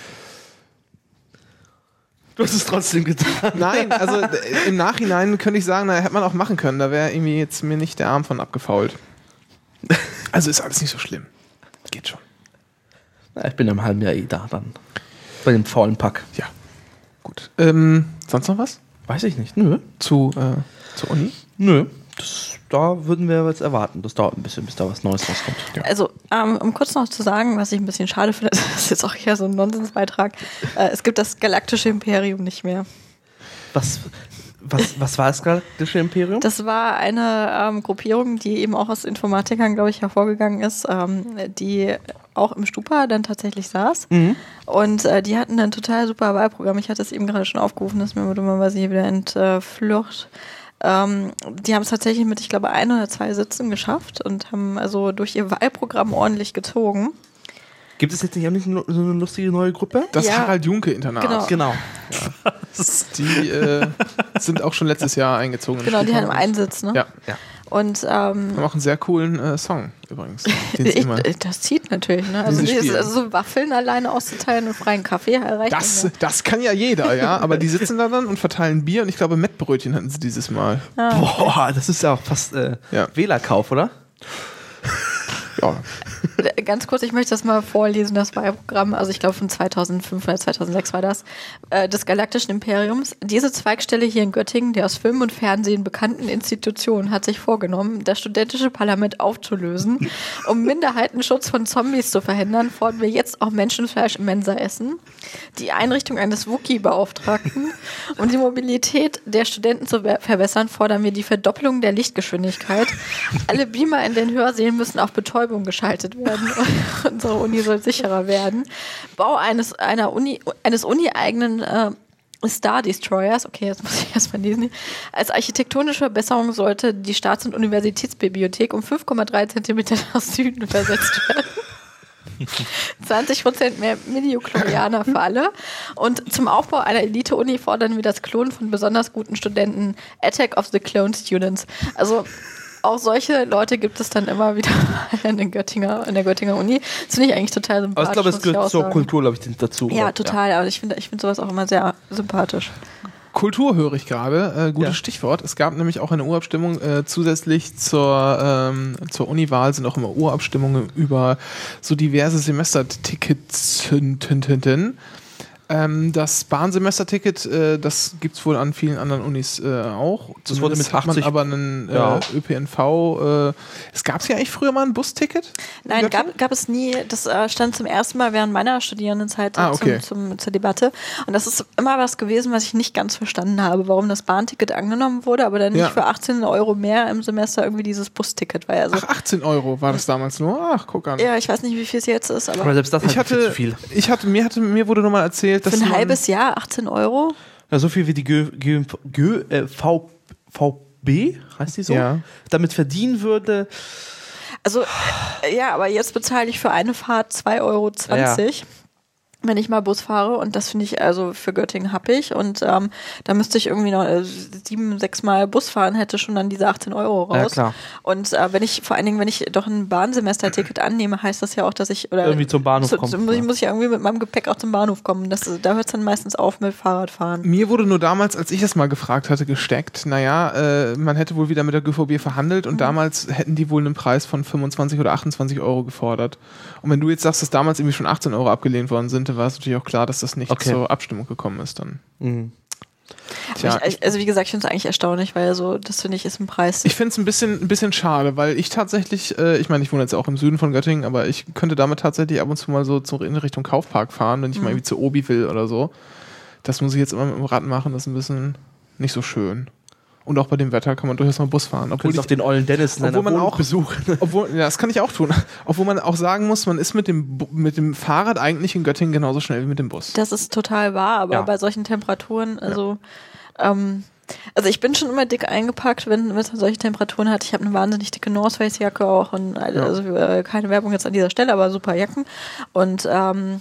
Du hast es trotzdem getan. Nein, also äh, im Nachhinein könnte ich sagen, na, hätte man auch machen können. Da wäre irgendwie jetzt mir nicht der Arm von abgefault. Also ist alles nicht so schlimm. Geht schon. Na, ich bin im halben Jahr eh da dann. Bei dem faulen Pack. Ja, gut. Ähm, sonst noch was? Weiß ich nicht. Nö. Zu, äh, zur Uni? Nö. Das, da würden wir jetzt erwarten. Das dauert ein bisschen, bis da was Neues rauskommt. Also, ähm, um kurz noch zu sagen, was ich ein bisschen schade finde, das ist jetzt auch hier so ein Nonsensbeitrag. Äh, es gibt das galaktische Imperium nicht mehr. Was, was, was war das galaktische Imperium? Das war eine ähm, Gruppierung, die eben auch aus Informatikern, glaube ich, hervorgegangen ist, ähm, die auch im Stupa dann tatsächlich saß. Mhm. Und äh, die hatten ein total super Wahlprogramm. Ich hatte es eben gerade schon aufgerufen, das ist mir dummerweise hier wieder entflucht. Ähm, die haben es tatsächlich mit, ich glaube, ein oder zwei Sitzen geschafft und haben also durch ihr Wahlprogramm ordentlich gezogen. Gibt es jetzt nicht auch nicht so eine lustige neue Gruppe? Das Ja. Harald-Junke-Internat. Genau. Genau. Die äh, sind auch schon letztes Jahr eingezogen. Genau, die haben einen Sitz, ne? Ja. Ja. Und ähm, Haben auch einen sehr coolen äh, Song übrigens. Den sie ich, immer, das zieht natürlich, ne? Also, sie die, spielen. also so Waffeln alleine auszuteilen und freien Kaffee erreicht. das, nicht, ne? das kann ja jeder, ja. Aber die sitzen da dann und verteilen Bier und ich glaube Mettbrötchen hatten sie dieses Mal. Boah, das ist ja auch fast äh, Ja. Wählerkauf, oder? Ja. Ganz kurz, ich möchte das mal vorlesen, das Wahlprogramm, also ich glaube von zweitausendfünf oder zweitausendsechs war das, äh, des Galaktischen Imperiums. Diese Zweigstelle hier in Göttingen, der aus Film und Fernsehen bekannten Institution, hat sich vorgenommen, das studentische Parlament aufzulösen. Um Minderheitenschutz von Zombies zu verhindern, fordern wir jetzt auch Menschenfleisch im Mensa essen, die Einrichtung eines Wookie-Beauftragten, um die Mobilität der Studenten zu ver- verbessern, fordern wir die Verdopplung der Lichtgeschwindigkeit. Alle Beamer in den Hörsälen müssen auf Betäubung geschaltet werden. Unsere Uni soll sicherer werden. Bau eines, einer Uni, eines Uni-eigenen äh, Star Destroyers, okay, jetzt muss ich erstmal lesen. Als architektonische Verbesserung sollte die Staats- und Universitätsbibliothek um fünf Komma drei Zentimeter nach Süden versetzt werden. zwanzig Prozent mehr Mediochlorianer für alle. Und zum Aufbau einer Elite-Uni fordern wir das Klonen von besonders guten Studenten. Attack of the Clone Students. Also auch solche Leute gibt es dann immer wieder in, den Göttinger, in der Göttinger Uni. Das finde ich eigentlich total sympathisch. Aber ich glaube, es muss ich gehört auch zur sagen. Kultur, glaube ich, dazu. Ja, oder? total. Aber ich finde ich finde sowas auch immer sehr sympathisch. Kultur höre ich gerade, äh, gutes Ja. Stichwort. Es gab nämlich auch eine Urabstimmung äh, zusätzlich zur, ähm, zur Uniwahl sind auch immer Urabstimmungen über so diverse Semestertickets. Ähm, das Bahnsemesterticket, äh, das gibt es wohl an vielen anderen Unis äh, auch. Das wurde mit Zumindest hat man achtzig aber einen äh, Ja. Ö P N V. Äh, es gab es ja eigentlich früher mal ein Busticket? Nein, Göttingen? gab, gab es nie. Das äh, stand zum ersten Mal während meiner Studierendenzeit Ah, okay. zum, zum, zur Debatte. Und das ist immer was gewesen, was ich nicht ganz verstanden habe, warum das Bahnticket angenommen wurde, aber dann nicht Ja. für achtzehn Euro mehr im Semester irgendwie dieses Busticket war. Also, Ach, achtzehn Euro war das damals nur? Ach, guck an. ja, ich weiß nicht, wie viel es jetzt ist, aber Aber selbst das Ich halt viel zu hatte, viel. ich hatte, mir hatte, mir wurde nur mal erzählt, dass für ein man, halbes Jahr achtzehn Euro. Ja, so viel wie die Gö, Gö, Gö, äh, v, VB, heißt die so, Ja. damit verdienen würde. Also, äh, ja, aber jetzt bezahle ich für eine Fahrt zwei Euro zwanzig. Wenn ich mal Bus fahre, und das finde ich also für Göttingen happig, und ähm, da müsste ich irgendwie noch äh, sieben, sechs Mal Bus fahren, hätte schon dann diese achtzehn Euro raus. Ja, klar. Und äh, wenn ich, vor allen Dingen, wenn ich doch ein Bahnsemesterticket annehme, heißt das ja auch, dass ich, oder Irgendwie zum Bahnhof so, kommt, so, muss, ich, ja. muss ich ja irgendwie mit meinem Gepäck auch zum Bahnhof kommen. Das, da hört es dann meistens auf mit Fahrradfahren. Mir wurde nur damals, als ich das mal gefragt hatte, gesteckt, naja, äh, man hätte wohl wieder mit der G V B verhandelt und damals hätten die wohl einen Preis von fünfundzwanzig oder achtundzwanzig Euro gefordert. Und wenn du jetzt sagst, dass damals irgendwie schon achtzehn Euro abgelehnt worden sind, dann war es natürlich auch klar, dass das nicht Okay. zur Abstimmung gekommen ist dann. Mhm. Tja, Aber ich, also wie gesagt, ich finde es eigentlich erstaunlich, weil so, das finde ich ist ein Preis. Ich finde es ein bisschen, ein bisschen schade, weil ich tatsächlich, äh, ich meine, ich wohne jetzt auch im Süden von Göttingen, aber ich könnte damit tatsächlich ab und zu mal so zu, in Richtung Kaufpark fahren, wenn ich mal irgendwie zu Obi will oder so. Das muss ich jetzt immer mit dem Rad machen, das ist ein bisschen nicht so schön. Und auch bei dem Wetter kann man durchaus mal Bus fahren. Du Obwohl kannst ich, auch den ollen Dennis in obwohl deiner man Wohnung auch besuchen. obwohl, ja, das kann ich auch tun. Obwohl man auch sagen muss, man ist mit dem, Bu- mit dem Fahrrad eigentlich in Göttingen genauso schnell wie mit dem Bus. Das ist total wahr, aber Ja. bei solchen Temperaturen, also ähm, also ich bin schon immer dick eingepackt, wenn wenn es solche Temperaturen hat. Ich habe eine wahnsinnig dicke North Face Jacke auch und also äh, keine Werbung jetzt an dieser Stelle, aber super Jacken. Und ähm,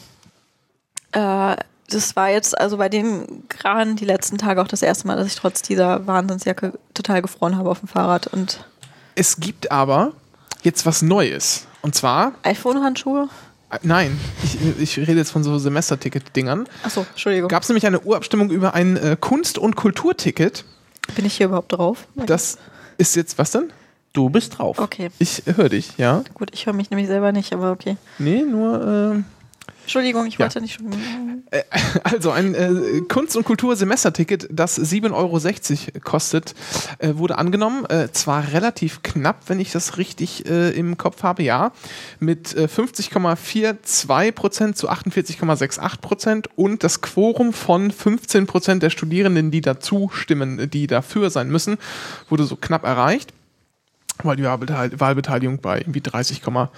äh, das war jetzt also bei den gerade die letzten Tage auch das erste Mal, dass ich trotz dieser Wahnsinnsjacke total gefroren habe auf dem Fahrrad. Und Es gibt aber jetzt was Neues. Und zwar, iPhone-Handschuhe? äh, nein, ich, ich rede jetzt von so Semesterticket-Dingern. Achso, Entschuldigung. Gab es nämlich eine Urabstimmung über ein äh, Kunst- und Kulturticket. Bin ich hier überhaupt drauf? Das ist jetzt, was denn? Du bist drauf. Okay, Ich höre dich, ja. gut, ich höre mich nämlich selber nicht, aber okay. Nee, nur, äh, Entschuldigung, ich Ja. wollte nicht schon. also ein äh, Kunst- und Kultur-Semesterticket, das sieben Euro sechzig kostet, äh, wurde angenommen. Äh, zwar relativ knapp, wenn ich das richtig äh, im Kopf habe, ja. Mit äh, fünfzig Komma zweiundvierzig Prozent zu achtundvierzig Komma achtundsechzig Prozent und das Quorum von fünfzehn Prozent der Studierenden, die dazu stimmen, die dafür sein müssen, wurde so knapp erreicht, weil die Wahlbete- Wahlbeteiligung bei irgendwie dreißig Komma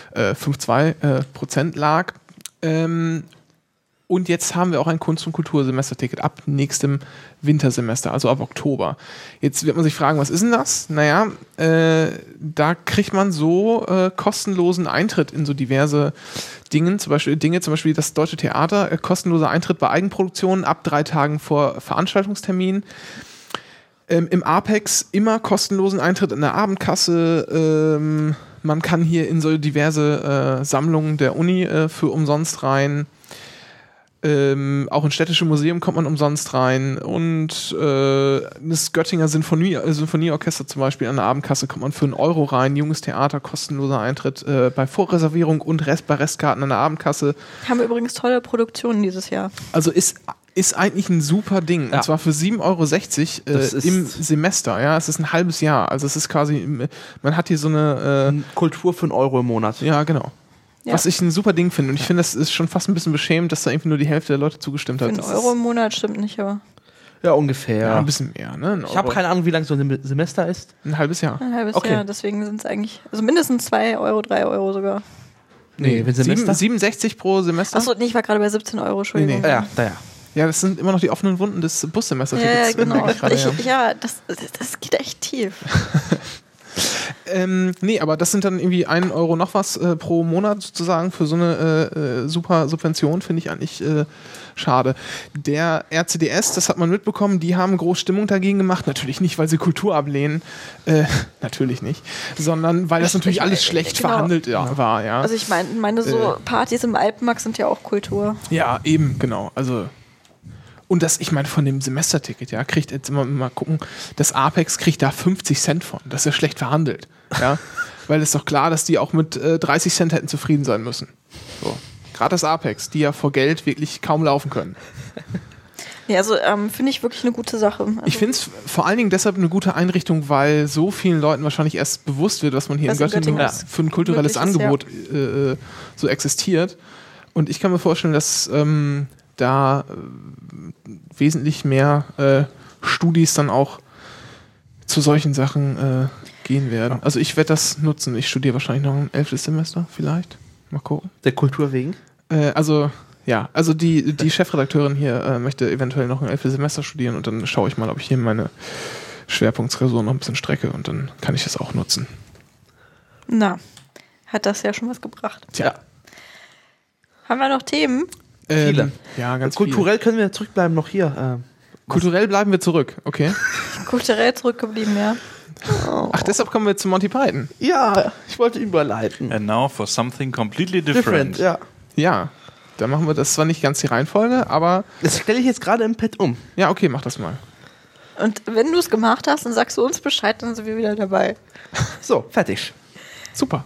äh, fünf Komma zwei äh, Prozent lag. Ähm, und jetzt haben wir auch ein Kunst- und Kultursemesterticket ab nächstem Wintersemester, also ab Oktober. Jetzt wird man sich fragen, was ist denn das? Naja, äh, da kriegt man so äh, kostenlosen Eintritt in so diverse Dinge, zum Beispiel Dinge, zum Beispiel das Deutsche Theater, äh, kostenloser Eintritt bei Eigenproduktionen ab drei Tagen vor Veranstaltungstermin. Ähm, Im Apex immer kostenlosen Eintritt in der Abendkasse. Ähm, man kann hier in so diverse äh, Sammlungen der Uni äh, für umsonst rein. Ähm, auch ins Städtische Museum kommt man umsonst rein. Und äh, das Göttinger Sinfonie, äh, Sinfonieorchester zum Beispiel an der Abendkasse kommt man für einen Euro rein. Junges Theater, kostenloser Eintritt äh, bei Vorreservierung und Rest bei Restkarten an der Abendkasse. Haben wir übrigens tolle Produktionen dieses Jahr. Also ist ist eigentlich ein super Ding. Ja. Und zwar für sieben Euro sechzig äh, Das ist- im Semester. Ja, es ist ein halbes Jahr. Also es ist quasi, man hat hier so eine, Kultur für einen Euro im Monat. äh, ja genau. Ja. Was ich ein super Ding finde. Und ich finde, das ist schon fast ein bisschen beschämend, dass da irgendwie nur die Hälfte der Leute zugestimmt Für hat. einen Das Euro ist, im Monat stimmt nicht, aber Ja, ungefähr. ja, ein bisschen mehr. Ne? Ein ich habe Euro. keine Ahnung, wie lang so ein Semester ist. Ein halbes Jahr. ein halbes Okay. Jahr. Deswegen sind es eigentlich, also mindestens zwei Euro, drei Euro sogar. Nee, wenn Semester. Sieben, siebenundsechzig pro Semester. Achso, nee, ich war gerade bei siebzehn Euro, Entschuldigung. Nee, nee. Ja, da ja. Ja, das sind immer noch die offenen Wunden des Bussemesters. Ja, ja, genau. Gerade, Ich, ja. ja, das, das geht echt tief. Ähm, nee, aber das sind dann irgendwie ein Euro noch was äh, pro Monat sozusagen für so eine äh, äh, super Subvention, finde ich eigentlich äh, schade. Der R C D S, das hat man mitbekommen, die haben groß Stimmung dagegen gemacht. Natürlich nicht, weil sie Kultur ablehnen, äh, natürlich nicht, sondern weil das natürlich Ich- alles schlecht genau. verhandelt ja, war. Ja. Also ich meine, meine so Äh. Partys im Alpenmax sind ja auch Kultur. Ja, eben, genau. Also und das, ich meine, von dem Semesterticket, ja, kriegt jetzt immer mal gucken, das Apex kriegt da fünfzig Cent von. Das ist ja schlecht verhandelt, ja, weil es ist doch klar, dass die auch mit äh, dreißig Cent hätten zufrieden sein müssen. So. Gerade das Apex, die ja vor Geld wirklich kaum laufen können. Ja, also ähm, finde ich wirklich eine gute Sache. Also, Ich finde es vor allen Dingen deshalb eine gute Einrichtung, weil so vielen Leuten wahrscheinlich erst bewusst wird, was man hier Was in in Göttingen Göttingen für ein kulturelles möglich ist, Angebot äh, äh, so existiert. Und ich kann mir vorstellen, dass ähm, da äh, wesentlich mehr äh, Studis dann auch zu solchen Sachen äh, gehen werden. Also ich werde das nutzen. Ich studiere wahrscheinlich noch ein elftes Semester vielleicht. Mal gucken. Der Kultur wegen. Äh, also ja, also die, die Chefredakteurin hier äh, möchte eventuell noch ein elftes Semester studieren und dann schaue ich mal, ob ich hier meine Schwerpunktsklausur noch ein bisschen strecke und dann kann ich das auch nutzen. na, hat das ja schon was gebracht. Tja. Haben wir noch Themen? Ähm, Viele. Ja, ganz Kulturell können wir zurückbleiben noch hier. Viel. Kulturell bleiben wir zurück, okay. Kulturell zurückgeblieben, ja. Ach, deshalb kommen wir zu Monty Python. Äh, ja, ich wollte überleiten. And now for something completely different. Different, ja. Ja, dann machen wir das zwar nicht ganz die Reihenfolge, aber Das stelle ich jetzt gerade im Pad um. ja, okay, mach das mal. Und wenn du es gemacht hast, dann sagst du uns Bescheid, dann sind wir wieder dabei. So, fertig. Super.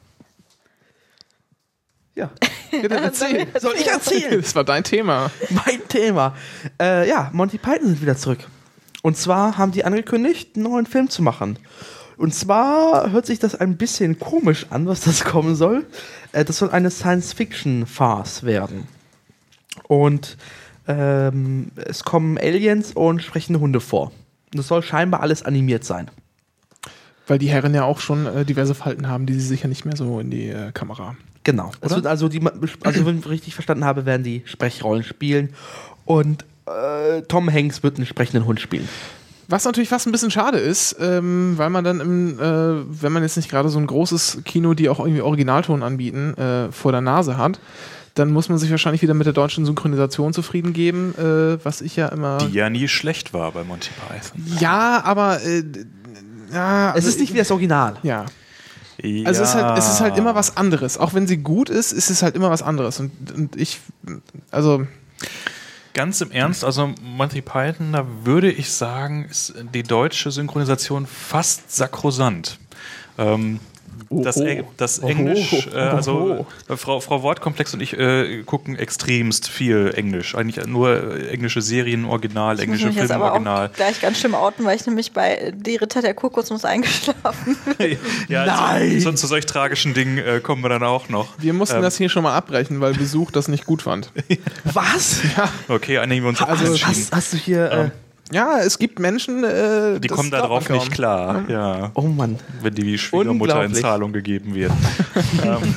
Ja. Bitte erzähl. Soll ich erzählen? Das war dein Thema. Mein Thema. Äh, ja, Monty Python sind wieder zurück. Und zwar haben die angekündigt, einen neuen Film zu machen. Und zwar hört sich das ein bisschen komisch an, was das kommen soll. Äh, das soll eine Science-Fiction-Farce werden. Und ähm, es kommen Aliens und sprechende Hunde vor. Und das soll scheinbar alles animiert sein. Weil die Herren ja auch schon äh, diverse Falten haben, die sie sicher nicht mehr so in die äh, Kamera. Genau. Es Oder? wird also, die, also, wenn ich richtig verstanden habe, werden die Sprechrollen spielen. Und äh, Tom Hanks wird einen sprechenden Hund spielen. Was natürlich fast ein bisschen schade ist, ähm, weil man dann, im, äh, wenn man jetzt nicht gerade so ein großes Kino, die auch irgendwie Originalton anbieten, äh, vor der Nase hat, dann muss man sich wahrscheinlich wieder mit der deutschen Synchronisation zufrieden geben, äh, was ich ja immer... Die ja nie schlecht war bei Monty Python. Ja, aber... Äh, ja, Es also ist nicht wie das Original. Ja. Also es ist, halt, es ist halt immer was anderes. Auch wenn sie gut ist, ist es halt immer was anderes. Und, und ich, also... Ganz im Ernst, also Monty Python, da würde ich sagen, ist die deutsche Synchronisation fast sakrosant. Ähm, das, Oho. Eng- das Oho. Englisch, äh, also Oho. äh, Frau, Frau Wortkomplex und ich äh, gucken extremst viel Englisch. Eigentlich nur äh, englische Serien, Original, Ich muss englische mich jetzt Filme, aber Original. auch gleich ganz schön outen, weil ich nämlich bei Die Ritter der Kokosnuss eingeschlafen bin. Ja, Nein! Zu, zu, zu solch tragischen Dingen äh, kommen wir dann auch noch. Wir mussten Ähm. das hier schon mal abbrechen, weil Besuch das nicht gut fand. Was? Ja, Okay, einigen wir uns auf Also, das hast, hast du hier. Äh, Ja, es gibt Menschen, äh, Die das kommen glaubt man darauf kaum. nicht klar. Ja. Oh Mann. Wenn die Schwiegermutter in Unglaublich. Zahlung gegeben wird. ähm,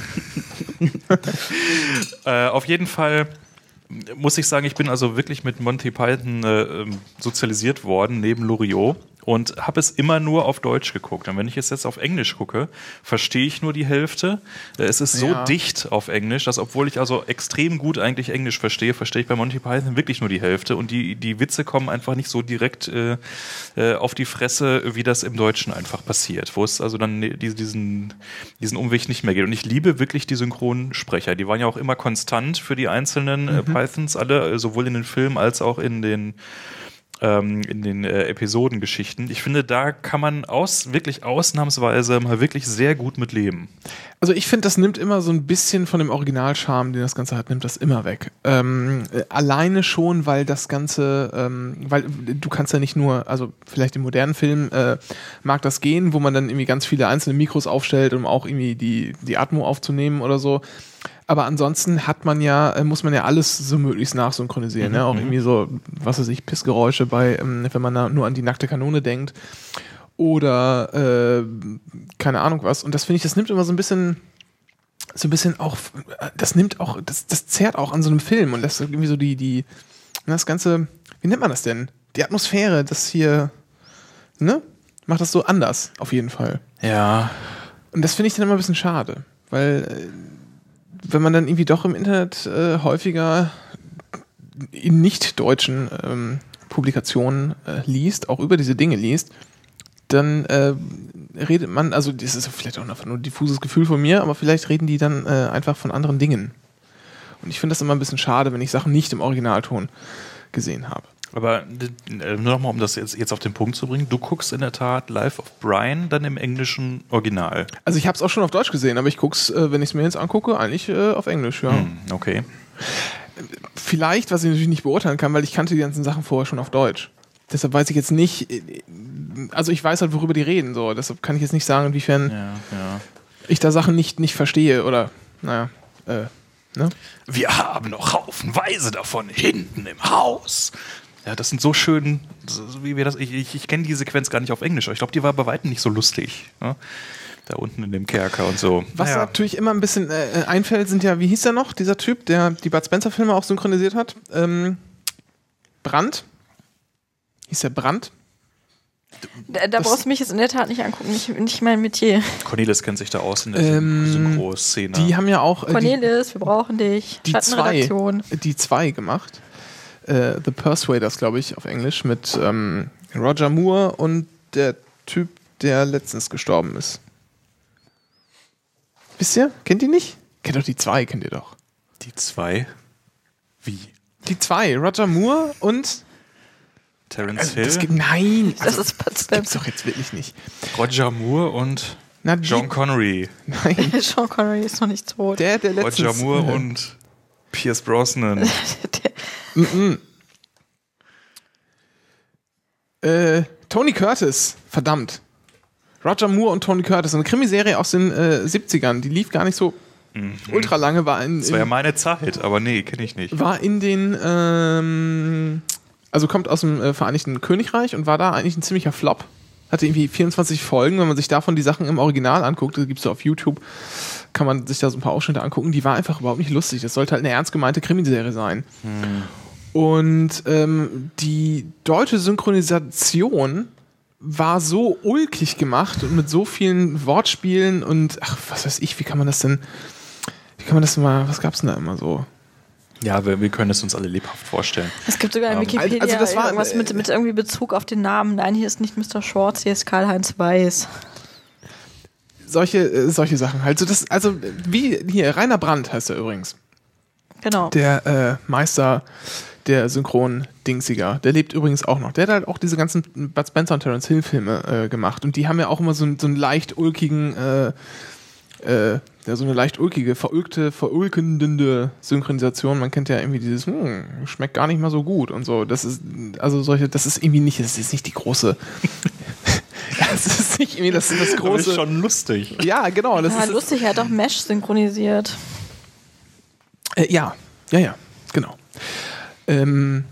äh, auf jeden Fall muss ich sagen, ich bin also wirklich mit Monty Python äh, ähm, sozialisiert worden, neben Loriot. Und habe es immer nur auf Deutsch geguckt. Und wenn ich es jetzt auf Englisch gucke, verstehe ich nur die Hälfte. Äh, Es ist so Ja. dicht auf Englisch, dass obwohl ich also extrem gut eigentlich Englisch verstehe, verstehe ich bei Monty Python wirklich nur die Hälfte. Und die, die Witze kommen einfach nicht so direkt äh, äh, auf die Fresse, wie das im Deutschen einfach passiert. Wo es also dann die, diesen, diesen Umweg nicht mehr geht. Und ich liebe wirklich die Synchronsprecher. Die waren ja auch immer konstant für die einzelnen äh, Pythons alle, äh, sowohl in den Filmen als auch in den ähm, in den äh, Episodengeschichten. Ich finde, da kann man aus, wirklich ausnahmsweise mal wirklich sehr gut mit leben. Also ich finde, das nimmt immer so ein bisschen von dem Originalcharme, den das Ganze hat, nimmt das immer weg. Ähm, äh, alleine schon, weil das Ganze, ähm, weil du kannst ja nicht nur, also vielleicht im modernen Film äh, mag das gehen, wo man dann irgendwie ganz viele einzelne Mikros aufstellt, um auch irgendwie die, die Atmo aufzunehmen oder so. Aber ansonsten hat man ja, äh, muss man ja alles so möglichst nachsynchronisieren. Mhm, ne? Auch mhm. irgendwie so, was weiß ich, Pissgeräusche bei, ähm, wenn man da nur an die nackte Kanone denkt. Oder äh, keine Ahnung was. Und das finde ich, das nimmt immer so ein bisschen, so ein bisschen auch, das nimmt auch, das, das zerrt auch an so einem Film und das ist irgendwie so die, die, das Ganze, wie nennt man das denn? Die Atmosphäre, das hier, ne? Macht das so anders, auf jeden Fall. Ja. Und das finde ich dann immer ein bisschen schade, weil äh, wenn man dann irgendwie doch im Internet äh, häufiger in nicht-deutschen ähm, Publikationen äh, liest, auch über diese Dinge liest, dann äh, redet man, also das ist vielleicht auch einfach nur ein diffuses Gefühl von mir, aber vielleicht reden die dann äh, einfach von anderen Dingen. Und ich finde das immer ein bisschen schade, wenn ich Sachen nicht im Originalton gesehen habe. Aber äh, nur nochmal, um das jetzt, jetzt auf den Punkt zu bringen, du guckst in der Tat Life of Brian dann im englischen Original. Also ich habe es auch schon auf Deutsch gesehen, aber ich gucke es, äh, wenn ich es mir jetzt angucke, eigentlich äh, auf Englisch, ja. Hm, okay. Vielleicht, was ich natürlich nicht beurteilen kann, weil ich kannte die ganzen Sachen vorher schon auf Deutsch. Deshalb weiß ich jetzt nicht, also ich weiß halt, worüber die reden, so. Deshalb kann ich jetzt nicht sagen, inwiefern Ja, ja. ich da Sachen nicht, nicht verstehe oder, naja, äh, ne? Wir haben noch haufenweise davon hinten im Haus. Ja, das sind so schön, so, so wie wir das. Ich, ich, ich kenne die Sequenz gar nicht auf Englisch, aber ich glaube, die war bei weitem nicht so lustig. Ne? Da unten in dem Kerker und so. Was Naja. natürlich immer ein bisschen äh, einfällt, sind ja, wie hieß der noch, dieser Typ, der die Bud Spencer-Filme auch synchronisiert hat? Ähm, Brandt? Hieß der Brandt? Da, da Das- brauchst du mich jetzt in der Tat nicht angucken, nicht, nicht mein Metier. Cornelis kennt sich da aus in der Ähm, Synchro-Szene. Die haben ja auch äh, die, Cornelis, wir brauchen dich. die zwei, Schattenredaktion. die zwei gemacht. Äh, The Persuaders, glaube ich, auf Englisch, mit ähm, Roger Moore und der Typ, der letztens gestorben ist. Wisst ihr? Kennt ihr nicht? Kennt doch die zwei, kennt ihr doch. Die zwei? Wie? Die zwei, Roger Moore und Terence also, Hill, das gibt, nein, Das also, ist Bud das gibt's Spencer. doch jetzt wirklich nicht. Roger Moore und Na, die, John Connery. nein, Sean Connery ist noch nicht tot. der, der letztens... Roger Moore äh, und Pierce Brosnan. Mhm. Äh, Tony Curtis, verdammt. Roger Moore und Tony Curtis, eine Krimiserie aus den äh, siebzigern, die lief gar nicht so ultra lange, war in, Das war ja in, meine Zeit, aber nee, kenne ich nicht. war in den, ähm, also kommt aus dem äh, Vereinigten Königreich und war da eigentlich ein ziemlicher Flop. Hatte irgendwie vierundzwanzig Folgen, wenn man sich davon die Sachen im Original anguckt, das gibt's so auf YouTube, kann man sich da so ein paar Ausschnitte angucken, die war einfach überhaupt nicht lustig. Das sollte halt eine ernst gemeinte Krimiserie sein. Und ähm, die deutsche Synchronisation war so ulkig gemacht und mit so vielen Wortspielen und ach, was weiß ich, wie kann man das denn, wie kann man das denn mal, was gab's denn da immer so? Ja, wir, wir können es uns alle lebhaft vorstellen. Es gibt sogar in Ähm, Wikipedia also das war- irgendwas mit, mit irgendwie Bezug auf den Namen. Nein, hier ist nicht Mister Schwartz, hier ist Karl-Heinz Weiß. Solche, äh, solche Sachen halt. So das, also wie hier, Rainer Brandt heißt er übrigens. Genau. Der äh, Meister der Synchron-Dingsiger. Der lebt übrigens auch noch. Der hat halt auch diese ganzen Bud Spencer und Terence Hill Filme äh, gemacht. Und die haben ja auch immer so, einen- so einen leicht ulkigen, äh, äh, ja, so eine leicht ulkige, verulkte, verulkende Synchronisation. Man kennt ja irgendwie dieses, hm, schmeckt gar nicht mal so gut und so. Das ist, also solche, das ist irgendwie nicht, das ist nicht die große. Ja, das ist nicht irgendwie das, das Aber große. ist schon lustig. Ja, genau. Das Ja, ist, lustig, er hat auch Mesh synchronisiert. Äh, ja, ja, ja, genau. Ähm,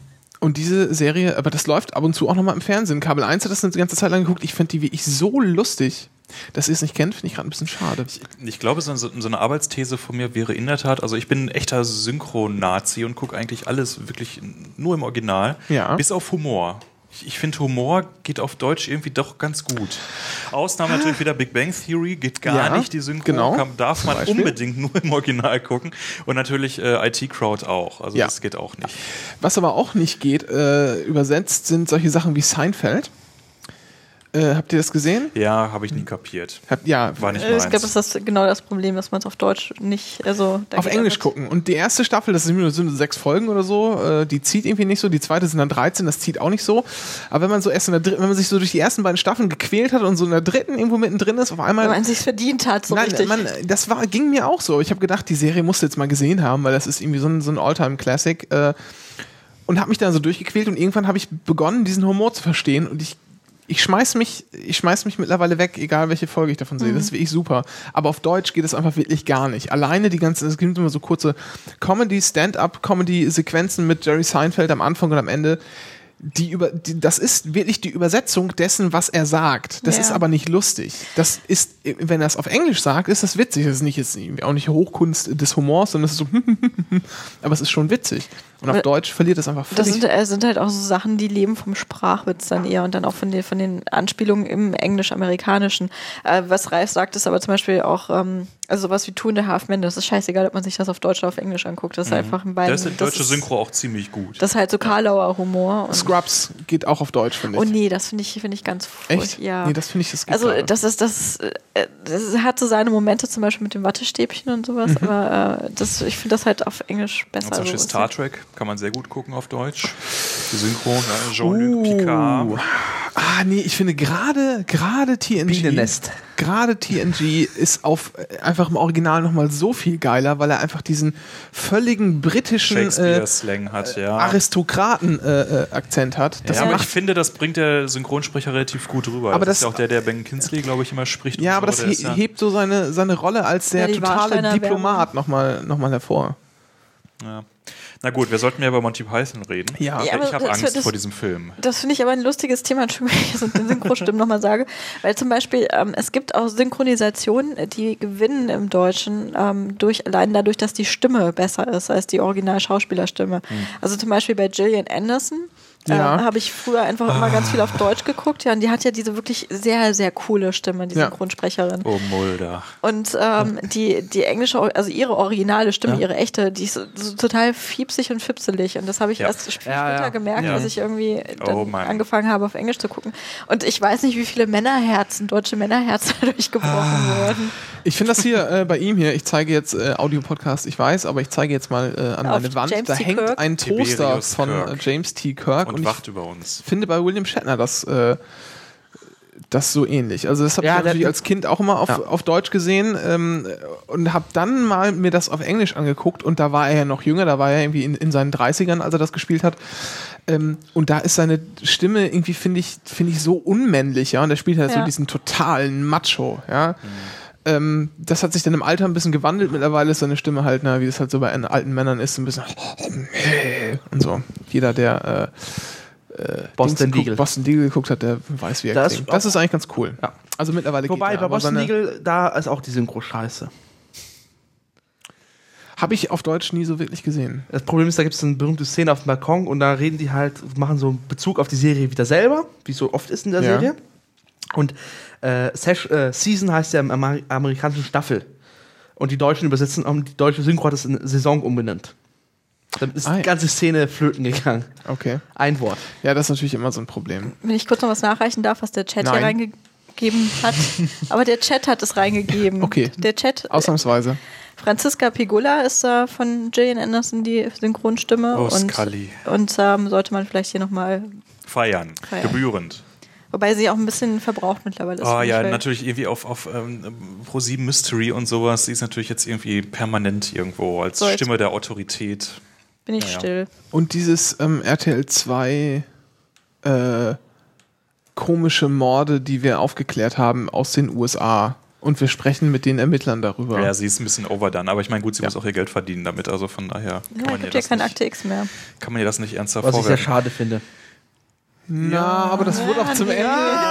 Und diese Serie, aber das läuft ab und zu auch nochmal im Fernsehen. Kabel eins hat das eine ganze Zeit lang geguckt. Ich finde die wirklich so lustig. Dass ihr es nicht kennt, finde ich gerade ein bisschen schade. Ich, ich glaube, so, so eine Arbeitsthese von mir wäre in der Tat, also ich bin ein echter Synchro-Nazi und gucke eigentlich alles wirklich nur im Original, ja. bis auf Humor. Ich, ich finde, Humor geht auf Deutsch irgendwie doch ganz gut. Ausnahme natürlich wieder Big Bang Theory, geht gar ja, nicht, die Synchro, genau. kann, darf man unbedingt nur im Original gucken. Und natürlich äh, I T-Crowd auch, also ja. das geht auch nicht. Was aber auch nicht geht, äh, übersetzt, sind solche Sachen wie Seinfeld. Äh, habt ihr das gesehen? Ja, habe ich nie kapiert. Hab, ja, war nicht äh, meins. Ich glaube, das ist genau das Problem, dass man es auf Deutsch nicht, also auf Englisch gucken. Und die erste Staffel, das sind nur sechs Folgen oder so, äh, die zieht irgendwie nicht so. Die zweite sind dann dreizehn, das zieht auch nicht so. Aber wenn man so erst in der dritten, wenn man sich so durch die ersten beiden Staffeln gequält hat und so in der dritten irgendwo mittendrin ist, auf einmal. Wenn man sich verdient hat, so nein, richtig. Man, das war, ging mir auch so. Ich habe gedacht, die Serie musst du jetzt mal gesehen haben, weil das ist irgendwie so ein, so ein All-Time-Classic. Äh, und habe mich dann so durchgequält und irgendwann habe ich begonnen, diesen Humor zu verstehen und ich Ich schmeiß mich, ich schmeiß mich mittlerweile weg, egal welche Folge ich davon sehe. Mhm. Das ist wirklich super. Aber auf Deutsch geht es einfach wirklich gar nicht. Alleine die ganzen, es gibt immer so kurze Comedy, Stand-up-Comedy-Sequenzen mit Jerry Seinfeld am Anfang und am Ende. Die über, die, das ist wirklich die Übersetzung dessen, was er sagt. Das ja. ist aber nicht lustig. Das ist, wenn er es auf Englisch sagt, ist das witzig. Das ist nicht jetzt auch nicht Hochkunst des Humors, sondern es ist so, aber es ist schon witzig. Und auf Deutsch verliert es einfach völlig. Das sind, äh, sind halt auch so Sachen, die leben vom Sprachwitz dann eher und dann auch von den, von den Anspielungen im Englisch-Amerikanischen. Äh, was Ralf sagt, ist aber zum Beispiel auch, ähm, also sowas wie Two and a Half Men, das ist scheißegal, ob man sich das auf Deutsch oder auf Englisch anguckt. Das ist mhm. einfach ein beiden. Da ist die deutsche Synchro auch ziemlich gut. Das ist halt so Karlauer Humor. Und Scrubs geht auch auf Deutsch, finde ich. Oh nee, das finde ich, find ich ganz furchtbar. Echt? Ja. Nee, das finde ich, das geht Also gerade. das ist, das, äh, das hat so seine Momente, zum Beispiel mit dem Wattestäbchen und sowas, mhm. aber äh, das, ich finde das halt auf Englisch besser. Und zum Beispiel also, Star Trek kann man sehr gut gucken auf Deutsch. Die Synchro, ne? Jean-Luc Uh. Picard. Ah, nee, ich finde gerade gerade T N G Bienennest. Gerade T N G ist auf äh, einfach im Original nochmal so viel geiler, weil er einfach diesen völligen britischen äh, Shakespeare-Slang hat, ja. Aristokraten-Akzent äh, hat. Das ja, aber macht, ich finde, das bringt der Synchronsprecher relativ gut rüber. Aber das, das ist ja auch der, der Ben Kingsley, glaube ich, immer spricht. ja, und aber so. das Der ist he ja hebt so seine, seine Rolle als der Ja, die totale Warsteiner Diplomat nochmal noch mal hervor. Ja. Na gut, wir sollten ja über Monty Python reden. Ja. Ja, ich aber habe das- Angst das- vor diesem Film. Das finde ich aber ein lustiges Thema, Entschuldigung, wenn ich das mit den Synchrostimmen nochmal sage. Weil zum Beispiel, ähm, es gibt auch Synchronisationen, die gewinnen im Deutschen ähm, durch, allein dadurch, dass die Stimme besser ist als die Original-Schauspielerstimme. Mhm. Also zum Beispiel bei Gillian Anderson. Ja. Äh, habe ich früher einfach immer ganz viel auf Deutsch geguckt, ja, und die hat ja diese wirklich sehr, sehr coole Stimme, die Ja. Synchronsprecherin. Oh, Mulder. Und ähm, die, die englische, also ihre originale Stimme, Ja. ihre echte, die ist so, so total fiepsig und fipselig. Und das habe ich Ja. erst viel Ja, später ja. gemerkt, Ja. als ich irgendwie dann Oh Mann. angefangen habe, auf Englisch zu gucken. Und ich weiß nicht, wie viele Männerherzen, deutsche Männerherzen dadurch gebrochen Ah. wurden. Ich finde das hier äh, bei ihm hier, ich zeige jetzt äh, Audio-Podcast, ich weiß, aber ich zeige jetzt mal äh, an Auf meine Wand, James da T. hängt Kirk. ein Toaster Tiberius von Kirk. äh, James T. Kirk Und, und, wacht ich über uns. finde bei William Shatner das, äh, das so ähnlich. Also das habe Ja, ich natürlich der- als Kind auch immer auf, Ja. auf Deutsch gesehen ähm, und habe dann mal mir das auf Englisch angeguckt und da war er ja noch jünger, da war er irgendwie in, in seinen dreißigern, als er das gespielt hat. Ähm, und da ist seine Stimme irgendwie, finde ich, finde ich so unmännlich, ja, und er spielt halt so Ja. diesen totalen Macho, ja. Ähm, das hat sich dann im Alter ein bisschen gewandelt. Mittlerweile ist seine Stimme halt, na, wie es halt so bei alten Männern ist, so ein bisschen und so. Jeder, der äh, äh, Boston Dings Legal. Guckt, Boston Legal geguckt hat, der weiß, wie er Das klingt. ist Das auch- ist eigentlich ganz cool. Ja. Also mittlerweile Wobei, geht bei er, aber Boston seine- Legal, da ist auch die Synchro scheiße. habe ich auf Deutsch nie so wirklich gesehen. Das Problem ist, da gibt es eine berühmte Szene auf dem Balkon und da reden die halt, machen so einen Bezug auf die Serie wieder selber, wie es so oft ist in der Ja. Serie. Und äh, Sesh, äh, Season heißt ja im Amer amerikanischen Staffel. Und die Deutschen übersetzen, um, die deutsche Synchro hat es in Saison umbenannt. Dann ist Ah, ja. die ganze Szene flöten gegangen. Okay. Ein Wort. Ja, das ist natürlich immer so ein Problem. Wenn ich kurz noch was nachreichen darf, was der Chat Nein. hier reingegeben hat. Aber der Chat hat es reingegeben. Okay. Der Chat. Ausnahmsweise. Franziska Pegula ist äh, von Gillian Anderson die Synchronstimme. Oh, und Scully. und ähm, sollte man vielleicht hier nochmal. Feiern. Feiern. Gebührend. Wobei sie auch ein bisschen verbraucht mittlerweile ist. Oh finde ja, ich, weil- natürlich irgendwie auf, auf ähm, Pro sieben Mystery und sowas. Die ist natürlich jetzt irgendwie permanent irgendwo als So, jetzt- Stimme der Autorität. Bin ich Naja. still. Und dieses ähm, R T L zwei äh, komische Morde, die wir aufgeklärt haben aus den U S A und wir sprechen mit den Ermittlern darüber. Ja, sie ist ein bisschen overdone, aber ich meine, gut, sie Ja. muss auch ihr Geld verdienen damit, also von daher Ja, kann, man ihr gibt ja das kein nicht, Akte X mehr. kann man ihr das nicht ernsthaft Was ich sehr vorwerfen. schade finde. Ja, aber das wurde auch zum Ende.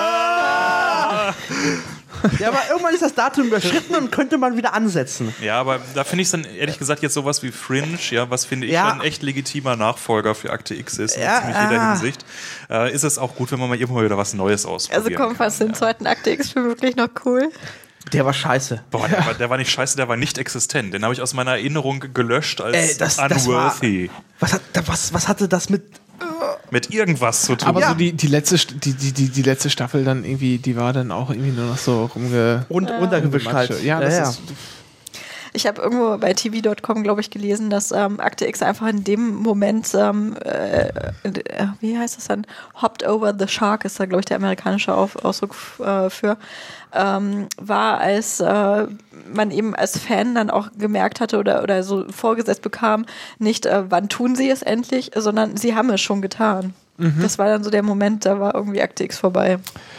Ja, aber irgendwann ist das Datum überschritten und könnte man wieder ansetzen. Ja, aber da finde ich es dann ehrlich gesagt jetzt sowas wie Fringe, ja, was finde ich Ja. ein echt legitimer Nachfolger für Akte X ist, Ja, in ziemlich jeder ah. Hinsicht. Äh, ist es auch gut, wenn man mal irgendwann mal wieder was Neues ausprobieren Also komm, kann. fast den zweiten Akte X-Film wirklich noch cool. Der war scheiße. Boah, der, war, der war nicht scheiße, der war nicht existent. Den habe ich aus meiner Erinnerung gelöscht als Ey, das- das war- unworthy. Was, hat, was, was hatte das mit... Mit irgendwas zu tun. Aber Ja. so die, die, letzte, St- die, die, die, die letzte Staffel dann irgendwie, die war dann auch irgendwie nur noch so rumge... Rund, runtergewischt halt. Matsche. Ja, das ja, ja. ist... Ich habe irgendwo bei T V Punkt com, glaube ich, gelesen, dass ähm, Akte X einfach in dem Moment, ähm, äh, äh, wie heißt das dann? Hopped over the shark ist da, glaube ich, der amerikanische Auf Ausdruck äh, für, ähm, war, als äh, man eben als Fan dann auch gemerkt hatte oder, oder so vorgesetzt bekam, nicht äh, wann tun sie es endlich, sondern sie haben es schon getan. Das war dann so der Moment, da war irgendwie Akte X vorbei.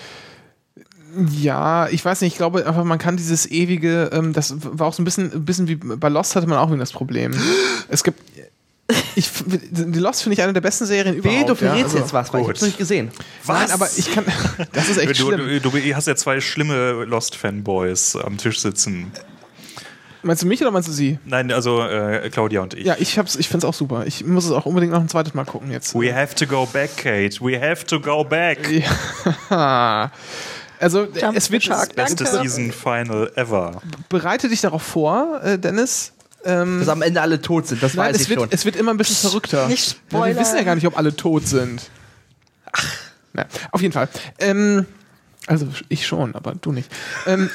Ja, ich weiß nicht, ich glaube einfach, man kann dieses ewige, ähm, das war auch so ein bisschen, ein bisschen wie bei Lost hatte man auch irgendwie das Problem. Es gibt, ich, die Lost finde ich eine der besten Serien überhaupt. Weh, du ja, verrätst also- jetzt was, weil ich gut. hab's noch nicht gesehen. Nein, aber ich kann, das ist echt du, schlimm. du, du hast ja zwei schlimme Lost-Fanboys am Tisch sitzen. Meinst du mich oder meinst du sie? Nein, also äh, Claudia und ich. Ja, ich hab's, ich find's auch super. Ich muss es auch unbedingt noch ein zweites Mal gucken jetzt. We have to go back, Kate. We have to go back. Ja. Also Jump es wird the Shark. Beste Danke. Season Final ever. bereite dich darauf vor, äh, Dennis. Ähm, Dass am Ende alle tot sind, das nein, weiß es ich wird, schon. es wird immer ein bisschen verrückter. Nicht Ja, Spoiler. wir wissen ja gar nicht, ob alle tot sind. Ach, na, auf jeden Fall. Ähm, also ich schon, aber du nicht. Ähm,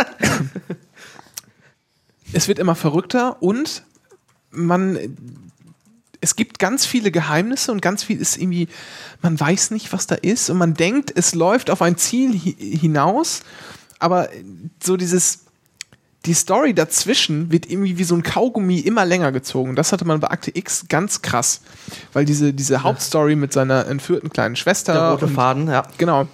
es wird immer verrückter und man, es gibt ganz viele Geheimnisse und ganz viel ist irgendwie, man weiß nicht, was da ist und man denkt, es läuft auf ein Ziel hi- hinaus, aber so dieses, die Story dazwischen wird irgendwie wie so ein Kaugummi immer länger gezogen. Das hatte man bei Akte X ganz krass, weil diese, diese Hauptstory mit seiner entführten kleinen Schwester Der rote und Faden, ja. genau.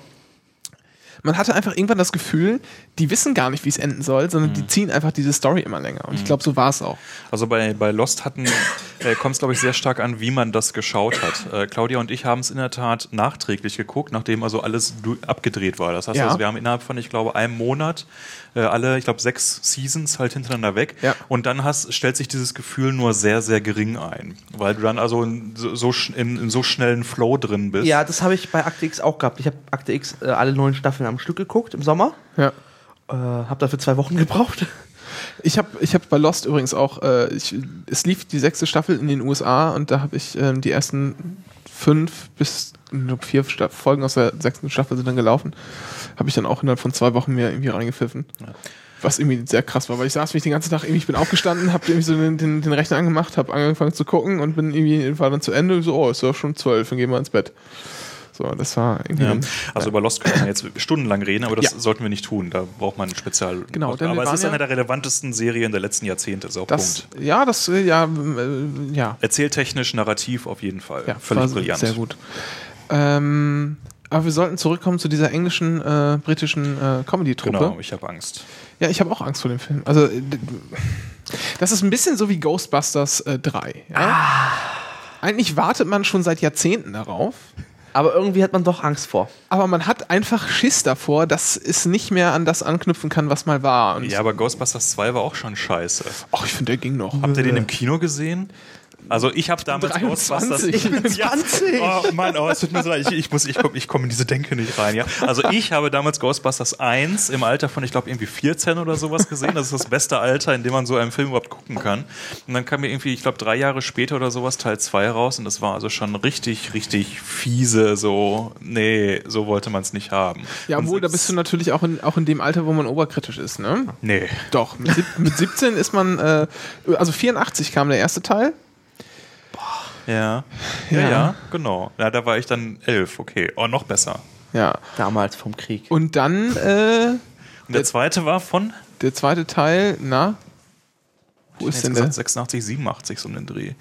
Man hatte einfach irgendwann das Gefühl, die wissen gar nicht, wie es enden soll, sondern die ziehen einfach diese Story immer länger. Und ich glaube, so war es auch. Also bei, bei Lost hatten äh, kommt es, glaube ich, sehr stark an, wie man das geschaut hat. Äh, Claudia und ich haben es in der Tat nachträglich geguckt, nachdem also alles du- abgedreht war. Das heißt, Ja. also, wir haben innerhalb von, ich glaube, einem Monat äh, alle, ich glaube, sechs Seasons halt hintereinander weg. Ja. Und dann hast, stellt sich dieses Gefühl nur sehr, sehr gering ein. Weil du dann also in so, so, sch- in, in so schnellen Flow drin bist. Ja, das habe ich bei Akte X auch gehabt. Ich habe Akte X äh, alle neun Staffeln am Stück geguckt im Sommer. Ja. Äh, habe dafür zwei Wochen gebraucht. Ich habe ich hab bei Lost übrigens auch, äh, ich, es lief die sechste Staffel in den U S A und da habe ich ähm, die ersten fünf bis ich glaub, vier Sta- Folgen aus der sechsten Staffel sind dann gelaufen. Habe ich dann auch innerhalb von zwei Wochen mir irgendwie reingepfiffen. Ja. Was irgendwie sehr krass war, weil ich saß mich den ganzen Tag, irgendwie, ich bin aufgestanden, habe irgendwie so den, den, den Rechner angemacht, habe angefangen zu gucken und bin irgendwie, war dann zu Ende, so, oh, ist ja schon zwölf, dann gehen wir ins Bett. So, das war irgendwie. Ja. dann- Also über Lost können wir jetzt stundenlang reden, aber das Ja. sollten wir nicht tun. Da braucht man ein Spezial. Genau, denn wir aber es waren ist ja- eine der relevantesten Serien der letzten Jahrzehnte, ist auch das, Punkt. ja, das, äh, ja, äh, ja. Erzähltechnisch, narrativ auf jeden Fall. Ja, Völlig war brillant. Sehr gut. Ähm, aber wir sollten zurückkommen zu dieser englischen, äh, britischen äh, Comedy-Truppe. Genau, ich habe Angst. Ja, ich habe auch Angst vor dem Film. Also, äh, d- das ist ein bisschen so wie Ghostbusters äh, drei. Ja? Ah. Eigentlich wartet man schon seit Jahrzehnten darauf, Aber irgendwie hat man doch Angst vor. aber man hat einfach Schiss davor, dass es nicht mehr an das anknüpfen kann, was mal war. Und Ja, aber Ghostbusters zwei war auch schon scheiße. ach, ich finde, der ging noch. Habt ihr den im Kino gesehen? Also ich habe damals dreiundzwanzig. Ghostbusters. Ich bin zwanzig. Oh Mann, oh, es tut mir so leid. Ich, ich, muss, ich komme ich komm in diese Denke nicht rein. Ja? Also ich habe damals Ghostbusters eins im Alter von, ich glaube, irgendwie vierzehn oder sowas gesehen. Das ist das beste Alter, in dem man so einen Film überhaupt gucken kann. Und dann kam mir irgendwie, ich glaube, drei Jahre später oder sowas Teil zwei raus. Und das war also schon richtig, richtig fiese. So, nee, so wollte man es nicht haben. Ja, Und obwohl, da selbst- bist du natürlich auch in, auch in dem Alter, wo man oberkritisch ist, ne? Nee. Doch, mit, sieb, mit siebzehn ist man, äh, also vierundachtzig kam der erste Teil. Ja. Ja, Ja. ja, genau. Ja, da war ich dann elf, okay. Oh, noch besser. Ja. Damals vom Krieg. Und dann, äh, Und der zweite war von? der zweite Teil, na? Wo Ich ist hätte denn gesagt der? sechsundachtzig, siebenundachtzig, so einen Dreh.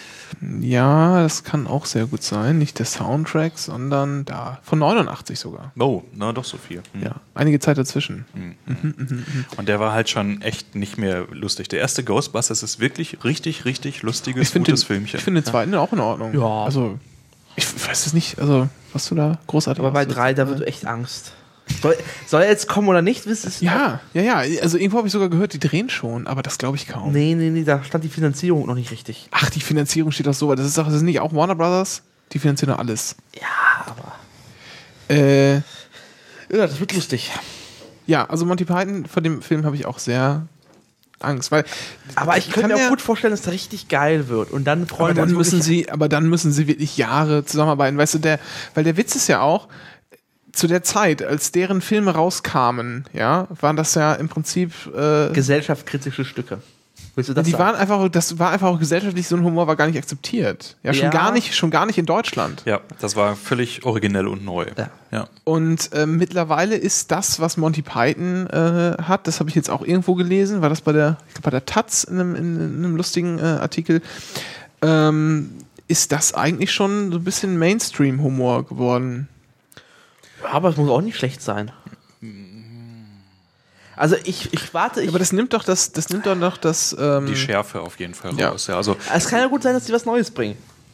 Ja, das kann auch sehr gut sein. Nicht der Soundtrack, sondern da. Von neunundachtzig sogar. Oh, na doch so viel. Hm. Ja, einige Zeit dazwischen. Hm, Und der war halt schon echt nicht mehr lustig. Der erste Ghostbusters ist wirklich richtig, richtig lustiges, Ich finde gutes den, Filmchen. ich finde den zweiten auch in Ordnung. Ja. Also, ich weiß es nicht, also, was du da großartig Aber bei auswählst. drei, da wird echt Angst. Soll, soll er jetzt kommen oder nicht? Wisst ihr es? Ja, ja, ja. Also, irgendwo habe ich sogar gehört, die drehen schon, aber das glaube ich kaum. Nee, nee, nee, da stand die Finanzierung noch nicht richtig. Ach, die Finanzierung steht auch so weit. Das ist doch, das ist nicht auch Warner Brothers? Die finanzieren doch alles. Ja, aber. Äh, Ja, das wird lustig. ja, also Monty Python, vor dem Film habe ich auch sehr Angst, weil. Aber ich könnte mir ja- auch gut vorstellen, dass es richtig geil wird. Und dann Aber freuen wir dann uns müssen wirklich- sie, aber dann müssen sie wirklich Jahre zusammenarbeiten, weißt du, der, weil der Witz ist ja auch, zu der Zeit, als deren Filme rauskamen, ja, waren das ja im Prinzip, äh, gesellschaftskritische Stücke. Willst du das die sagen? waren einfach, das war einfach auch gesellschaftlich, so ein Humor war gar nicht akzeptiert. Ja, schon Ja. gar nicht, schon gar nicht in Deutschland. Ja, das war völlig originell und neu. Ja. Ja. Und äh, mittlerweile ist das, was Monty Python äh, hat, das habe ich jetzt auch irgendwo gelesen, war das bei der, ich glaube bei der Taz in einem, in, in einem lustigen äh, Artikel, ähm, ist das eigentlich schon so ein bisschen Mainstream-Humor geworden. Aber es muss auch nicht schlecht sein. Also ich, ich warte, ich, Aber das nimmt doch das, das nimmt doch noch das. Ähm, Die Schärfe auf jeden Fall Ja. raus. Ja, also es kann ja gut sein, dass die was Neues bringen.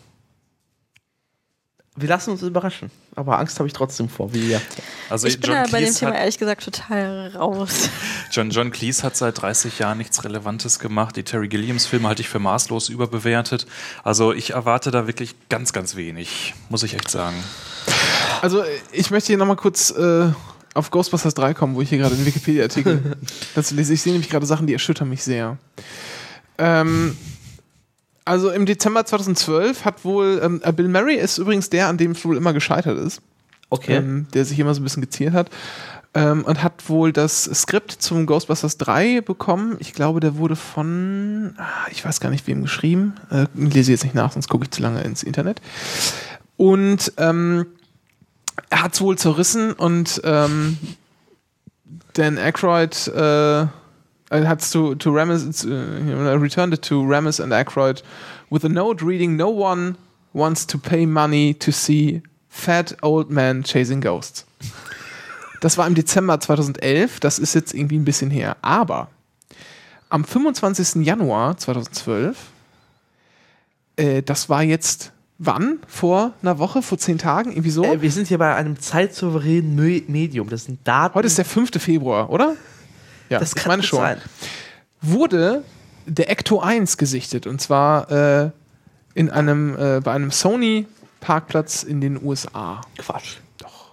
Wir lassen uns überraschen. Aber Angst habe ich trotzdem vor, wie ihr. also Ich bin John da bei dem Cleese Thema hat, ehrlich gesagt total raus. John, John Cleese hat seit dreißig Jahren nichts Relevantes gemacht. Die Terry Gilliams-Filme halte ich für maßlos überbewertet. Also ich erwarte da wirklich ganz, ganz wenig, muss ich echt sagen. Also ich möchte hier nochmal kurz äh, auf Ghostbusters drei kommen, wo ich hier gerade den Wikipedia-Artikel dazu lese. Ich sehe nämlich gerade Sachen, die erschüttern mich sehr. Ähm, also im Dezember zweitausendzwölf hat wohl, ähm, äh, Bill Murray ist übrigens der, an dem es wohl immer gescheitert ist. Okay. Ähm, der sich immer so ein bisschen geziert hat. Ähm, und hat wohl das Skript zum Ghostbusters drei bekommen. Ich glaube, der wurde von, ah, ich weiß gar nicht wem geschrieben. Äh, lese jetzt nicht nach, sonst gucke ich zu lange ins Internet. Und ähm, er hat es wohl zerrissen und ähm, Dan Aykroyd äh, hat es to, to Ramis, uh, returned it to Ramis and Aykroyd with a note reading, no one wants to pay money to see fat old man chasing ghosts. Das war im Dezember zweitausendelf, das ist jetzt irgendwie ein bisschen her. Aber am fünfundzwanzigsten Januar zweitausendzwölf, äh, das war jetzt wann? Vor einer Woche, vor zehn Tagen, irgendwie so? Äh, wir sind hier bei einem zeitsouveränen Me- Medium. Das sind Daten. Heute ist der fünfte Februar, oder? Ja, das ich kann meine gut schon. sein. Wurde der Ecto eins gesichtet und zwar äh, in einem, äh, bei einem Sony-Parkplatz in den U S A. Quatsch. Doch.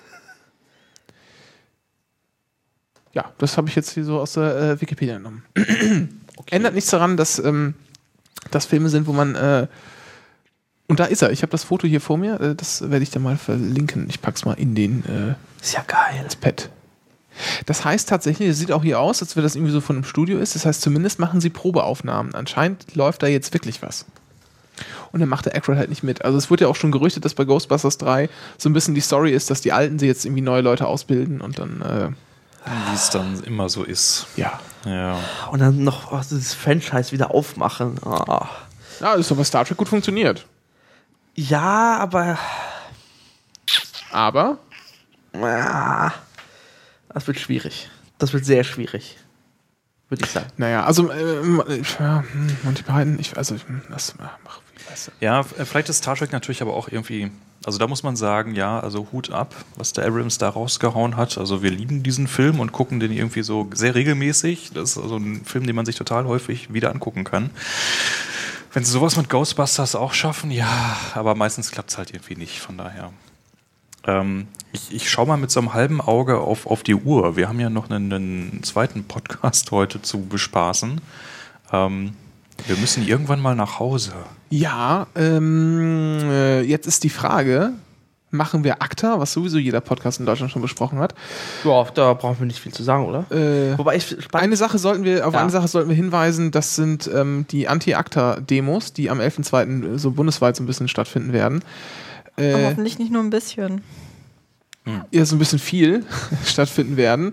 Ja, das habe ich jetzt hier so aus der äh, Wikipedia genommen. Ändert nichts daran, dass ähm, das Filme sind, wo man äh, und da ist er. Ich habe das Foto hier vor mir. Äh, das werde ich dann mal verlinken. Ich pack's mal in den äh, Ist ja geil. ins Pad. Das heißt tatsächlich, es sieht auch hier aus, als wenn das irgendwie so von einem Studio ist. Das heißt, zumindest machen sie Probeaufnahmen. Anscheinend läuft da jetzt wirklich was. Und dann macht der Aykroyd halt nicht mit. Also es wurde ja auch schon gerüchtet, dass bei Ghostbusters drei so ein bisschen die Story ist, dass die Alten sie jetzt irgendwie neue Leute ausbilden und dann, äh, Wie es dann immer so ist. ja. Ja. Und dann noch oh, dieses Franchise wieder aufmachen. Oh. Ja, ist doch bei Star Trek gut funktioniert. Ja, aber. Aber, Ah, das wird schwierig. Das wird sehr schwierig. Würde ich sagen. naja, also, äh, ja, hm, Monty Python, ich, also, hm, das, mach, wie weißt du. Ja, f- vielleicht ist Star Trek natürlich aber auch irgendwie, also da muss man sagen, ja, also Hut ab, was der Abrams da rausgehauen hat. Also wir lieben diesen Film und gucken den irgendwie so sehr regelmäßig. Das ist also ein Film, den man sich total häufig wieder angucken kann. Wenn sie sowas mit Ghostbusters auch schaffen, ja, aber meistens klappt es halt irgendwie nicht, von daher. Ähm, ich, ich schaue mal mit so einem halben Auge auf, auf die Uhr. Wir haben ja noch einen, einen zweiten Podcast heute zu bespaßen. Ähm, wir müssen irgendwann mal nach Hause. Ja, ähm, äh, jetzt ist die Frage, machen wir ACTA, was sowieso jeder Podcast in Deutschland schon besprochen hat. Ja, da brauchen wir nicht viel zu sagen, oder? Äh, Wobei ich spannend. Eine Sache sollten wir, auf Ja. eine Sache sollten wir hinweisen, das sind ähm, die Anti-ACTA-Demos, die am elften zweiten so bundesweit so ein bisschen stattfinden werden. Aber Äh, hoffentlich nicht nur ein bisschen. ja, so ein bisschen viel stattfinden werden.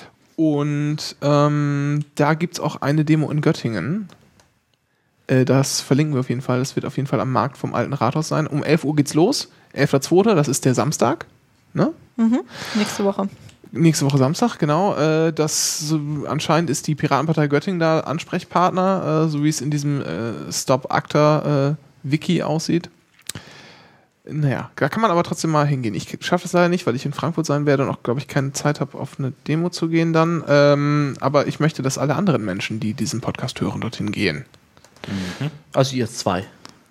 Und ähm, da gibt es auch eine Demo in Göttingen. Äh, das verlinken wir auf jeden Fall. Das wird auf jeden Fall am Markt vom Alten Rathaus sein. Um elf Uhr geht's los. elfter zweiter, das ist der Samstag. Ne? Mhm. Nächste Woche. Nächste Woche Samstag, genau. Äh, das so, anscheinend ist die Piratenpartei Göttingen da Ansprechpartner, äh, so wie es in diesem äh, Stop-Acta-Wiki aussieht. Naja, da kann man aber trotzdem mal hingehen. Ich schaffe es leider nicht, weil ich in Frankfurt sein werde und auch, glaube ich, keine Zeit habe, auf eine Demo zu gehen dann. Ähm, aber ich möchte, dass alle anderen Menschen, die diesen Podcast hören, dorthin gehen. Mhm. Also ihr zwei.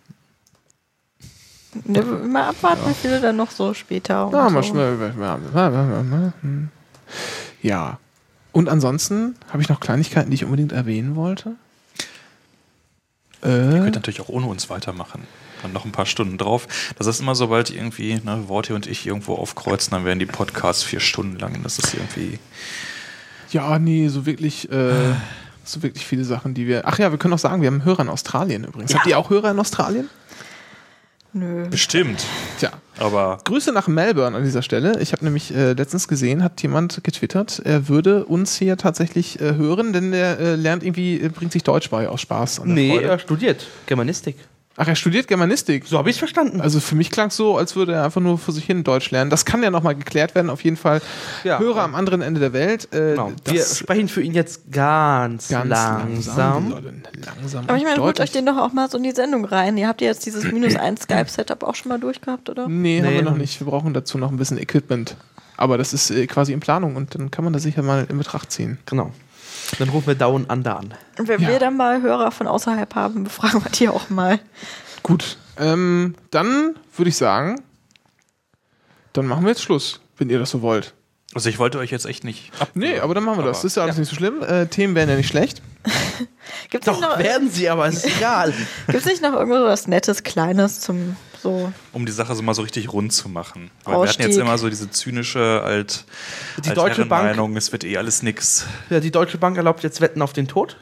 Ne, mal abwarten, wie viele dann noch so später. Und Ja, mal so. schnell. Ja. Und ansonsten habe ich noch Kleinigkeiten, die ich unbedingt erwähnen wollte. Ihr Äh, könnt natürlich auch ohne uns weitermachen. Dann noch ein paar Stunden drauf. Das ist immer, sobald irgendwie ne, Worte und ich irgendwo aufkreuzen, dann werden die Podcasts vier Stunden lang. Das ist irgendwie... ja, nee, so wirklich, äh, so wirklich viele Sachen, die wir. Ach ja, wir können auch sagen, wir haben Hörer in Australien übrigens. Ja. Habt ihr auch Hörer in Australien? Nö. Bestimmt. Tja. Aber Grüße nach Melbourne an dieser Stelle. Ich habe nämlich äh, letztens gesehen, hat jemand getwittert, er würde uns hier tatsächlich äh, hören, denn er äh, lernt irgendwie, äh, bringt sich Deutsch bei aus Spaß. an der Nee, Freude. er studiert Germanistik. Ach, er studiert Germanistik. So habe ich es verstanden. Also für mich klang es so, als würde er einfach nur für sich hin Deutsch lernen. Das kann ja nochmal geklärt werden, auf jeden Fall. Ja. Hörer am anderen Ende der Welt. Äh, Genau. Wir das sprechen für ihn jetzt ganz, ganz langsam. langsam. langsam Aber ich meine, und holt euch deutlich. den doch auch mal so in die Sendung rein. Ihr habt ja jetzt dieses minus eins Skype-Setup auch schon mal durchgehabt, oder? Nee, haben Nee, wir noch noch nicht. Wir brauchen dazu noch ein bisschen Equipment. Aber das ist äh, quasi in Planung und dann kann man das sicher mal in Betracht ziehen. Genau. Dann rufen wir Down Under an. Und wenn Ja. wir dann mal Hörer von außerhalb haben, befragen wir die auch mal. Gut, ähm, dann würde ich sagen, dann machen wir jetzt Schluss, wenn ihr das so wollt. also ich wollte euch jetzt echt nicht ab. Nee, aber dann machen wir das. Das ist ja alles nicht so schlimm. Äh, Themen wären ja nicht schlecht. Gibt es Doch, nicht, noch- werden sie, aber es ist egal. gibt's nicht noch irgendwas Nettes, Kleines zum so. Um die Sache so mal so richtig rund zu machen. Weil wir hatten Ausstieg. jetzt immer so diese zynische alt, Die Deutsche Bank- Meinung, es wird eh alles nix. Ja, die Deutsche Bank erlaubt jetzt Wetten auf den Tod.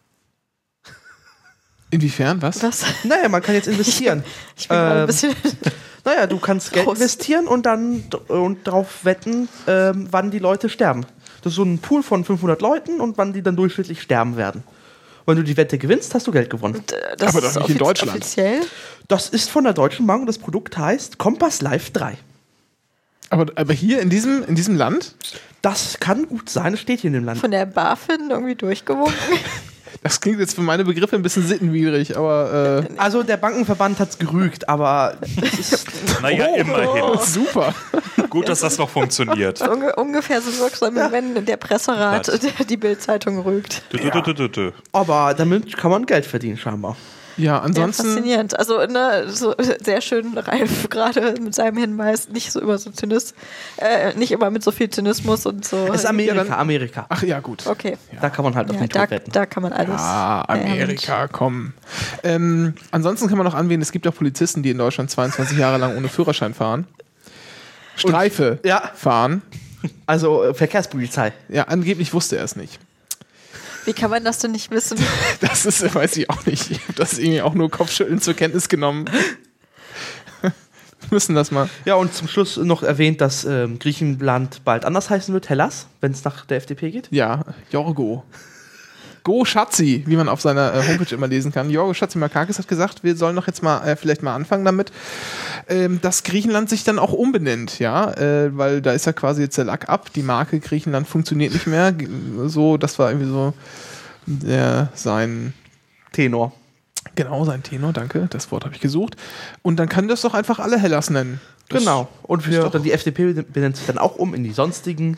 Inwiefern, was? Was? Naja, man kann jetzt investieren. Ich bin gerade ein Ähm, bisschen. Naja, du kannst Geld Raus. investieren und dann d- und darauf wetten, ähm, wann die Leute sterben. Das ist so ein Pool von fünfhundert Leuten und wann die dann durchschnittlich sterben werden. Wenn du die Wette gewinnst, hast du Geld gewonnen. Das Aber doch ist nicht in offiz- Deutschland. Offiziell. Das ist von der Deutschen Bank und das Produkt heißt Kompass Live drei. Aber, aber hier in diesem, in diesem Land, Das kann gut sein, es steht hier in dem Land. Von der BaFin irgendwie durchgewunken. das klingt jetzt für meine Begriffe ein bisschen sittenwidrig, aber äh, Also der Bankenverband hat es gerügt, aber es ist, Naja, immerhin. super. Gut, dass das noch funktioniert. Unge ungefähr so wirksam, wie wenn der Presserat Gott. der, die Bildzeitung rügt. Dü, dü, dü, dü, dü, dü. aber damit kann man Geld verdienen scheinbar. Ja, Ja, ansonsten. faszinierend. Also ne, so sehr schön Ralf gerade mit seinem Hinweis, nicht so über so Zynis, äh, nicht immer mit so viel Zynismus und so. Es ist Amerika, Ja, dann- Amerika. Ach ja, gut. Okay. Da kann man halt auf Ja, den da, Tod wetten. da kann man alles. Ah, Amerika, komm. Ähm, ansonsten kann man noch anwählen, es gibt auch Polizisten, die in Deutschland zweiundzwanzig Jahre lang ohne Führerschein fahren. Streife Ja. fahren. Also äh, Verkehrspolizei. Ja, angeblich wusste er es nicht. Wie kann man das denn nicht wissen? Das ist, weiß ich auch nicht. Ich habe das irgendwie auch nur Kopfschütteln zur Kenntnis genommen. Wir müssen das mal. Ja, und zum Schluss noch erwähnt, dass ähm, Griechenland bald anders heißen wird, Hellas, wenn es nach der F D P geht. Ja, Jorgo. Go Schatzi, wie man auf seiner äh, Homepage immer lesen kann. Jorgo Schatzimarkakis hat gesagt, wir sollen doch jetzt mal äh, vielleicht mal anfangen damit, ähm, dass Griechenland sich dann auch umbenennt, ja, äh, weil da ist ja quasi jetzt der Lack ab. Die Marke Griechenland funktioniert nicht mehr. G- So, das war irgendwie so äh, sein Tenor. Genau, sein Tenor, danke, das Wort habe ich gesucht. Und dann kann das doch einfach alle Hellas nennen. Das Genau. Und ist wir, doch- dann die F D P benennt sich dann auch um in die sonstigen.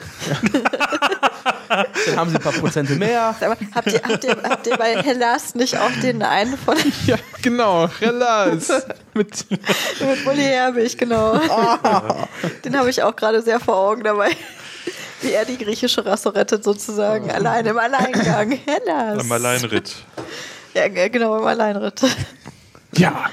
Dann haben sie ein paar Prozente mehr. Aber habt ihr, habt, ihr, habt ihr bei Hellas nicht auch den einen von Ja, genau, Hellas. Mit, mit Bulli Herbig, genau. Den habe ich auch gerade sehr vor Augen dabei. Wie er die griechische Rasse rettet, sozusagen. Allein im Alleingang. Hellas. Am Alleinritt. Ja, g- genau, im Alleinritt. ja.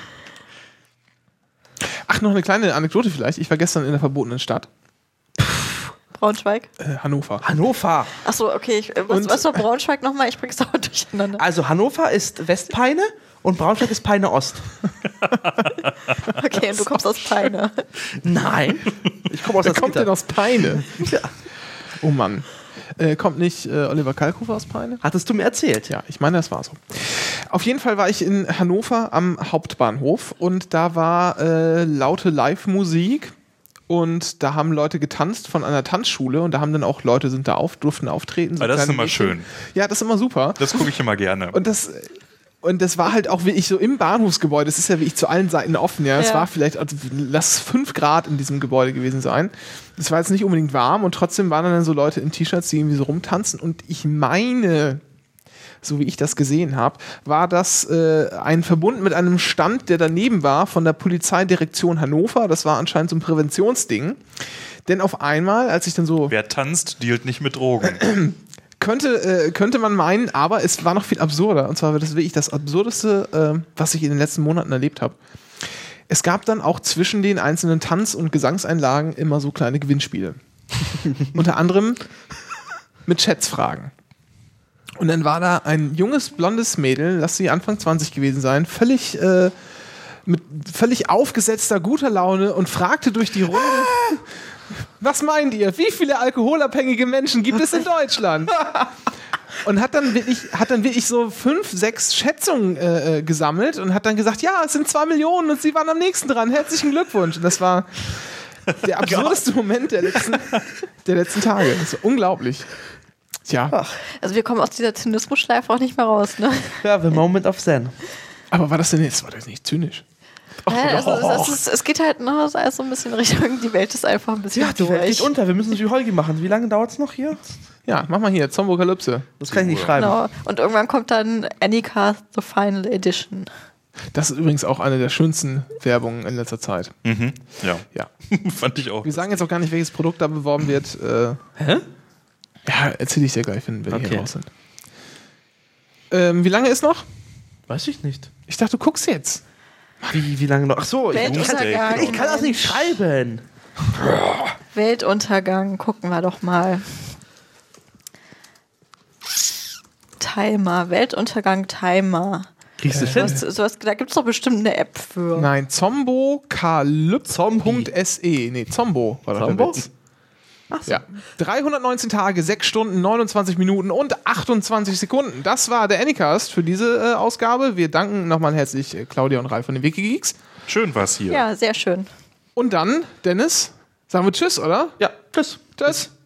Ach, noch eine kleine Anekdote vielleicht. Ich war gestern in der verbotenen Stadt, Braunschweig. äh, Hannover. Hannover. Achso, okay. Ich, äh, was, Und- was war Braunschweig nochmal? Ich bring's dauernd durcheinander. Also Hannover ist Westpeine und Braunschweig ist Peine Ost. Okay, und du kommst aus Peine. Nein. Ich komme aus Wer der kommt denn aus Peine? Ja. Oh Mann. Äh, kommt nicht äh, Oliver Kalkofe aus Peine? Hattest du mir erzählt? Ja, ich meine, das war so. Auf jeden Fall war ich in Hannover am Hauptbahnhof und da war äh, laute Live-Musik Und da haben Leute getanzt von einer Tanzschule und da haben dann auch Leute sind da auf, durften auftreten. So Aber das ist kleine immer Mädchen. schön. Ja, das ist immer super. Das gucke ich immer gerne. Und das, und das war halt auch wirklich so im Bahnhofsgebäude. Das ist ja wirklich zu allen Seiten offen. Ja, es Ja. war vielleicht, also, lass fünf Grad in diesem Gebäude gewesen sein. Es war jetzt nicht unbedingt warm und trotzdem waren dann so Leute in T-Shirts, die irgendwie so rumtanzen. Und ich meine, so wie ich das gesehen habe, war das äh, ein Verbund mit einem Stand, der daneben war von der Polizeidirektion Hannover. Das war anscheinend so ein Präventionsding. Denn auf einmal, als ich dann so... Wer tanzt, dealt nicht mit Drogen. Könnte, äh, könnte man meinen, aber es war noch viel absurder. Und zwar war das wirklich das Absurdeste, äh, was ich in den letzten Monaten erlebt habe. Es gab dann auch zwischen den einzelnen Tanz- und Gesangseinlagen immer so kleine Gewinnspiele. Unter anderem mit Schätzfragen. Und dann war da ein junges, blondes Mädel, lass sie Anfang zwanzig gewesen sein, völlig, äh, mit völlig aufgesetzter, guter Laune und fragte durch die Runde, was meint ihr, wie viele alkoholabhängige Menschen gibt es in Deutschland? Und hat dann wirklich, hat dann wirklich so fünf, sechs Schätzungen äh, äh, gesammelt und hat dann gesagt, ja, es sind zwei Millionen und sie waren am nächsten dran. Herzlichen Glückwunsch. Und das war der absurdeste Moment der letzten, der letzten Tage. Das war unglaublich. Tja, Also wir kommen aus dieser Zynismus-Schleife auch nicht mehr raus, ne? Ja, the moment of Zen. aber war das denn jetzt, war das nicht zynisch? Ja, also, es, ist, es geht halt noch so alles so ein bisschen Richtung, die Welt ist einfach ein bisschen Ja, die Welt durch. geht unter. Wir müssen es wie Holgi machen. Wie lange dauert es noch hier? Ja, mach mal hier, Zombokalypse. Das kann ich nicht schreiben. Genau. Und irgendwann kommt dann Annika The Final Edition. Das ist übrigens auch eine der schönsten Werbungen in letzter Zeit. Mhm. Ja. Ja. Fand ich auch. Wir sagen jetzt auch gar nicht, welches Produkt da beworben wird. Äh, Hä? ja, erzähle ich dir gleich, wenn wir Okay. hier raus sind. Ähm, wie lange ist noch? Weiß ich nicht. Ich dachte, du guckst jetzt. Wie, wie lange noch? Ach so, ich, ich, kann, Weltuntergang. ich kann das nicht schreiben. Weltuntergang, gucken wir doch mal. Timer, Weltuntergang Timer. Kriegst du Sowas, hin? sowas, da gibt es doch bestimmt eine App für. Nein, zombokalypse.se. Nee, Zombo war doch der Zombo? Witz. Ja. dreihundertneunzehn Tage, sechs Stunden, neunundzwanzig Minuten und achtundzwanzig Sekunden. Das war der Anycast für diese äh, Ausgabe. Wir danken nochmal herzlich äh, Claudia und Ralf von den Wikigeeks. Schön war's hier. Ja, sehr schön. Und dann, Dennis, sagen wir Tschüss, oder? Ja, tschüss. Tschüss.